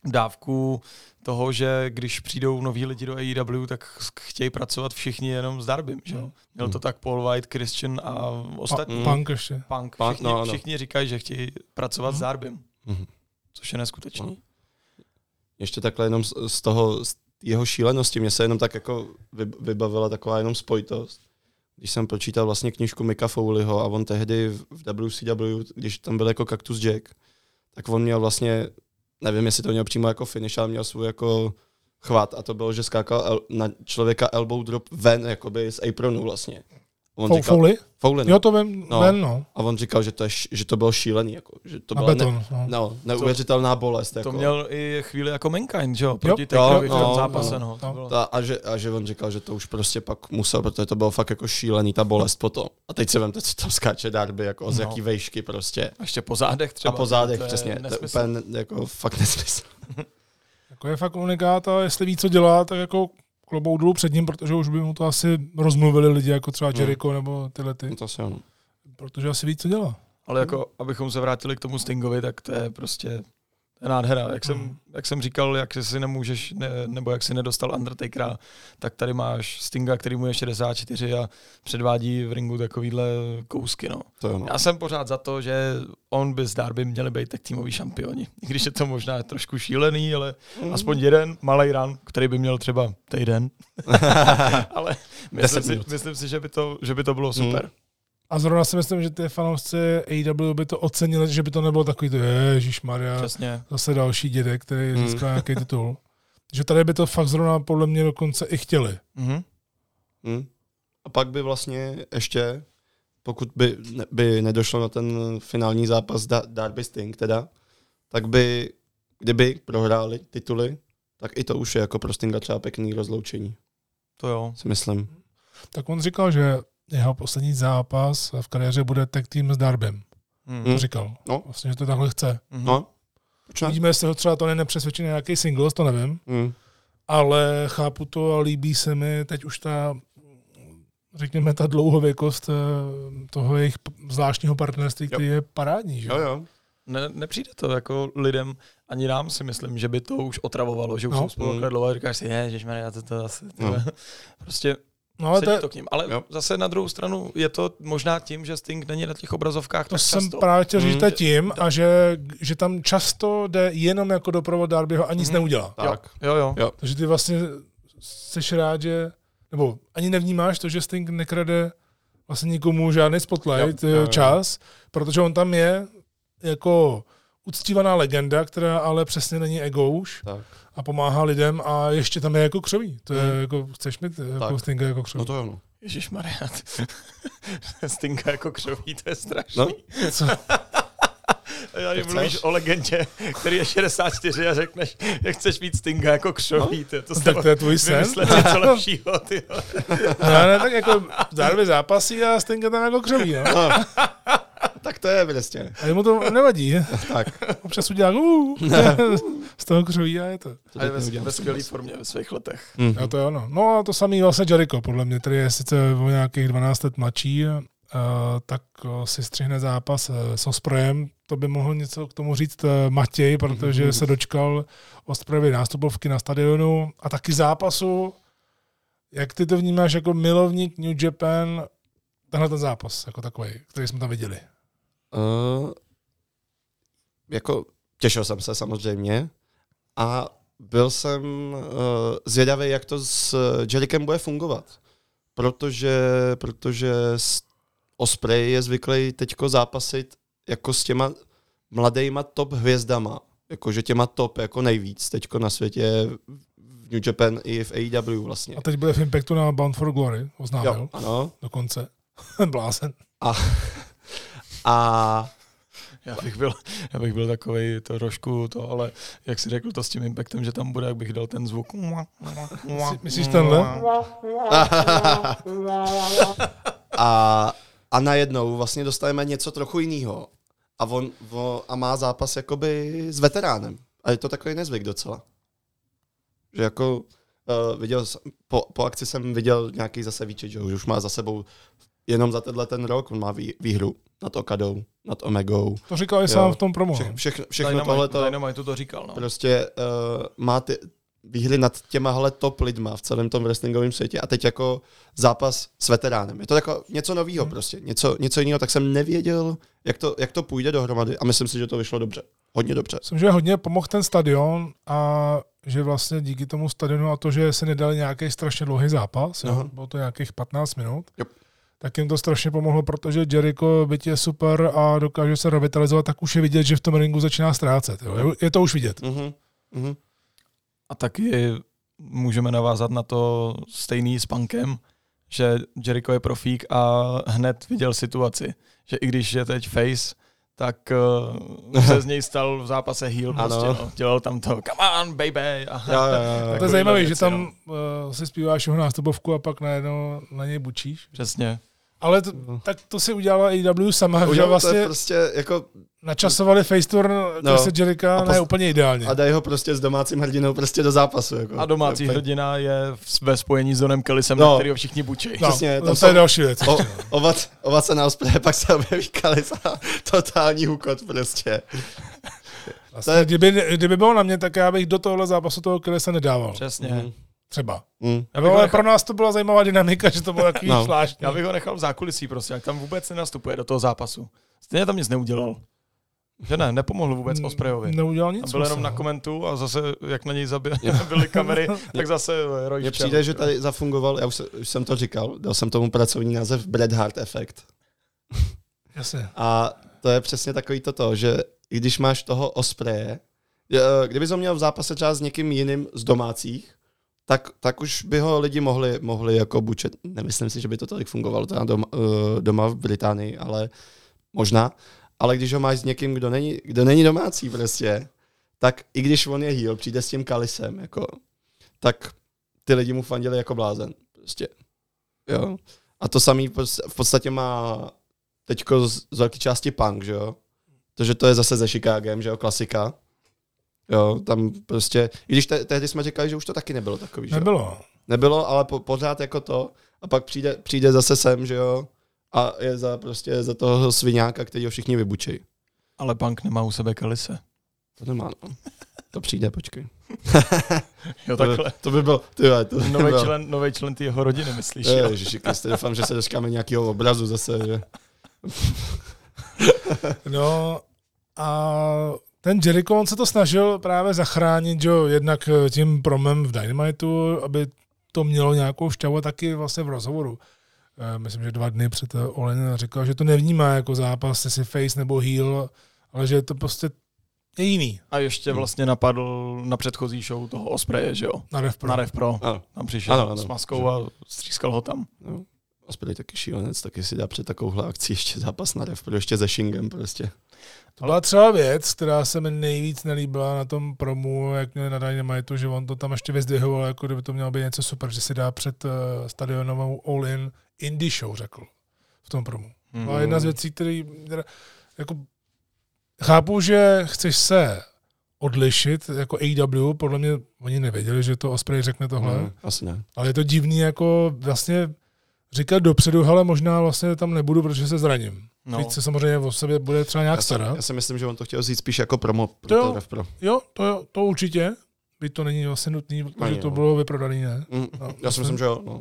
dávku toho, že když přijdou noví lidi do A E W, tak chtějí pracovat všichni jenom s Darbym, že jo? Měl to tak Paul White, Christian a ostatní. Pa, Punk ještě. Punk. Punk, Všichni, no, no. všichni říkají, že chtějí pracovat mm. s Darbym, Mm. což je neskutečný. No. Ještě takhle jenom z, z toho, z jeho šílenosti, mě se jenom tak jako vybavila taková jenom spojitost. Když jsem pročítal vlastně knížku Micka Foleyho a on tehdy v W C W, když tam byl jako Cactus Jack, tak on měl vlastně, nevím, jestli to měl přímo jako finish, ale měl svůj jako chvat a to bylo, že skákal el, na člověka elbow drop ven, jakoby z apronu vlastně. On Fo- říkal, Foley? Foley, no. Jo, to vím, no. ven, no. A on říkal, že to, je, že to bylo šílený, jako, že to Na byla beton, ne, no. no, neuvěřitelná bolest. To jako. měl i chvíli jako Mankind, že jo? Proti Jo, Takerovi jo, v tom no, zápase, no, no. To no. bylo. Ta, a, že, a že on říkal, že to už prostě pak musel, protože to bylo fakt jako šílený, ta bolest potom. A teď se vemte, co tam skáče Darby, jako z No. jaký vejšky prostě. A ještě po zádech třeba. A po zádech, to je přesně. To je nesmysl. úplně jako fakt nesmysl. Jako je fakt unikát a jestli ví, co dělá, tak jako klobouk dolů před ním, protože už by mu to asi rozmluvili lidi jako třeba Jericho nebo tyhle ty. No to asi ano. Protože asi ví, co dělá. Ale jako, abychom se vrátili k tomu Stingovi, tak to je prostě to je nádhera. Jak jsem, Mm. jak jsem říkal, jak si nemůžeš, ne, nebo jak si nedostal Undertakera, tak tady máš Stinga, který mu je šedesát čtyři a předvádí v ringu takovýhle kousky. No. To je ono. Já jsem pořád za to, že on by s Darby měli být tak týmoví šampioni. I když je to možná trošku šílený, ale Mm. aspoň jeden malej run, který by měl třeba týden. Ale myslím si, myslím si, že by to, že by to bylo super. A zrovna si myslím, že ty fanoušci A E W by to ocenili, že by to nebylo takový to, ježišmarja, Přesně. zase další dědek, který Hmm. získá nějaký titul. Že tady by to fakt zrovna podle mě dokonce i chtěli. Mhm. Hmm. A pak by vlastně ještě, pokud by, ne, by nedošlo na ten finální zápas da, Darby Sting teda, tak by, kdyby prohráli tituly, tak i to už je jako pro Stinga třeba pěkný rozloučení, To jo. si myslím. Tak on říkal, že jeho poslední zápas v kariéře bude tag team s Darbym. Hmm. To říkal. No. Vlastně, že to takhle chce. Mhm. No, proč ne? Vidíme, jestli ho třeba to nepřesvědčený nějaký singles, to nevím. Hmm. Ale chápu to a líbí se mi teď už ta, řekněme, ta dlouhověkost eh, toho jejich p- zvláštního partnerství, který je parádní. Že? Jo, jo. Ne, nepřijde to jako lidem, ani nám si myslím, že by to už otravovalo, že už No. jsou spolu Mm. dlouho a říkáš si, ježišmarja, to, to asi, to, No. prostě No, ale sedí to, je- to k ním. Ale Jo. zase na druhou stranu je to možná tím, že Sting není na těch obrazovkách to tak jsem často. právě chtěl říct Mm. to je tím, a že, že tam často jde jenom jako doprovod Darbyho a nic Mhm. neudělá. Tak. Jo, jo. Jo. Takže ty vlastně jsi rád, že, nebo ani nevnímáš to, že Sting nekrade vlastně nikomu žádný spotlight, Jo, jo, jo, jo. čas, protože on tam je jako uctívaná legenda, která ale přesně není ego už Tak. a pomáhá lidem a ještě tam je jako křoví. To je Hmm. jako, chceš mít jako Tak. Stinga jako křoví. No to jo, no. Ježišmarja. Stinga jako křoví, to je strašný. No. Co? A já jim chceš? mluvíš o legendě, který je šedesát čtyři a řekneš, jak chceš víc Stinga jako křoví. To, to, Tak to je tvůj sen? vymyslet něco lepšího, ty jo. No, ne, tak jako Darby zápasí a Stinga tam jako křoví. No. no. Tak to je vlastně. A jemu to nevadí. Tak. Občas udělá uh, z toho křoví a je to. To A je teď ve, neudělám. ve skvělé formě ve svých letech. Mhm. A to je ono. No a to samý vlastně Jericho, podle mě, který je sice o nějakých dvanáct let mladší, uh, tak uh, si střihne zápas uh, s Osprejem. To by mohl něco k tomu říct uh, Matěj, protože se dočkal Osprejovy nástupovky na stadionu a taky zápasu. Jak ty to vnímáš jako milovník New Japan, tenhle ten zápas, jako takový, který jsme tam viděli? Uh, jako těšil jsem se samozřejmě a byl jsem uh, zvědavý, jak to s Jerichem bude fungovat. Protože, protože s- Osprey je zvyklý teďko zápasit jako s těma mladejma top hvězdama. Jakože těma top jako nejvíc teďko na světě v New Japan i v A E W vlastně. A teď bude v Impactu na Bound for Glory, oznámil Jo, ano. dokonce. Blázen. A, a Já bych byl, já bych byl takovej to trošku to, ale jak jsi řekl to s tím impactem, že tam bude, jak bych dal ten zvuk. Myslíš tenhle? a, a najednou vlastně dostaneme něco trochu jiného. A on, on a má zápas jakoby s veteránem. A je to takový nezvyk docela. Že jako uh, viděl, jsem- po, po akci jsem viděl nějaký zase výčet, že už má za sebou jenom za tenhle ten rok, on má vý, výhru nad Okadou. nad Omegou. To říkal i sám v tom promo. Vše, všechno všechno tohleto. Dynamite to říkal, no. Prostě uh, má ty výhry nad těmahle top lidma v celém tom wrestlingovém světě a teď jako zápas s veteránem. Je to jako něco novýho hmm. prostě, něco, něco jiného, tak jsem nevěděl, jak to, jak to půjde dohromady a myslím si, že to vyšlo dobře. Hodně dobře. Myslím, že hodně pomohl ten stadion a že vlastně díky tomu stadionu a to, že se nedali nějaký strašně dlouhý zápas, jo, bylo to nějakých patnáct minut, yep. tak jim to strašně pomohlo, protože Jericho, byť je super a dokáže se revitalizovat, tak už je vidět, že v tom ringu začíná ztrácet. Jo. Je to už vidět. Mm-hmm. Mm-hmm. A taky můžeme navázat na to stejný s Punkem, že Jericho je profík a hned viděl situaci, že i když je teď face, tak uh, se z něj stal v zápase heel, prostě, no. Dělal tam to come on baby. A, jo, jo, jo. To je zajímavé, věci, že tam no. uh, si zpíváš jeho nástupovku a pak najednou na něj bučíš. Přesně. Ale to, tak to si udělala A E W sama, Udělal že vlastně prostě jako načasovali faceturn Chrisa no. Jericha pos- ne úplně ideálně. A dají ho prostě s domácím hrdinou prostě do zápasu. Jako. A domácí hrdina je ve spojení s Donem Kellisem, no. na kterýho všichni bučí. No, přesně, tam to je další věc. O, ovat, ovace na Ospreje, pak se objeví Kellis a totální hukot prostě. Vlastně, je... kdyby, kdyby bylo na mě, tak já bych do tohohle zápasu toho Kellisa nedával. Přesně. Mm. Třeba. Mm. Ale nechal... pro nás to byla zajímavá dynamika, že to bylo takový no. zvláštní. Já bych ho nechal v zákulisí prostě, jak tam vůbec nenastupuje do toho zápasu. Stejně tam nic neudělal. Že ne, nepomohl vůbec Ospreyovi. Neudělal nic. A byl jenom na komentu a zase, jak na něj zabi- byly kamery, tak zase Roy Mně přijde, že tady zafungoval, já už, už jsem to říkal, dal jsem tomu pracovní název Bret Hart efekt. Jasně. A to je přesně takový toto, že i když máš toho Ospreje, kdyby ho měl v zápase třeba s někým jiným z domácích, tak, tak už by ho lidi mohli, mohli jako bučet. Nemyslím si, že by to tolik fungovalo teda doma, doma v Británii, ale možná. Ale když ho máš s někým, kdo není, kdo není domácí prostě, tak i když on je heel, přijde s tím Kalisem, jako, tak ty lidi mu fandili jako blázen. Prostě. Jo. A to samý v podstatě má teďko z, z velké části Punk, že jo. To, že to je zase ze Chicagem, že jo, klasika. Jo, tam prostě, i když te, tehdy jsme říkali, že už to taky nebylo takový, že jo. Nebylo. Nebylo, ale po, pořád jako to. A pak přijde, přijde zase sem, že jo. A je za prostě za toho sviňáka, který ho všichni vybučejí. Ale Punk nemá u sebe Kallise. To nemá, no. To přijde, počkej. Jo, takhle. To by bylo, tyhle, to by nový bylo. člen, nový člen ty jeho rodiny, myslíš, jo? Ježiši Kriste, doufám, že se dočkáme nějakého obrazu zase, že? No a ten Jericho, on se to snažil právě zachránit, že jednak tím promem v Dynamitu, aby to mělo nějakou šťavu, taky vlastně v rozhovoru. Myslím, že dva dny před All-In říkal, že to nevnímá jako zápas, jestli face nebo heel, ale že je to prostě je jiný. A ještě vlastně napadl na předchozí show toho Ospreje, že jo? Na Rev Pro. Na Rev Pro. Ano. Tam přišel ano, ano. s maskou a střískal ho tam. No. Osprey taky šílenec, taky si dá před takovouhle akcí ještě zápas na Rev Pro, ještě se Shingem prostě. To byla třeba věc, která se mi nejvíc nelíbila na tom promu, jak měli na Dynamitu, že on to tam ještě vyzdvihoval, jako kdyby to mělo být něco super, že si dá před uh, stadionovou All-In indie show, řekl v tom promu. Mm. A jedna z věcí, který jako chápu, že chceš se odlišit jako A E W, podle mě oni nevěděli, že to Osprey řekne tohle. Mm, asi ne. Ale je to divný, jako vlastně říkat dopředu, hele, možná vlastně tam nebudu, protože se zraním. No. Víc se samozřejmě o sobě bude třeba nějak starat. Já si myslím, že on to chtěl říct spíš jako promo pro to, to Rev Pro. Jo, to, to určitě. Byť to není vlastně nutný, protože to bylo vyprodaný, ne? Mm, no, já si myslím, že jo. No.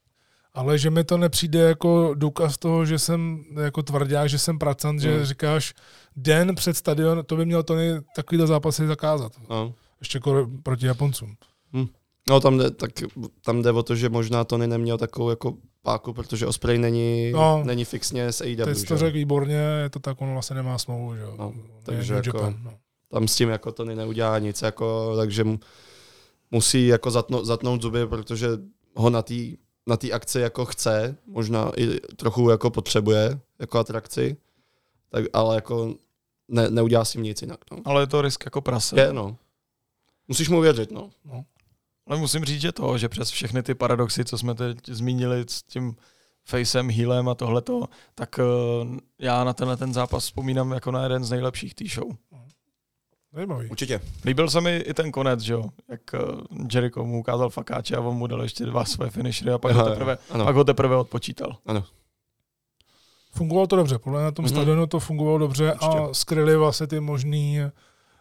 Ale že mi to nepřijde jako důkaz toho, že jsem jako tvrdák, že jsem pracant, mm. že říkáš den před stadion, to by měl Tony takovýhle zápasy zakázat. No. Ještě jako proti Japoncům. Mm. No tam jde, tak, tam jde o to, že možná Tony neměl takovou jako páku, protože Osprey není, no, není fixně s A E W. Teď to řekl výborně, je to tak, on vlastně nemá smlouvu. Že? No, takže je jako, Japan, no. tam s tím jako Tony neudělá nic, jako, takže musí jako zatnout, zatnout zuby, protože ho na té na té akci jako chce, možná i trochu jako potřebuje jako atrakci, tak, ale jako ne, neudělá s tím nic jinak. No. Ale je to risk jako prase. Je, no. Musíš mu věřit, no. no. Ale musím říct, že to, že přes všechny ty paradoxy, co jsme teď zmínili s tím facem, heelem a tohleto, tak uh, já na tenhle ten zápas vzpomínám jako na jeden z nejlepších tý show. Zajímavý. Určitě. Líbil se mi i ten konec, že jo, jak uh, Jericho mu ukázal fakáče a on mu dal ještě dva své finishery a pak, Aha, ho, teprve, ano. pak ho teprve odpočítal. Ano. fungovalo to dobře, podle mě na tom mm-hmm. stadionu to fungovalo dobře Určitě. A skryli vlastně ty možný uh,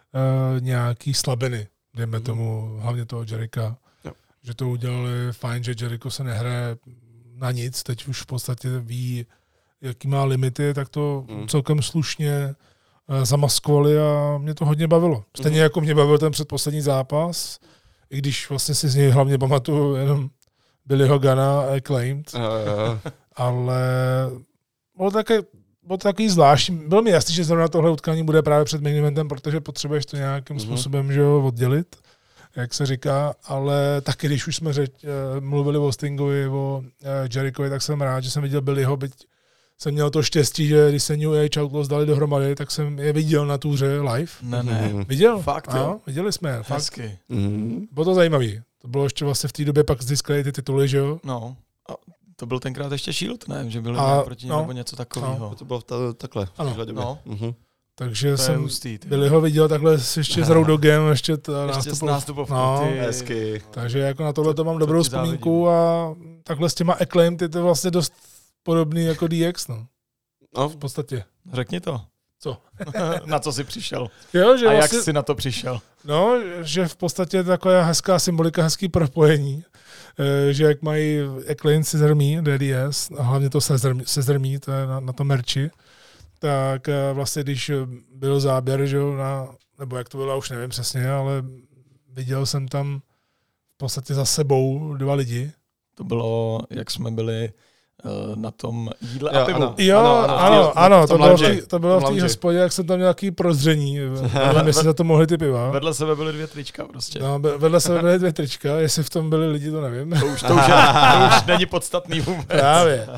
nějaký slabiny, dejme mm-hmm. tomu, hlavně toho Jericha, jo. že to udělali fajn, že Jericho se nehraje na nic, teď už v podstatě ví, jaký má limity, tak to mm. celkem slušně uh, zamaskovali a mě to hodně bavilo. Stejně mm. jako mě bavil ten předposlední zápas, i když vlastně si z něj hlavně pamatuju jenom Billyho Gunna a Acclaimed, uh, uh. ale bylo to, také, bylo to takový zvláštní. Bylo mi jasný, že zrovna tohle utkání bude právě před main eventem, protože potřebuješ to nějakým mm. způsobem že jo, oddělit, jak se říká, ale taky, když už jsme řeč, uh, mluvili o Stingovi, o uh, Jerichovi, tak jsem rád, že jsem viděl Billyho, byť jsem měl to štěstí, že když se New Age Outlaws dali dohromady, tak jsem je viděl na túře live. Ne, ne. Viděl? Fakt, jo? jo? Viděli jsme je. Hezky. Mm. Bylo to zajímavý. To bylo ještě vlastně v té době, pak získali ty tituly, že jo? No. A to byl tenkrát ještě Shield, ne? Že byl a, proti no, nebo něco takového. No. To bylo ta, takhle. Ano. No. Uh-huh. Takže to jsem hustý, Billyho viděl takhle ještě s Road Doggem, ještě, t- ještě nástupov, s nástupovkou. no, hezky. Takže jako na tohle to mám dobrou vzpomínku a takhle s těma Acclaim ty to vlastně dost podobný jako D X, no. No, v podstatě. Řekni to. Co? Na co jsi přišel? Jo, že a vlastně, jak jsi na to přišel? No, že v podstatě taková hezká symbolika, hezký propojení, že jak mají Acclaim Scissor Me, D D S, a hlavně to Scissor Me, to je na, na tom merči, tak vlastně když byl záběr, že na, nebo jak to bylo, už nevím přesně, ale viděl jsem tam v podstatě za sebou dva lidi. To bylo, jak jsme byli na tom jídle jo, a pivu. Ano. Jo, ano, ano, ano, ano to, bylo v tý, to bylo v té hospodě, jak jsem tam nějaký prozření. Nevím, jestli za to mohli ty piva. Vedle sebe byly dvě trička prostě. No, vedle sebe byly dvě trička, jestli v tom byli lidi, to nevím. To už, to už, je, to už není podstatný vůbec. Právě.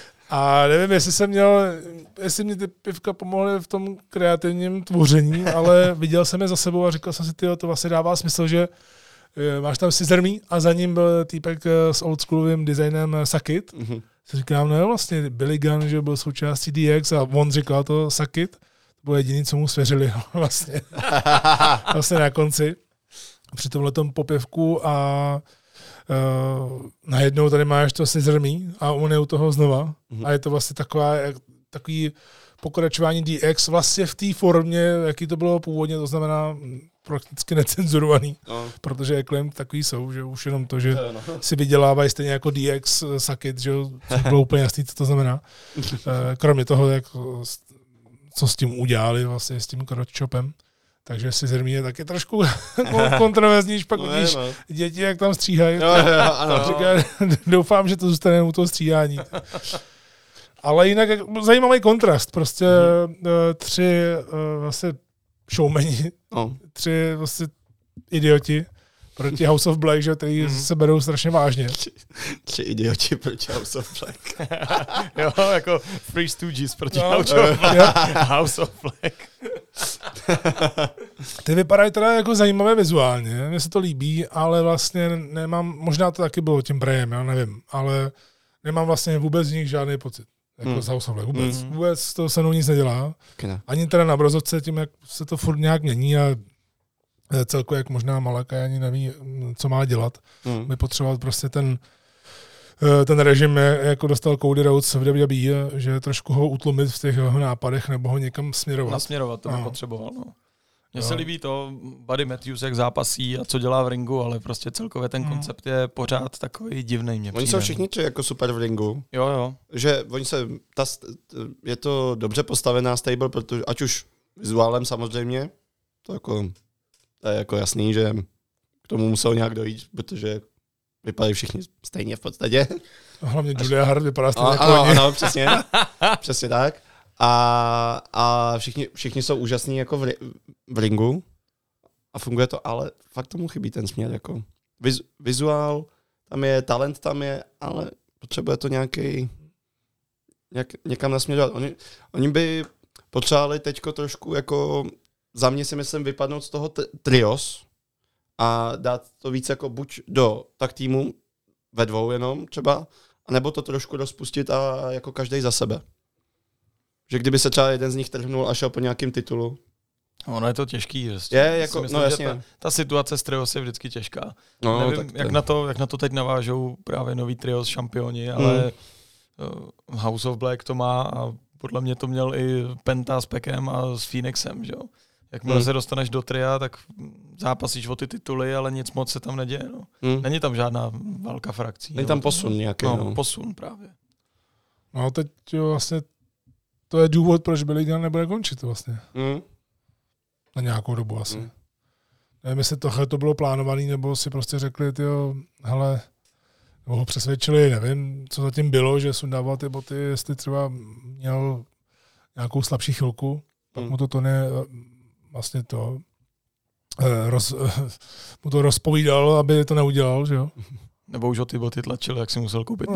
A nevím, jestli jsem měl, jestli mě ty pivka pomohly v tom kreativním tvoření, ale viděl jsem je za sebou a říkal jsem si, tyjo, to vlastně dává smysl, že máš tam Scissor Me a za ním byl týpek s oldschoolovým designem Suck It. Mm-hmm. Si říkám, no jo, vlastně Billy Gunn, že byl součástí D X a on říkal to Suck It. To bylo jediný, co mu svěřili vlastně. vlastně na konci. Při tomhletom popěvku a uh, najednou tady máš to Scissor Me a on je u toho znova. Mm-hmm. A je to vlastně taková, jak, takový pokračování D X vlastně v té formě, jaký to bylo původně, to znamená prakticky necenzurovaný, no. Protože Acclaim takový jsou, že už jenom to, že no. si vydělávají stejně jako D X Suck It, že bylo úplně jasný, co to znamená. Kromě toho, jak, co s tím udělali vlastně s tím crotch chopem. Takže si zřejmě je taky trošku kontroverzní, pak no, vidíš no. děti, jak tam stříhají. No, no, ano. Říká, doufám, že to zůstane u toho stříhání. Ale jinak zajímavý kontrast. Prostě mm-hmm. tři vlastně showmeni, no. tři vlastně idioti proti House of Black, že který mm-hmm. se berou strašně vážně. Tři, tři idioti proti House of Black. Jo, jako Three Stooges proti no, House, of Black. House of Black. Ty vypadají teda jako zajímavé vizuálně, mně se to líbí, ale vlastně nemám, možná to taky bylo tím Brayem, já nevím, ale nemám vlastně vůbec z nich žádný pocit. Jako hmm. z House of Black. Vůbec, hmm. vůbec to se mnou nic nedělá. Okay. Ani teda na obrazovce tím, jak se to furt nějak mění a celkově jak možná Malaka ani neví, co má dělat. Hmm. By potřeboval prostě ten, ten režim, jako dostal Cody Rhodes v W W E, že trošku ho utlumit v těch jeho nápadech nebo ho někam směrovat. Nasměrovat to by no. potřeboval. No. Mně se líbí to, Buddy Matthews, jak zápasí a co dělá v ringu, ale prostě celkově ten koncept je pořád takový divnej. Mě oni přijde. jsou všichni tři jako super v ringu. Jo, jo. Že oni se, ta, je to dobře postavená stable, protože ať už vizuálem samozřejmě, to, jako, to je jako jasný, že k tomu musel nějak dojít, protože vypadají všichni stejně v podstatě. A hlavně Julia Hart vypadá stejně jako ano, ano, přesně, přesně tak. A, a všichni, všichni jsou úžasní jako v, v ringu a funguje to, ale fakt tomu chybí ten směr. Jako. Viz, vizuál tam je, talent tam je, ale potřebuje to nějaký nějak, někam nasměrovat. Oni, oni by potřebovali teďko trošku jako za mě si myslím vypadnout z toho t- trios a dát to víc jako buď do tak týmu ve dvou jenom třeba, anebo to trošku rozpustit a jako každej za sebe. Že kdyby se třeba jeden z nich trhnul a šel po nějakým titulu. Ono je to těžký. Prostě. Je, jako, myslím, no jasně. Ta, ta situace s trios je vždycky těžká. No, nevím, jak, na to, jak na to teď navážou právě nový trios šampioni, ale hmm. House of Black to má a podle mě to měl i Penta s Pekem a s Phoenixem, že jo. Jakmile hmm. se dostaneš do tria, tak zápasíš o ty tituly, ale nic moc se tam neděje. No. Hmm. Není tam žádná velká frakcí. Není tam posun nějaký. No, no. posun právě. No teď jo, vlastně to je důvod, proč Billy Gunn nebude končit vlastně. Hmm. Na nějakou dobu asi. Hmm. Nevím, jestli tohle to bylo plánované, nebo si prostě řekli, tyjo, hele, nebo ho přesvědčili, nevím, co zatím bylo, že sundával ty boty, jestli třeba měl nějakou slabší chvilku, pak hmm. mu to Tony vlastně to roz, mu to rozpovídal, aby to neudělal, že jo? Nebo už ho ty boty tlačil, jak si musel koupit.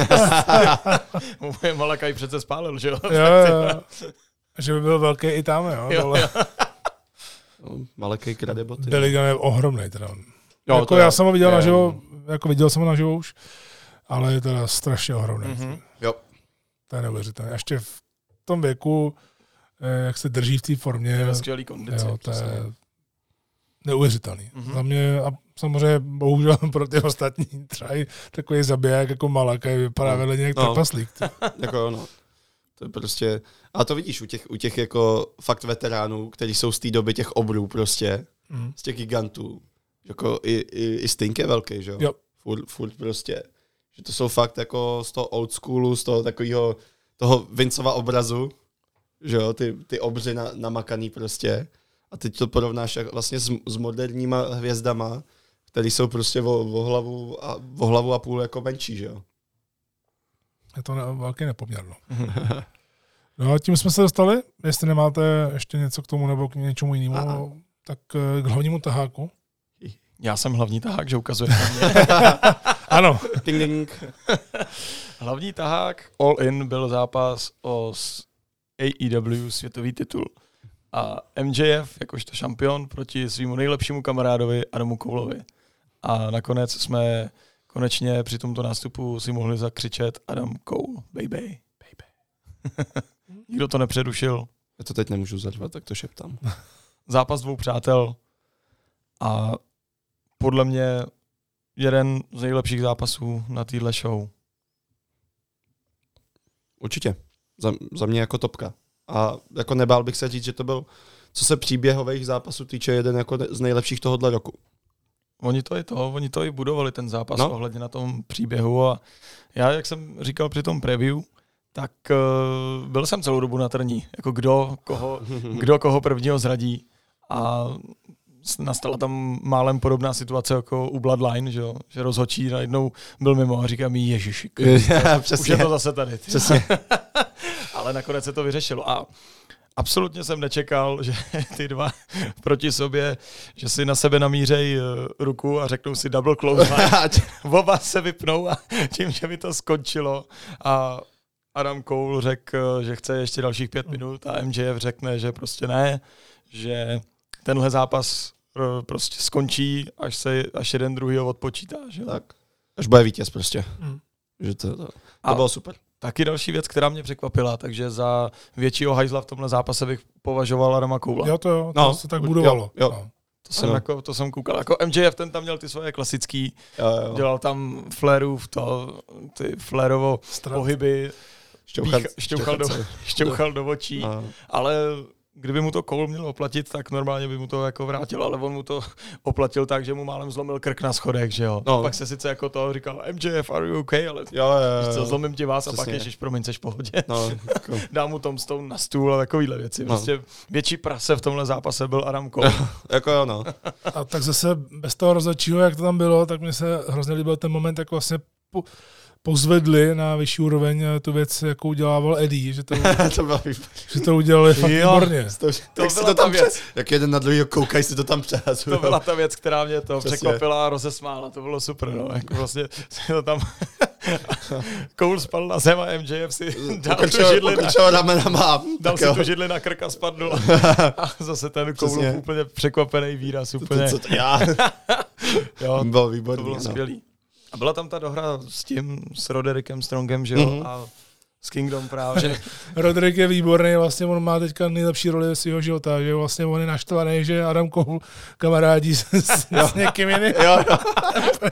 Mu je Malakaj přece spálil, že jo? jo, jo. Že by byl velký i tam, jo? jo, jo. No, Malakaj krade boty. Billy Gunn je ohromnej teda. Jo, jako já jsem ho viděl naživo, jako viděl jsem ho naživo už, ale je teda strašně ohromnej. Mm-hmm. Jo. To je neuvěřitelné. Ještě v tom věku, jak se drží v té formě. Je ve skvělý kondici. Jo, to je neuvěřitelný. Mm-hmm. Za mě a samozřejmě bohužel pro ty ostatní třeba takový zabiják jako Malakaj vypadá no. vedle nějak no. trpaslík. Jako no. To je prostě, a to vidíš u těch, u těch jako fakt veteránů, kteří jsou z té doby těch obrů prostě, mm. z těch gigantů. Jako i, i, i Sting je velký, že jo? Furt, furt prostě. Že to jsou fakt jako z toho old schoolu, z toho takového toho Vincova obrazu, že jo, ty, ty obři na, namakaný prostě. A teď to porovnáš vlastně s, s moderníma hvězdama, který jsou prostě o, o, hlavu a, o hlavu a půl jako menší, že jo. Je to ne, velký nepoměr, no. No a tím jsme se dostali, jestli nemáte ještě něco k tomu nebo k něčemu jinému, Aha. tak k hlavnímu taháku. Já jsem hlavní tahák, že ukazuje na mě. Ano. Ding, ding. Hlavní tahák All In byl zápas o A E W světový titul. A M J F jakožto šampion proti svýmu nejlepšímu kamarádovi Adamu Coulovi. A nakonec jsme konečně při tomto nástupu si mohli zakřičet Adam Cole, baby, baby. Nikdo to nepřerušil. Já to teď nemůžu zařvat, tak to šeptám. Zápas dvou přátel a podle mě jeden z nejlepších zápasů na téhle show. Určitě. Za, za mě jako topka. A jako nebál bych se říct, že to byl, co se příběhových zápasů týče, jeden jako z nejlepších tohohle roku. Oni to i to, oni to i budovali ten zápas no. ohledně na tom příběhu a já, jak jsem říkal při tom preview, tak uh, byl jsem celou dobu na trní, jako kdo koho, kdo koho prvního zradí a nastala tam málem podobná situace jako u Bloodline, že, jo? Že rozhodčí najednou byl mimo a říká mi ježiši, už je to zase tady. Přesně. Ale nakonec se to vyřešilo a absolutně jsem nečekal, že ty dva proti sobě, že si na sebe namířej ruku a řeknou si double close. Oba se vypnou a tím, že by to skončilo a Adam Cole řekl, že chce ještě dalších pět minut a M J F řekne, že prostě ne, že tenhle zápas prostě skončí, až se až jeden druhýho odpočítá. Že? Tak, až bude vítěz prostě. Hmm. Že to, to, to bylo super. Taky další věc, která mě překvapila, takže za většího hajzla v tomhle zápase bych považoval Adama Coula. Jo, to jo, to no, se tak budovalo. Jo, jo. No. To, jsem jako, to jsem koukal. Jako M J F, ten tam měl ty svoje klasický, jo, jo. Dělal tam Flairův, to, ty Flairovo pohyby, šťouchal, šťouchal, do, šťouchal do očí, no. Ale kdyby mu to Cole měl oplatit, tak normálně by mu to jako vrátil, ale on mu to oplatil tak, že mu málem zlomil krk na schodech, že jo. No. Pak se sice jako to říkal M J F, are you okay, ale jo, jo, jo. Co, zlomím ti vás Přesně. A pak ježiš, promiň, seš v pohodě. No, jako. Dá mu Tombstone na stůl a takovýhle věci. No. Prostě větší prase v tomhle zápase byl Adam Cole. Jako jo, no. A tak zase bez toho rozhodčího, jak to tam bylo, tak mně se hrozně líbil ten moment, jako vlastně po, pozvedli na vyšší úroveň tu věc, jakou udělával Eddie, že to, to, že to udělali fakt výborně. To, to jak byla ta věc. Jak jeden na druhýho koukají, si to tam přehazují. To byla ta věc, která mě to Přesně. překvapila a rozesmála. To bylo super, no. Jako vlastně to tam Cole spadl na zem a M J F si dal tu židli na, dal si tu židli na krk a spadl. A zase ten Cole úplně překvapený výraz. Úplně. Co to, já? Jo, bylo výborný. To bylo skvělý. A byla tam ta dohra s tím, s Roderickem Strongem, že jo, mm-hmm. a s Kingdom právě. Roderick je výborný, vlastně on má teďka nejlepší roli svého života, že vlastně on je naštvaný, že Adam Cole kamarádí s, s, s někým jiným. Jo, jo.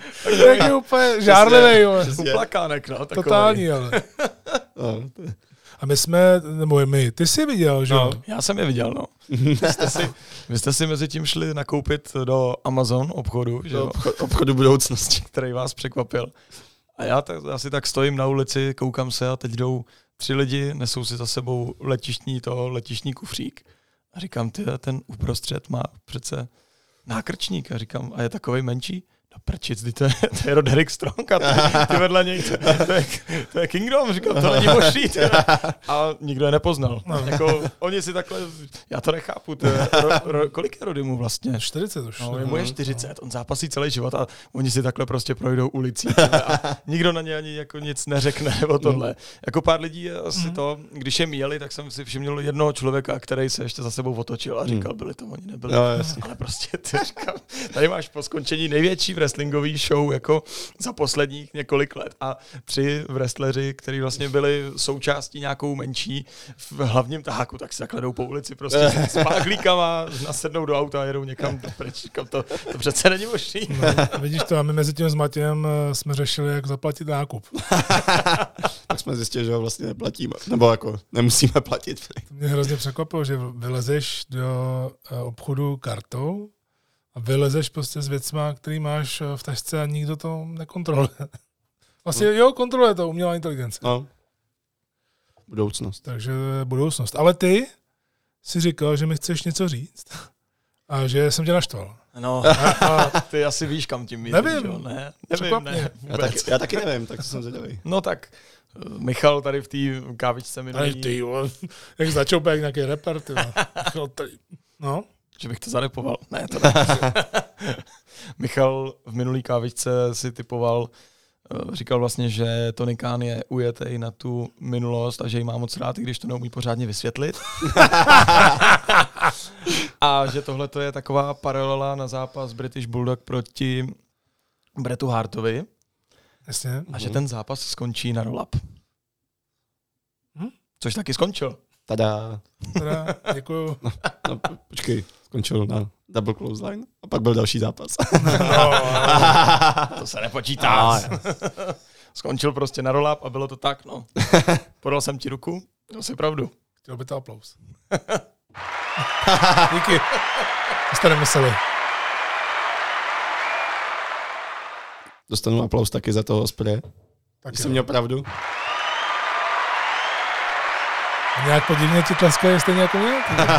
Tak je úplně žárlivý, jo. Uplakánek, no. Takový. Totální, ale. No, A my jsme, nebo my, ty jsi viděl, že jo? No, já jsem je viděl, no. Vy jste si, vy jste si mezi tím šli nakoupit do Amazon obchodu, že jo? Obchod, obchodu budoucnosti. Který vás překvapil. A já tak, asi tak stojím na ulici, koukám se a teď jdou tři lidi, nesou si za sebou letištní to, letištní kufřík. A říkám, ty, ten uprostřed má přece nákrčník. A říkám, a je takovej menší? No prčic, to je, to je Roderick Strong a ty, ty vedle něj, to, to, je, to je Kingdom, říkám, to není možný. A nikdo je nepoznal. No. Jako, oni si takhle, já to nechápu, to je, ro, ro, kolik je Rodymu vlastně? čtyřicet už. No, mu je čtyřicet, on zápasí celý život a oni si takhle prostě projdou ulicí a nikdo na ně ani jako nic neřekne o tohle. Jako pár lidí je asi to, když je míjeli, tak jsem si všiml jednoho člověka, který se ještě za sebou otočil a říkal, byli to oni, nebyli. No, ale prostě ty říkám, tady máš po skončení největší wrestlingový show jako za posledních několik let a tři wrestleri, kteří vlastně byli součástí nějakou menší v hlavním taháku, tak se takhle jdou po ulici prostě s páklíkama, nasednou do auta a jedou někam pryč. To, to přece není možný. No, vidíš to, a my mezi tím s Matějem jsme řešili, jak zaplatit nákup. Tak jsme zjistili, že ho vlastně neplatíme. Nebo jako nemusíme platit. To mě hrozně překvapilo, že vylezeš do obchodu kartou a vylezeš prostě s věcma, který máš v tašce a nikdo to nekontroluje. Vlastně jo, kontroluje to umělá inteligence. No. Budoucnost. Takže budoucnost. Ale ty si říkal, že mi chceš něco říct a že jsem tě naštval. No, a, a ty asi víš, kam tím míříš, nevím. Jo? Ne, nevím, ne. Já taky, já taky nevím, tak to jsem zvědavý. No tak, Michal tady v té kávičce minulý. Ale ty, jo, jak začal být nějaký rapper, ty. No. Že bych to zarepoval. Ne, to ne. Michal v minulý kávičce si typoval, říkal vlastně, že Tony Khan je ujetej na tu minulost a že ji má moc rád, i když to neumí pořádně vysvětlit. A že tohle je taková paralela na zápas British Bulldog proti Brettu Hartovi. Jasně. A že ten zápas skončí na roll-up. Hm? Což taky skončil. Tada. Teda, děkuju. No, no, počkej, skončil na double clothesline a pak byl další zápas. No, to se nepočítá. Skončil prostě na roll-up a bylo to tak, no. Podal jsem ti ruku, to si pravdu. chtěl by to aplaus. Díky. Jste nemysleli. Dostanu aplaus taky za toho Ospreje. Tak jsem měl pravdu. A nějak podivně ti tleskají stejně jako mě?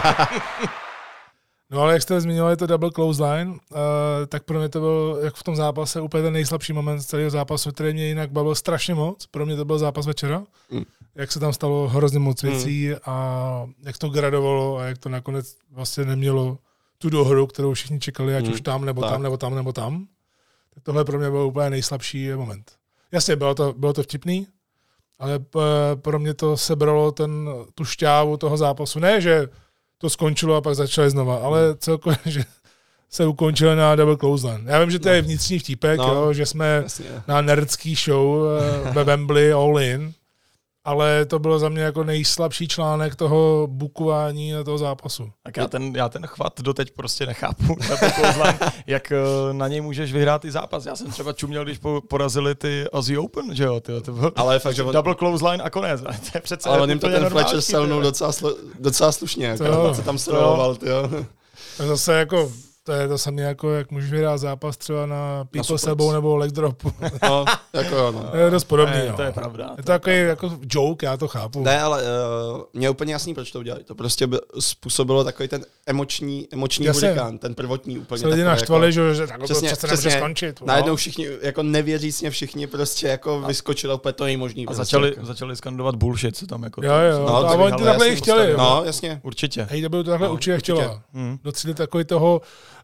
No ale jak jste zmiňovali to double clothesline, uh, tak pro mě to byl, jak v tom zápase, úplně ten nejslabší moment z celého zápasu, který mě jinak bavil strašně moc. Pro mě to byl zápas večera. Mm. Jak se tam stalo hrozně moc věcí mm. a jak to gradovalo a jak to nakonec vlastně nemělo tu dohru, kterou všichni čekali, ať mm. už tam, nebo tak. tam, nebo tam, nebo tam. Tak tohle pro mě byl úplně nejslabší moment. Jasně, bylo to, bylo to vtipný, ale pro mě to sebralo ten, tu šťávu toho zápasu. Ne, že to skončilo a pak začali znova, ale celkově, že se ukončilo na double clothesline. Já vím, že to je vnitřní vtípek, no, jo, že jsme jasně. na nerdský show ve Wembley All In, ale to bylo za mě jako nejslabší článek toho bukování a toho zápasu. Tak já ten, já ten chvat doteď prostě nechápu, jak na něj můžeš vyhrát i zápas. Já jsem třeba čuměl, když porazili ty Aussie Open, že jo? Ty, ty, ale fakt, že on... double clothesline a konec. To je přece ale on jim to ten Fletcher selnul docela, slu, docela slušně, jako, se tam sroloval, jo. Tak zase jako... To je to samé, jako jak můžeš vyhrát zápas třeba na people sebou nebo leg dropu. No, jako jo, no. Je dost podobný, ne, no. To je pravda. Je to takový jako joke, já to chápu. Ne, ale uh, mě je úplně jasný, proč to udělali. To prostě by způsobilo takový ten emoční, emoční hurikán, ten prvotní úplně. Se lidi naštvali, jako, že tak to přece nemůže skončit. Najednou všichni, jako nevěřícně všichni prostě jako a, vyskočili, úplně to není možný. A prostě začali, jako. začali skandovat bullshit, co tam jako... Jo, jo, no, a oni to takhle i chtěli. No, jasně. Určitě. Hej, to bylo to takhle určitě chtěla. Docílit takový toho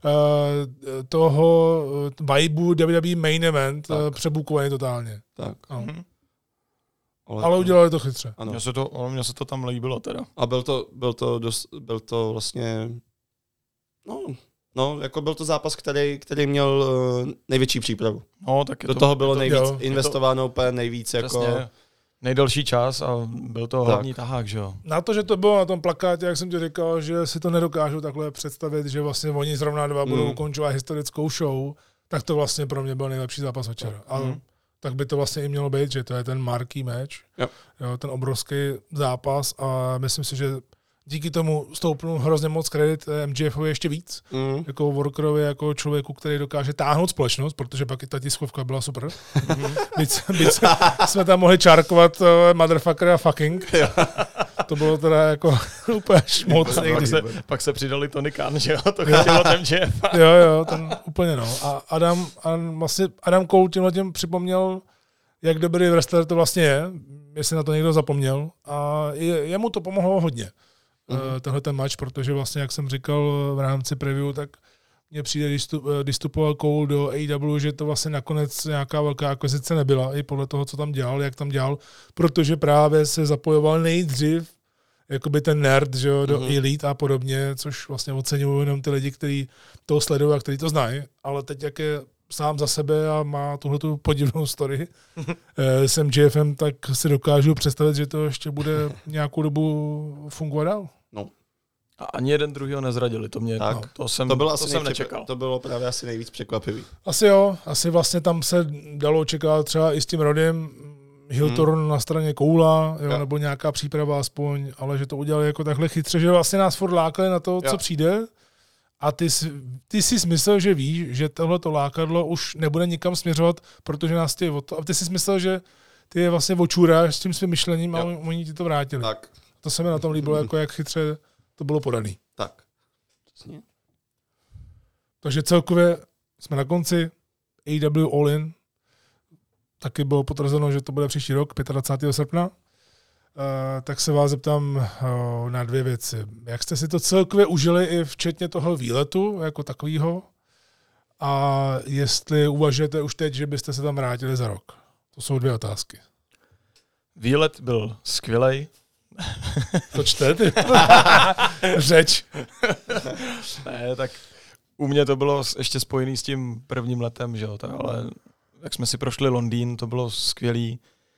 toho vibu W W E main event přebukovaný totálně. Tak. No. Ale, Ale udělali to chytře. Mně se to, mně se to tam líbilo teda. A byl to, byl to, dost, byl to vlastně, no, no, jako byl to zápas, který, který měl uh, největší přípravu. No, tak Do to, toho bylo to, nejvíc jo, investováno, úplně nejvíc jako... Nejdelší čas a byl to hlavní tahák, že jo. Na to, že to bylo na tom plakátě, jak jsem ti říkal, že si to nedokážu takhle představit, že vlastně oni zrovna dva budou mm. ukončovat historickou show, tak to vlastně pro mě byl nejlepší zápas večera. A mm. tak by to vlastně i mělo být, že to je ten marquee match, jo. Jo, ten obrovský zápas a myslím si, že díky tomu stoupnul hrozně moc kredit M J Fovi ještě víc, Mm. jako workerovi, jako člověku, který dokáže táhnout společnost, protože pak i ta tiskovka byla super. byť, byť jsme tam mohli čárkovat uh, motherfucker a fucking. To bylo teda jako úplně šmoc. Pak se, pak se přidali Tony Khan, že jo, to chtělo M J F. Jo, jo, ten úplně no. A Adam, a vlastně Adam Cole tímhle tím připomněl, jak dobrý wrestler to vlastně je, jestli na to někdo zapomněl. A je, jemu to pomohlo hodně, mm-hmm. tenhle ten match, protože vlastně, jak jsem říkal v rámci preview, tak mně přijde, když vystupoval Cole do A E W, že to vlastně nakonec nějaká velká akvizice nebyla, i podle toho, co tam dělal, jak tam dělal, protože právě se zapojoval nejdřív jakoby ten nerd, že jo, do mm-hmm. Elite a podobně, což vlastně oceňují jenom ty lidi, kteří to sledují a kteří to znají, ale teď, jak je sám za sebe a má tuhletu podivnou story s M J Fem, tak si dokážu představit, že to ještě bude nějakou dobu fungovat dál. No. A ani jeden druhýho nezradili, to mě, tak. No, to jsem, to, bylo to asi jsem nejpřekva- nečekal. To bylo právě asi nejvíc překvapivý. Asi jo, asi vlastně tam se dalo očekávat třeba i s tím Rodem Hiltorn hmm. na straně Koula, jo, jo. nebo nějaká příprava aspoň, ale že to udělali jako takhle chytře, že vlastně nás furt lákali na to, jo. co přijde. A ty, ty jsi smyslel, že víš, že tohleto lákadlo už nebude nikam směřovat, protože nás ty o to. A ty jsi smyslel, že ty je vlastně očůráš s tím svým myšlením jo. a oni ti to vrátili. Tak. To se mi na tom líbilo, jako jak chytře to bylo podaný. Tak. Přesně. Takže celkově jsme na konci A E W All In. Taky bylo potvrzeno, že to bude příští rok, dvacátého pátého srpna. Uh, tak se vás zeptám uh, na dvě věci. Jak jste si to celkově užili i včetně toho výletu jako takového? A jestli uvažujete už teď, že byste se tam vrátili za rok? To jsou dvě otázky. Výlet byl skvělej. To čte ty? Řeč. Ne, tak u mě to bylo ještě spojený s tím prvním letem, že jo, tak, ale jak jsme si prošli Londýn, to bylo skvělý.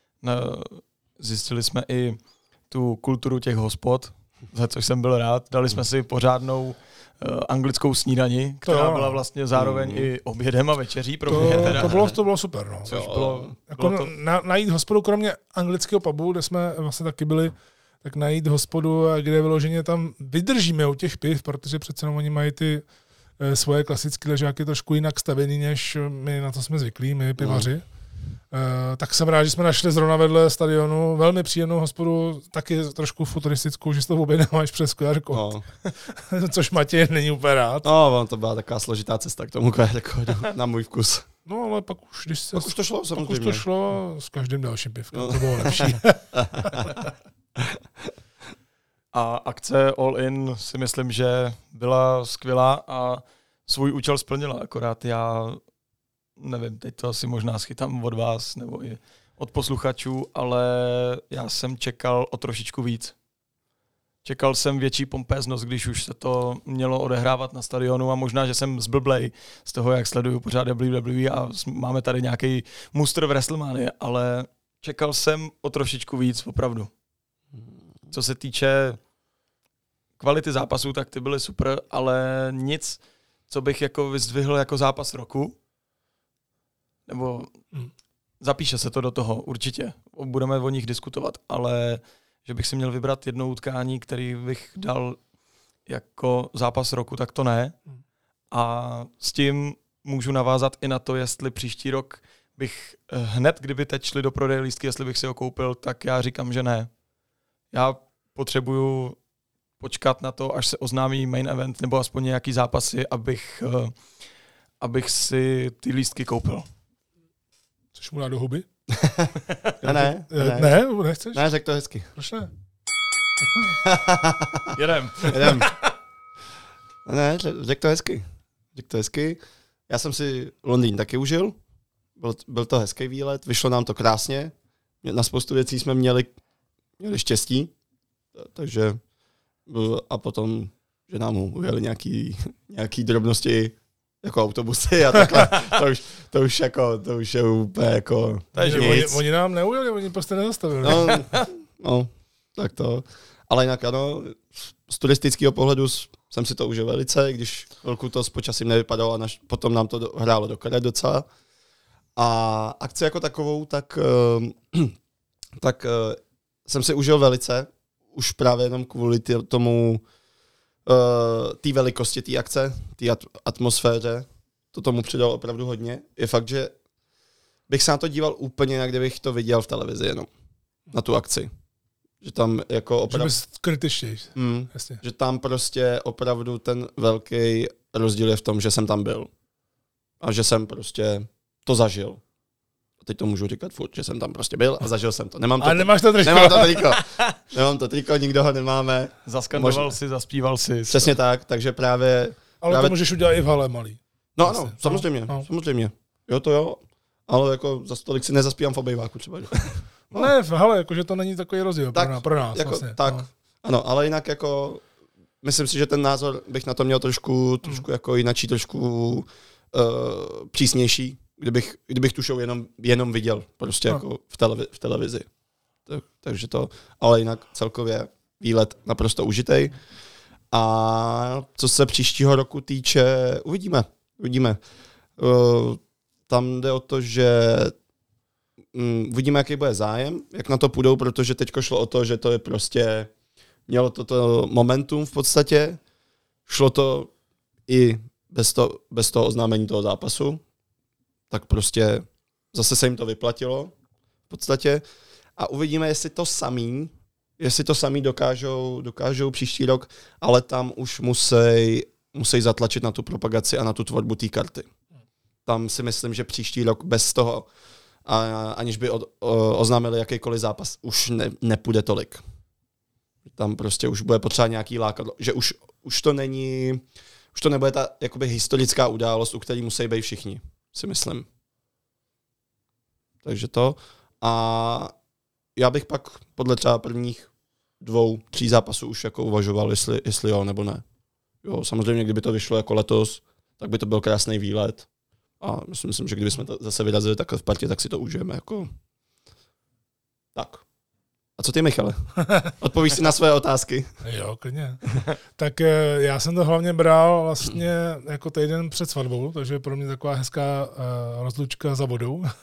Zjistili jsme i tu kulturu těch hospod, za což jsem byl rád. Dali jsme si pořádnou uh, anglickou snídani, která byla vlastně zároveň mm. i obědem a večeří pro to, mě. Teda. To, bylo, to bylo super. No. Což bylo, jako bylo to... na, najít hospodu, kromě anglického pubu, kde jsme vlastně taky byli, tak najít hospodu, kde vyloženě tam vydržíme u těch piv, protože přece oni mají ty e, svoje klasické ležáky trošku jinak stavěný, než my na to jsme zvyklí, my pivaři. Mm. Uh, tak jsem rád, že jsme našli zrovna vedle stadionu velmi příjemnou hospodu, taky trošku futuristickou, že si to objednáváš přes Q R kód. No. Což Matěj není úplně rád. No, to byla taková složitá cesta k tomu Q R kódu, na můj vkus. No, ale pak už, když se... Pak už to šlo, samozřejmě. Pak už to šlo s každým dalším pivkem, no. To bylo lepší. A akce All In si myslím, že byla skvělá a svůj účel splnila, akorát já nevím, teď to asi možná schytám od vás nebo i od posluchačů, ale já jsem čekal o trošičku víc. Čekal jsem větší pompéznost, když už se to mělo odehrávat na stadionu a možná, že jsem zblblej z toho, jak sleduju pořád W W E a máme tady nějaký mustr v WrestleMania, ale čekal jsem o trošičku víc, opravdu. Co se týče kvality zápasů, tak ty byly super, ale nic, co bych jako vyzdvihl jako zápas roku, nebo hmm. zapíše se to do toho, určitě. Budeme o nich diskutovat, ale že bych si měl vybrat jedno utkání, který bych dal jako zápas roku, tak to ne. Hmm. A s tím můžu navázat i na to, jestli příští rok bych hned, kdyby teď šli do prodeje lístky, jestli bych si ho koupil, tak já říkám, že ne. Já potřebuju počkat na to, až se oznámí main event, nebo aspoň nějaký zápasy, abych, abych si ty lístky koupil. Chceš mu dát do huby? ne, ne, ne. Ne, nechceš? Ne, řek to hezky. Proč ne? Jedem. Jedem. Ne, řek to hezky. Řek to hezky. Já jsem si Londýn taky užil. Byl, byl to hezký výlet, vyšlo nám to krásně. Na spoustu věcí jsme měli, měli štěstí. Takže a potom, že nám ujeli nějaký, nějaký drobnosti jako autobusy a takhle, to už, to už jako, to už je úplně jako Takže oni, oni nám neujeli, oni prostě nezastavili. No, no, tak to. Ale jinak ano, z turistického pohledu jsem si to užil velice, když velkou to s počasím nevypadalo a naš, potom nám to do, hrálo do karet docela. A akci jako takovou, tak, uh, tak uh, jsem si užil velice, už právě jenom kvůli tý, tomu uh, té velikosti té akce, té at- atmosféře, to tomu přidalo opravdu hodně. Je fakt, že bych se na to díval úplně jinak, kdybych to viděl v televizi jenom, na tu akci. Že tam jako opravdu... Že bys kritičtěji, mm, jasně. Že tam prostě opravdu ten velký rozdíl je v tom, že jsem tam byl. A že jsem prostě to zažil. A teď to můžu říkat furt, že jsem tam prostě byl a zažil jsem to. Nemám to, a nemáš to triko. Nemám to triko. Nemám to triko, nikdo ho nemáme. Zaskandoval Možná. si, zaspíval si. Přesně tak, takže právě... Ale právě... to můžeš udělat i v hale malý. No vlastně. ano, samozřejmě, no. samozřejmě. Jo to jo, ale jako za stolik si nezaspívám v obejváku třeba. No. Ne, v hale, jakože to není takový rozdíl tak, pro nás. Pro nás jako, vlastně. tak, no. Ano, ale jinak jako... Myslím si, že ten názor bych na to měl trošku, trošku jako jinačí, trošku uh, přísnější, kdybych, kdybych tu show jenom, jenom viděl, prostě no. jako v, televi- v televizi. Tak, takže to, ale jinak celkově výlet naprosto užitej. A co se příštího roku týče, uvidíme, uvidíme. Uh, tam jde o to, že um, uvidíme, jaký bude zájem, jak na to půjdou, protože teďko šlo o to, že to je prostě mělo toto momentum v podstatě, šlo to i bez, to, bez toho oznámení toho zápasu, tak prostě zase se jim to vyplatilo v podstatě a uvidíme, jestli to samý, jestli to samý dokážou, dokážou příští rok, ale tam už musí, musí zatlačit na tu propagaci a na tu tvorbu té karty. Tam si myslím, že příští rok bez toho, a, aniž by od, o, oznámili jakýkoliv zápas, už ne, nepůjde tolik. Tam prostě už bude potřeba nějaký lákadlo, že už, už to není, už to nebude ta jakoby historická událost, u které musí být všichni, si myslím. Takže to. A já bych pak podle třeba prvních dvou, tří zápasů už jako uvažoval, jestli, jestli jo nebo ne. Jo, samozřejmě, kdyby to vyšlo jako letos, tak by to byl krásný výlet. A myslím, myslím že kdybychom to zase vyrazili takhle v partě, tak si to užijeme jako... Tak. A co ty, Michale? Odpovíš si na své otázky? Jo, klidně. Tak já jsem to hlavně bral vlastně jako týden před svatbou, takže pro mě taková hezká uh, rozlučka za vodou. uh,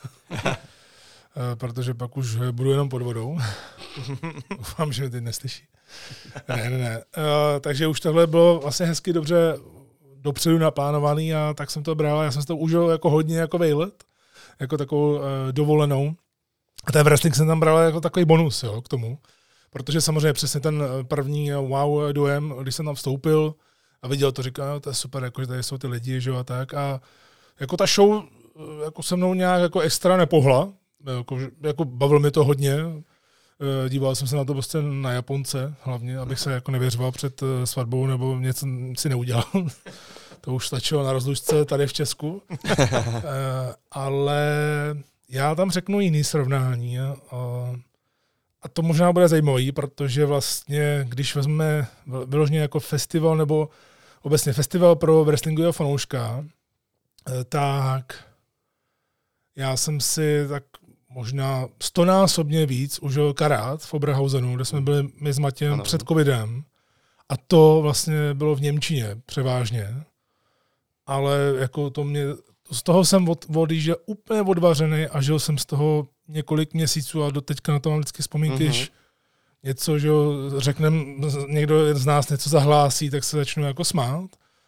protože pak už budu jenom pod vodou. Doufám, že mě teď neslyší. Ne, ne, ne. Uh, takže už tohle bylo vlastně hezky dobře dopředu naplánovaný a tak jsem to bral. Já jsem si to užil jako hodně jako vejlet, jako takovou uh, dovolenou. A ten wrestling jsem tam bral jako takový bonus, jo, k tomu. Protože samozřejmě přesně ten první wow dojem, když jsem tam vstoupil a viděl to, říkal, to je super, jako, že tady jsou ty lidi, že jo, a tak. A jako ta show jako se mnou nějak jako extra nepohla, jako, jako bavil mi to hodně. Díval jsem se na to prostě na Japonce hlavně, abych se jako nevěřoval před svatbou nebo něco si neudělal. To už stačilo na rozlučce tady v Česku. Ale já tam řeknu jiný srovnání a, a to možná bude zajímavý, protože vlastně, když vezmeme vyloženě jako festival nebo obecně festival pro wrestlingového fanouška, tak já jsem si tak možná stonásobně víc užil karát v Oberhausenu, kde jsme byli my s Matějem ano. před covidem a to vlastně bylo v němčině převážně, ale jako to mě... Z toho jsem od, odjížděl úplně odvařený a žil jsem z toho několik měsíců a do teďka na to mám vždycky vzpomínky, když mm-hmm. něco, že řekneme, někdo z nás něco zahlásí, tak se začnu jako smát. Uh,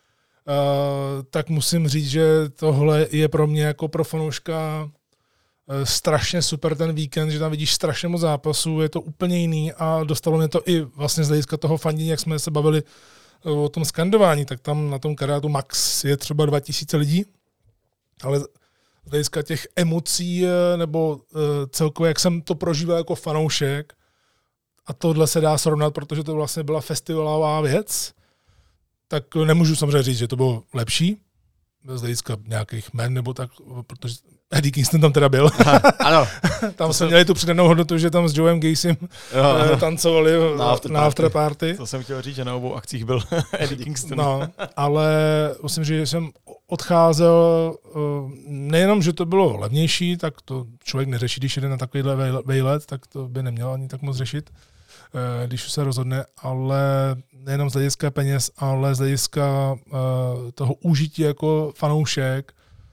tak musím říct, že tohle je pro mě jako pro fanouška uh, strašně super ten víkend, že tam vidíš strašně moc zápasů, je to úplně jiný a dostalo mě to i vlastně z hlediska toho fandění, jak jsme se bavili o tom skandování, tak tam na tom karátu max je třeba dva tisíce lidí. Ale z hlediska těch emocí nebo uh, celkově, jak jsem to prožíval jako fanoušek, a tohle se dá srovnat, protože to vlastně byla festivalová věc, tak nemůžu samozřejmě říct, že to bylo lepší z hlediska nějakých men, nebo tak, protože Eddie Kingston tam teda byl. Aha, ano. Tam jsme měli tu přidanou hodnotu, že tam s Joem Gacyem uh, tancovali na after, na after party. To jsem chtěl říct, že na obou akcích byl Eddie Kingston. No, ale musím říct, že jsem odcházel, uh, nejenom, že to bylo levnější, tak to člověk neřeší, když jde na takovýhle vejlet, tak to by neměl ani tak moc řešit, uh, když se rozhodne, ale nejenom z hlediska peněz, ale z hlediska uh, toho užití jako fanoušek,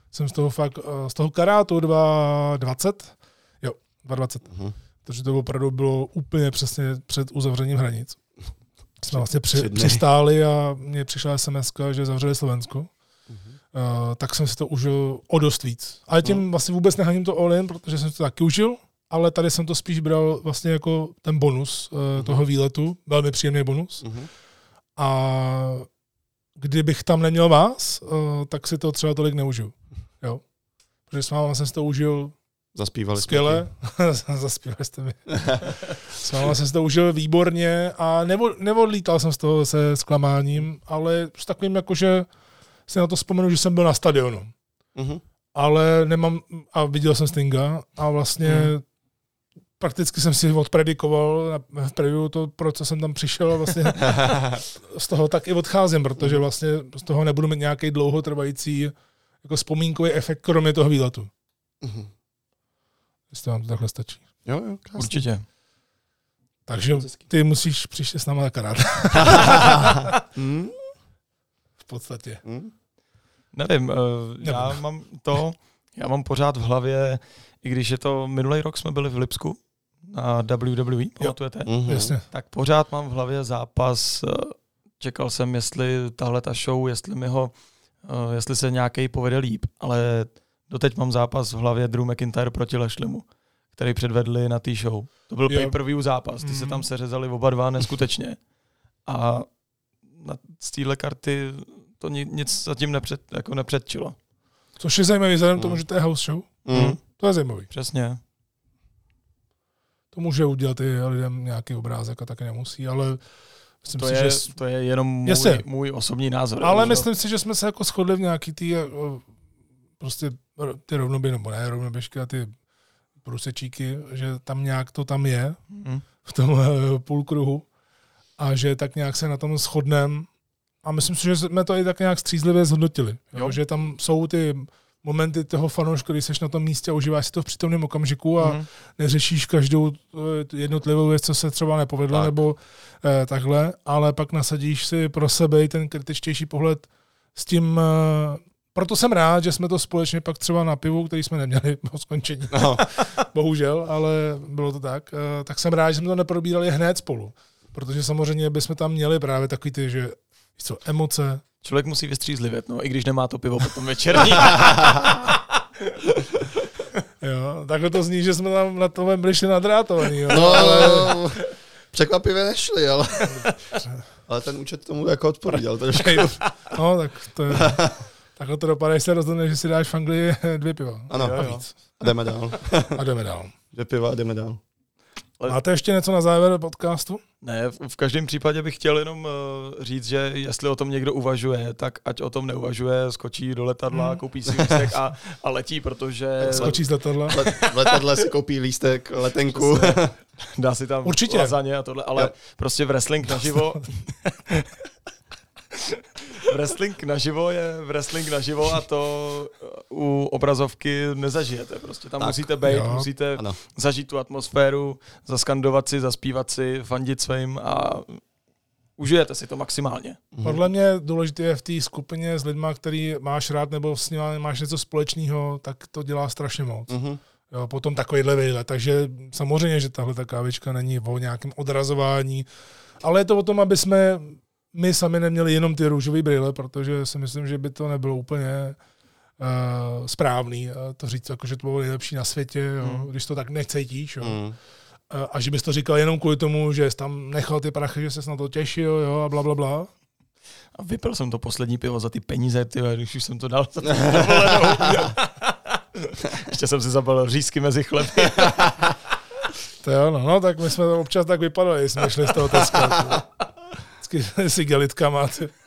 jsem z toho fakt, z toho karátu dva dvacet, jo, dva dvacet, uh-huh. protože to opravdu bylo úplně přesně před uzavřením hranic. Jsme vlastně při, přistáli a mně přišla es em eska, že zavřeli Slovensko. Uh-huh. Uh, tak jsem si to užil o dost víc. Ale tím uh-huh. vlastně vůbec nehaním to all in, protože jsem to taky užil, ale tady jsem to spíš bral vlastně jako ten bonus uh, uh-huh. toho výletu, velmi příjemný bonus. Uh-huh. A kdybych tam neměl vás, uh, tak si to třeba tolik neužil. Jo? Protože s váma jsem si to užil Zaspívali skvěle. Zaspívali jste mi. S váma jsem si to užil výborně a nevo, neodlítal jsem z toho se zklamáním, ale s takovým jakože si na to vzpomenu, že jsem byl na stadionu. Uh-huh. Ale nemám, a viděl jsem Stinga a vlastně uh-huh. prakticky jsem si odpredikoval v preview to, pro co jsem tam přišel a vlastně z toho tak i odcházím, protože vlastně z toho nebudu mít nějaký dlouhotrvající jako vzpomínkový efekt, kromě toho výletu. Uh-huh. Jestli vám to takhle stačí. Jo, jo, krásný. Určitě. Takže ty musíš příště s náma takrát. mm? V podstatě. Mm? Nevím, uh, já mám to, já mám pořád v hlavě, i když je to, minulý rok jsme byli v Lipsku na W W E, pamatujete? Mm-hmm. Jasně. Tak pořád mám v hlavě zápas, čekal jsem, jestli tahle ta show, jestli mi ho, uh, jestli se nějaký povede líp, ale doteď mám zápas v hlavě Drew McIntyre proti Lashleymu, který předvedli na té show. To byl pay-per-view zápas, ty mm-hmm. se tam seřezali oba dva neskutečně. A na, z téhle karty to nic zatím nepřed, jako nepředčilo. Což je zajímavý, vzhledem mm. tomu, že to je house show. Mm. To je zajímavý. Přesně. To může udělat i lidem nějaký obrázek a taky nemusí, ale myslím to, si, je, že... to je jenom můj, můj osobní názor. Ale myslím si, že jsme se jako shodli v nějaký tý prostě ty rovnobě, nebo ne rovnoběžky a ty průsečíky, že tam nějak to tam je mm. v tom půlkruhu a že tak nějak se na tom shodneme a myslím si, že jsme to i tak nějak střízlivě zhodnotili. Jo? Že tam jsou ty momenty toho fanouška, když jsi na tom místě a užíváš si to v přítomném okamžiku a mm. neřešíš každou jednotlivou věc, co se třeba nepovedla, tak. nebo eh, takhle, ale pak nasadíš si pro sebe i ten kritičtější pohled s tím. Eh, proto jsem rád, že jsme to společně pak třeba na pivu, který jsme neměli po skončení, no. bohužel, ale bylo to tak, eh, tak jsem rád, že jsme to neprobírali hned spolu, protože samozřejmě bychom tam měli právě takový ty, že co, emoce. Člověk musí vystřízlivět, no, i když nemá to pivo potom večerní. Jo, takhle to zní, že jsme tam na tom byli šli nadrátovaný. Jo. No, ale překvapivě nešli, ale, ale ten účet tomu jako odpověděl. No, tak to je, takhle to dopadá, když se rozhodneš, že si dáš v Anglii dvě piva. Ano, jo, a jo. víc. A jdeme dál. A jdeme dál. Dvě piva a jdeme dál. Máte ještě něco na závěr podcastu? Ne, v, v každém případě bych chtěl jenom uh, říct, že jestli o tom někdo uvažuje, tak ať o tom neuvažuje, skočí do letadla, hmm. koupí si lístek a, a letí, protože... Skočí z letadla. Let, v letadle si koupí lístek, letenku. Dá si tam určitě lazaně a tohle, ale jo. prostě wrestling naživo... Wrestling naživo je wrestling naživo a to u obrazovky nezažijete. Prostě tam tak, musíte být, jo. musíte ano. zažít tu atmosféru, zaskandovat si, zaspívat si, fandit svým a užijete si to maximálně. Podle mě důležité je v té skupině s lidma, který máš rád nebo s nimi máš něco společného, tak to dělá strašně moc. Uh-huh. Jo, potom takovýhle výlet. Takže samozřejmě, že tahle ta kávička není o nějakém odrazování, ale je to o tom, aby jsme my sami neměli jenom ty růžové brýle, protože si myslím, že by to nebylo úplně uh, správný uh, to říct, jako, že to bylo nejlepší na světě, jo, mm. když to tak necítíš. Jo. Mm. Uh, a že bys to říkal jenom kvůli tomu, že jsi tam nechal ty prachy, že ses na to těšil jo, a bla, bla, bla. A vypil jsem to poslední pivo za ty peníze, ty, když už jsem to dal za dovolenou. Ještě jsem si zabalil řízky mezi chleby. To jo, no, no, tak my jsme občas tak vypadali, jsme šli z toho Teska. S igelitkama.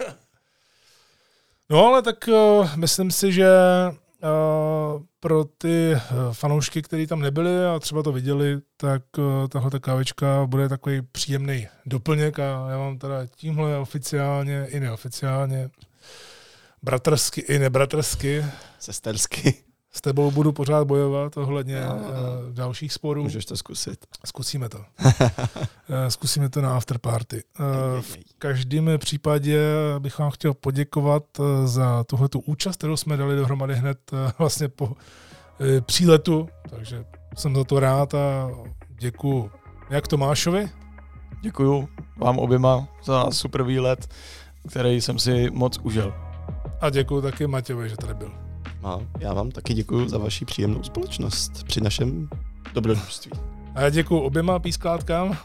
No ale tak uh, myslím si, že uh, pro ty uh, fanoušky, kteří tam nebyli a třeba to viděli, tak uh, tahle ta kávička bude takový příjemný doplněk a já vám teda tímhle oficiálně i neoficiálně, bratrsky i nebratrsky, sestersky, S tebou budu pořád bojovat ohledně no, uh, dalších sporů. Můžeš to zkusit. Zkusíme to. uh, zkusíme to na afterparty. Uh, v každém případě bych vám chtěl poděkovat uh, za tuhletu účast, kterou jsme dali dohromady hned uh, vlastně po uh, příletu, takže jsem za to rád a děkuju jak Tomášovi. Děkuju vám oběma za super výlet, který jsem si moc užil. A děkuju taky Matějovi, že tady byl. A já vám taky děkuju za vaši příjemnou společnost při našem dobrodružství. A já děkuju oběma písklátkám,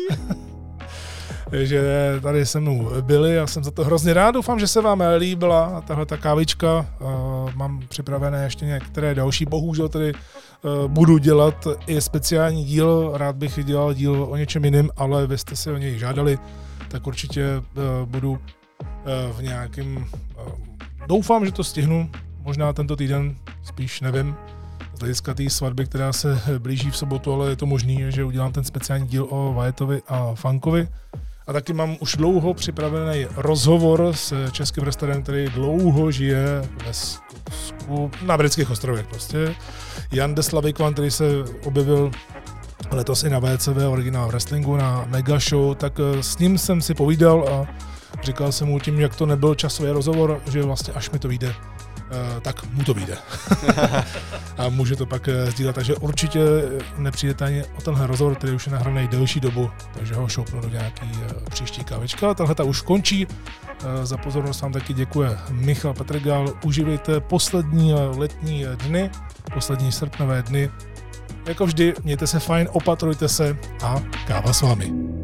že tady se mnou byli. Já jsem za to hrozně rád. Doufám, že se vám líbila tahle ta kávička. Mám připravené ještě některé další. Bohužel tady budu dělat i speciální díl. Rád bych dělal díl o něčem jiném, ale vy jste si o něj žádali, tak určitě budu v nějakém... Doufám, že to stihnu. Možná tento týden, spíš nevím, z hlediska té svatby, která se blíží v sobotu, ale je to možný, že udělám ten speciální díl o Wyattovi a Funkovi. A taky mám už dlouho připravený rozhovor s českým restaurantem, který dlouho žije ve Skotsku, na britských ostrovech prostě. Jan de Slavikvan, který se objevil letos i na V C V Originál Wrestlingu, na Mega Show, tak s ním jsem si povídal a říkal jsem mu tím, jak to nebyl časový rozhovor, že vlastně až mi to vyjde, tak mu to vyjde. A může to pak sdílet, takže určitě nepřijdete ani o tenhle rozhovor, který už je nahraný delší dobu, takže ho šoupnu do nějaký příští kávička. Tahle ta už končí. Za pozornost vám taky děkuje Michal Petrgal. Uživejte poslední letní dny, poslední srpnové dny. Jako vždy, mějte se fajn, opatrujte se a káva s vámi.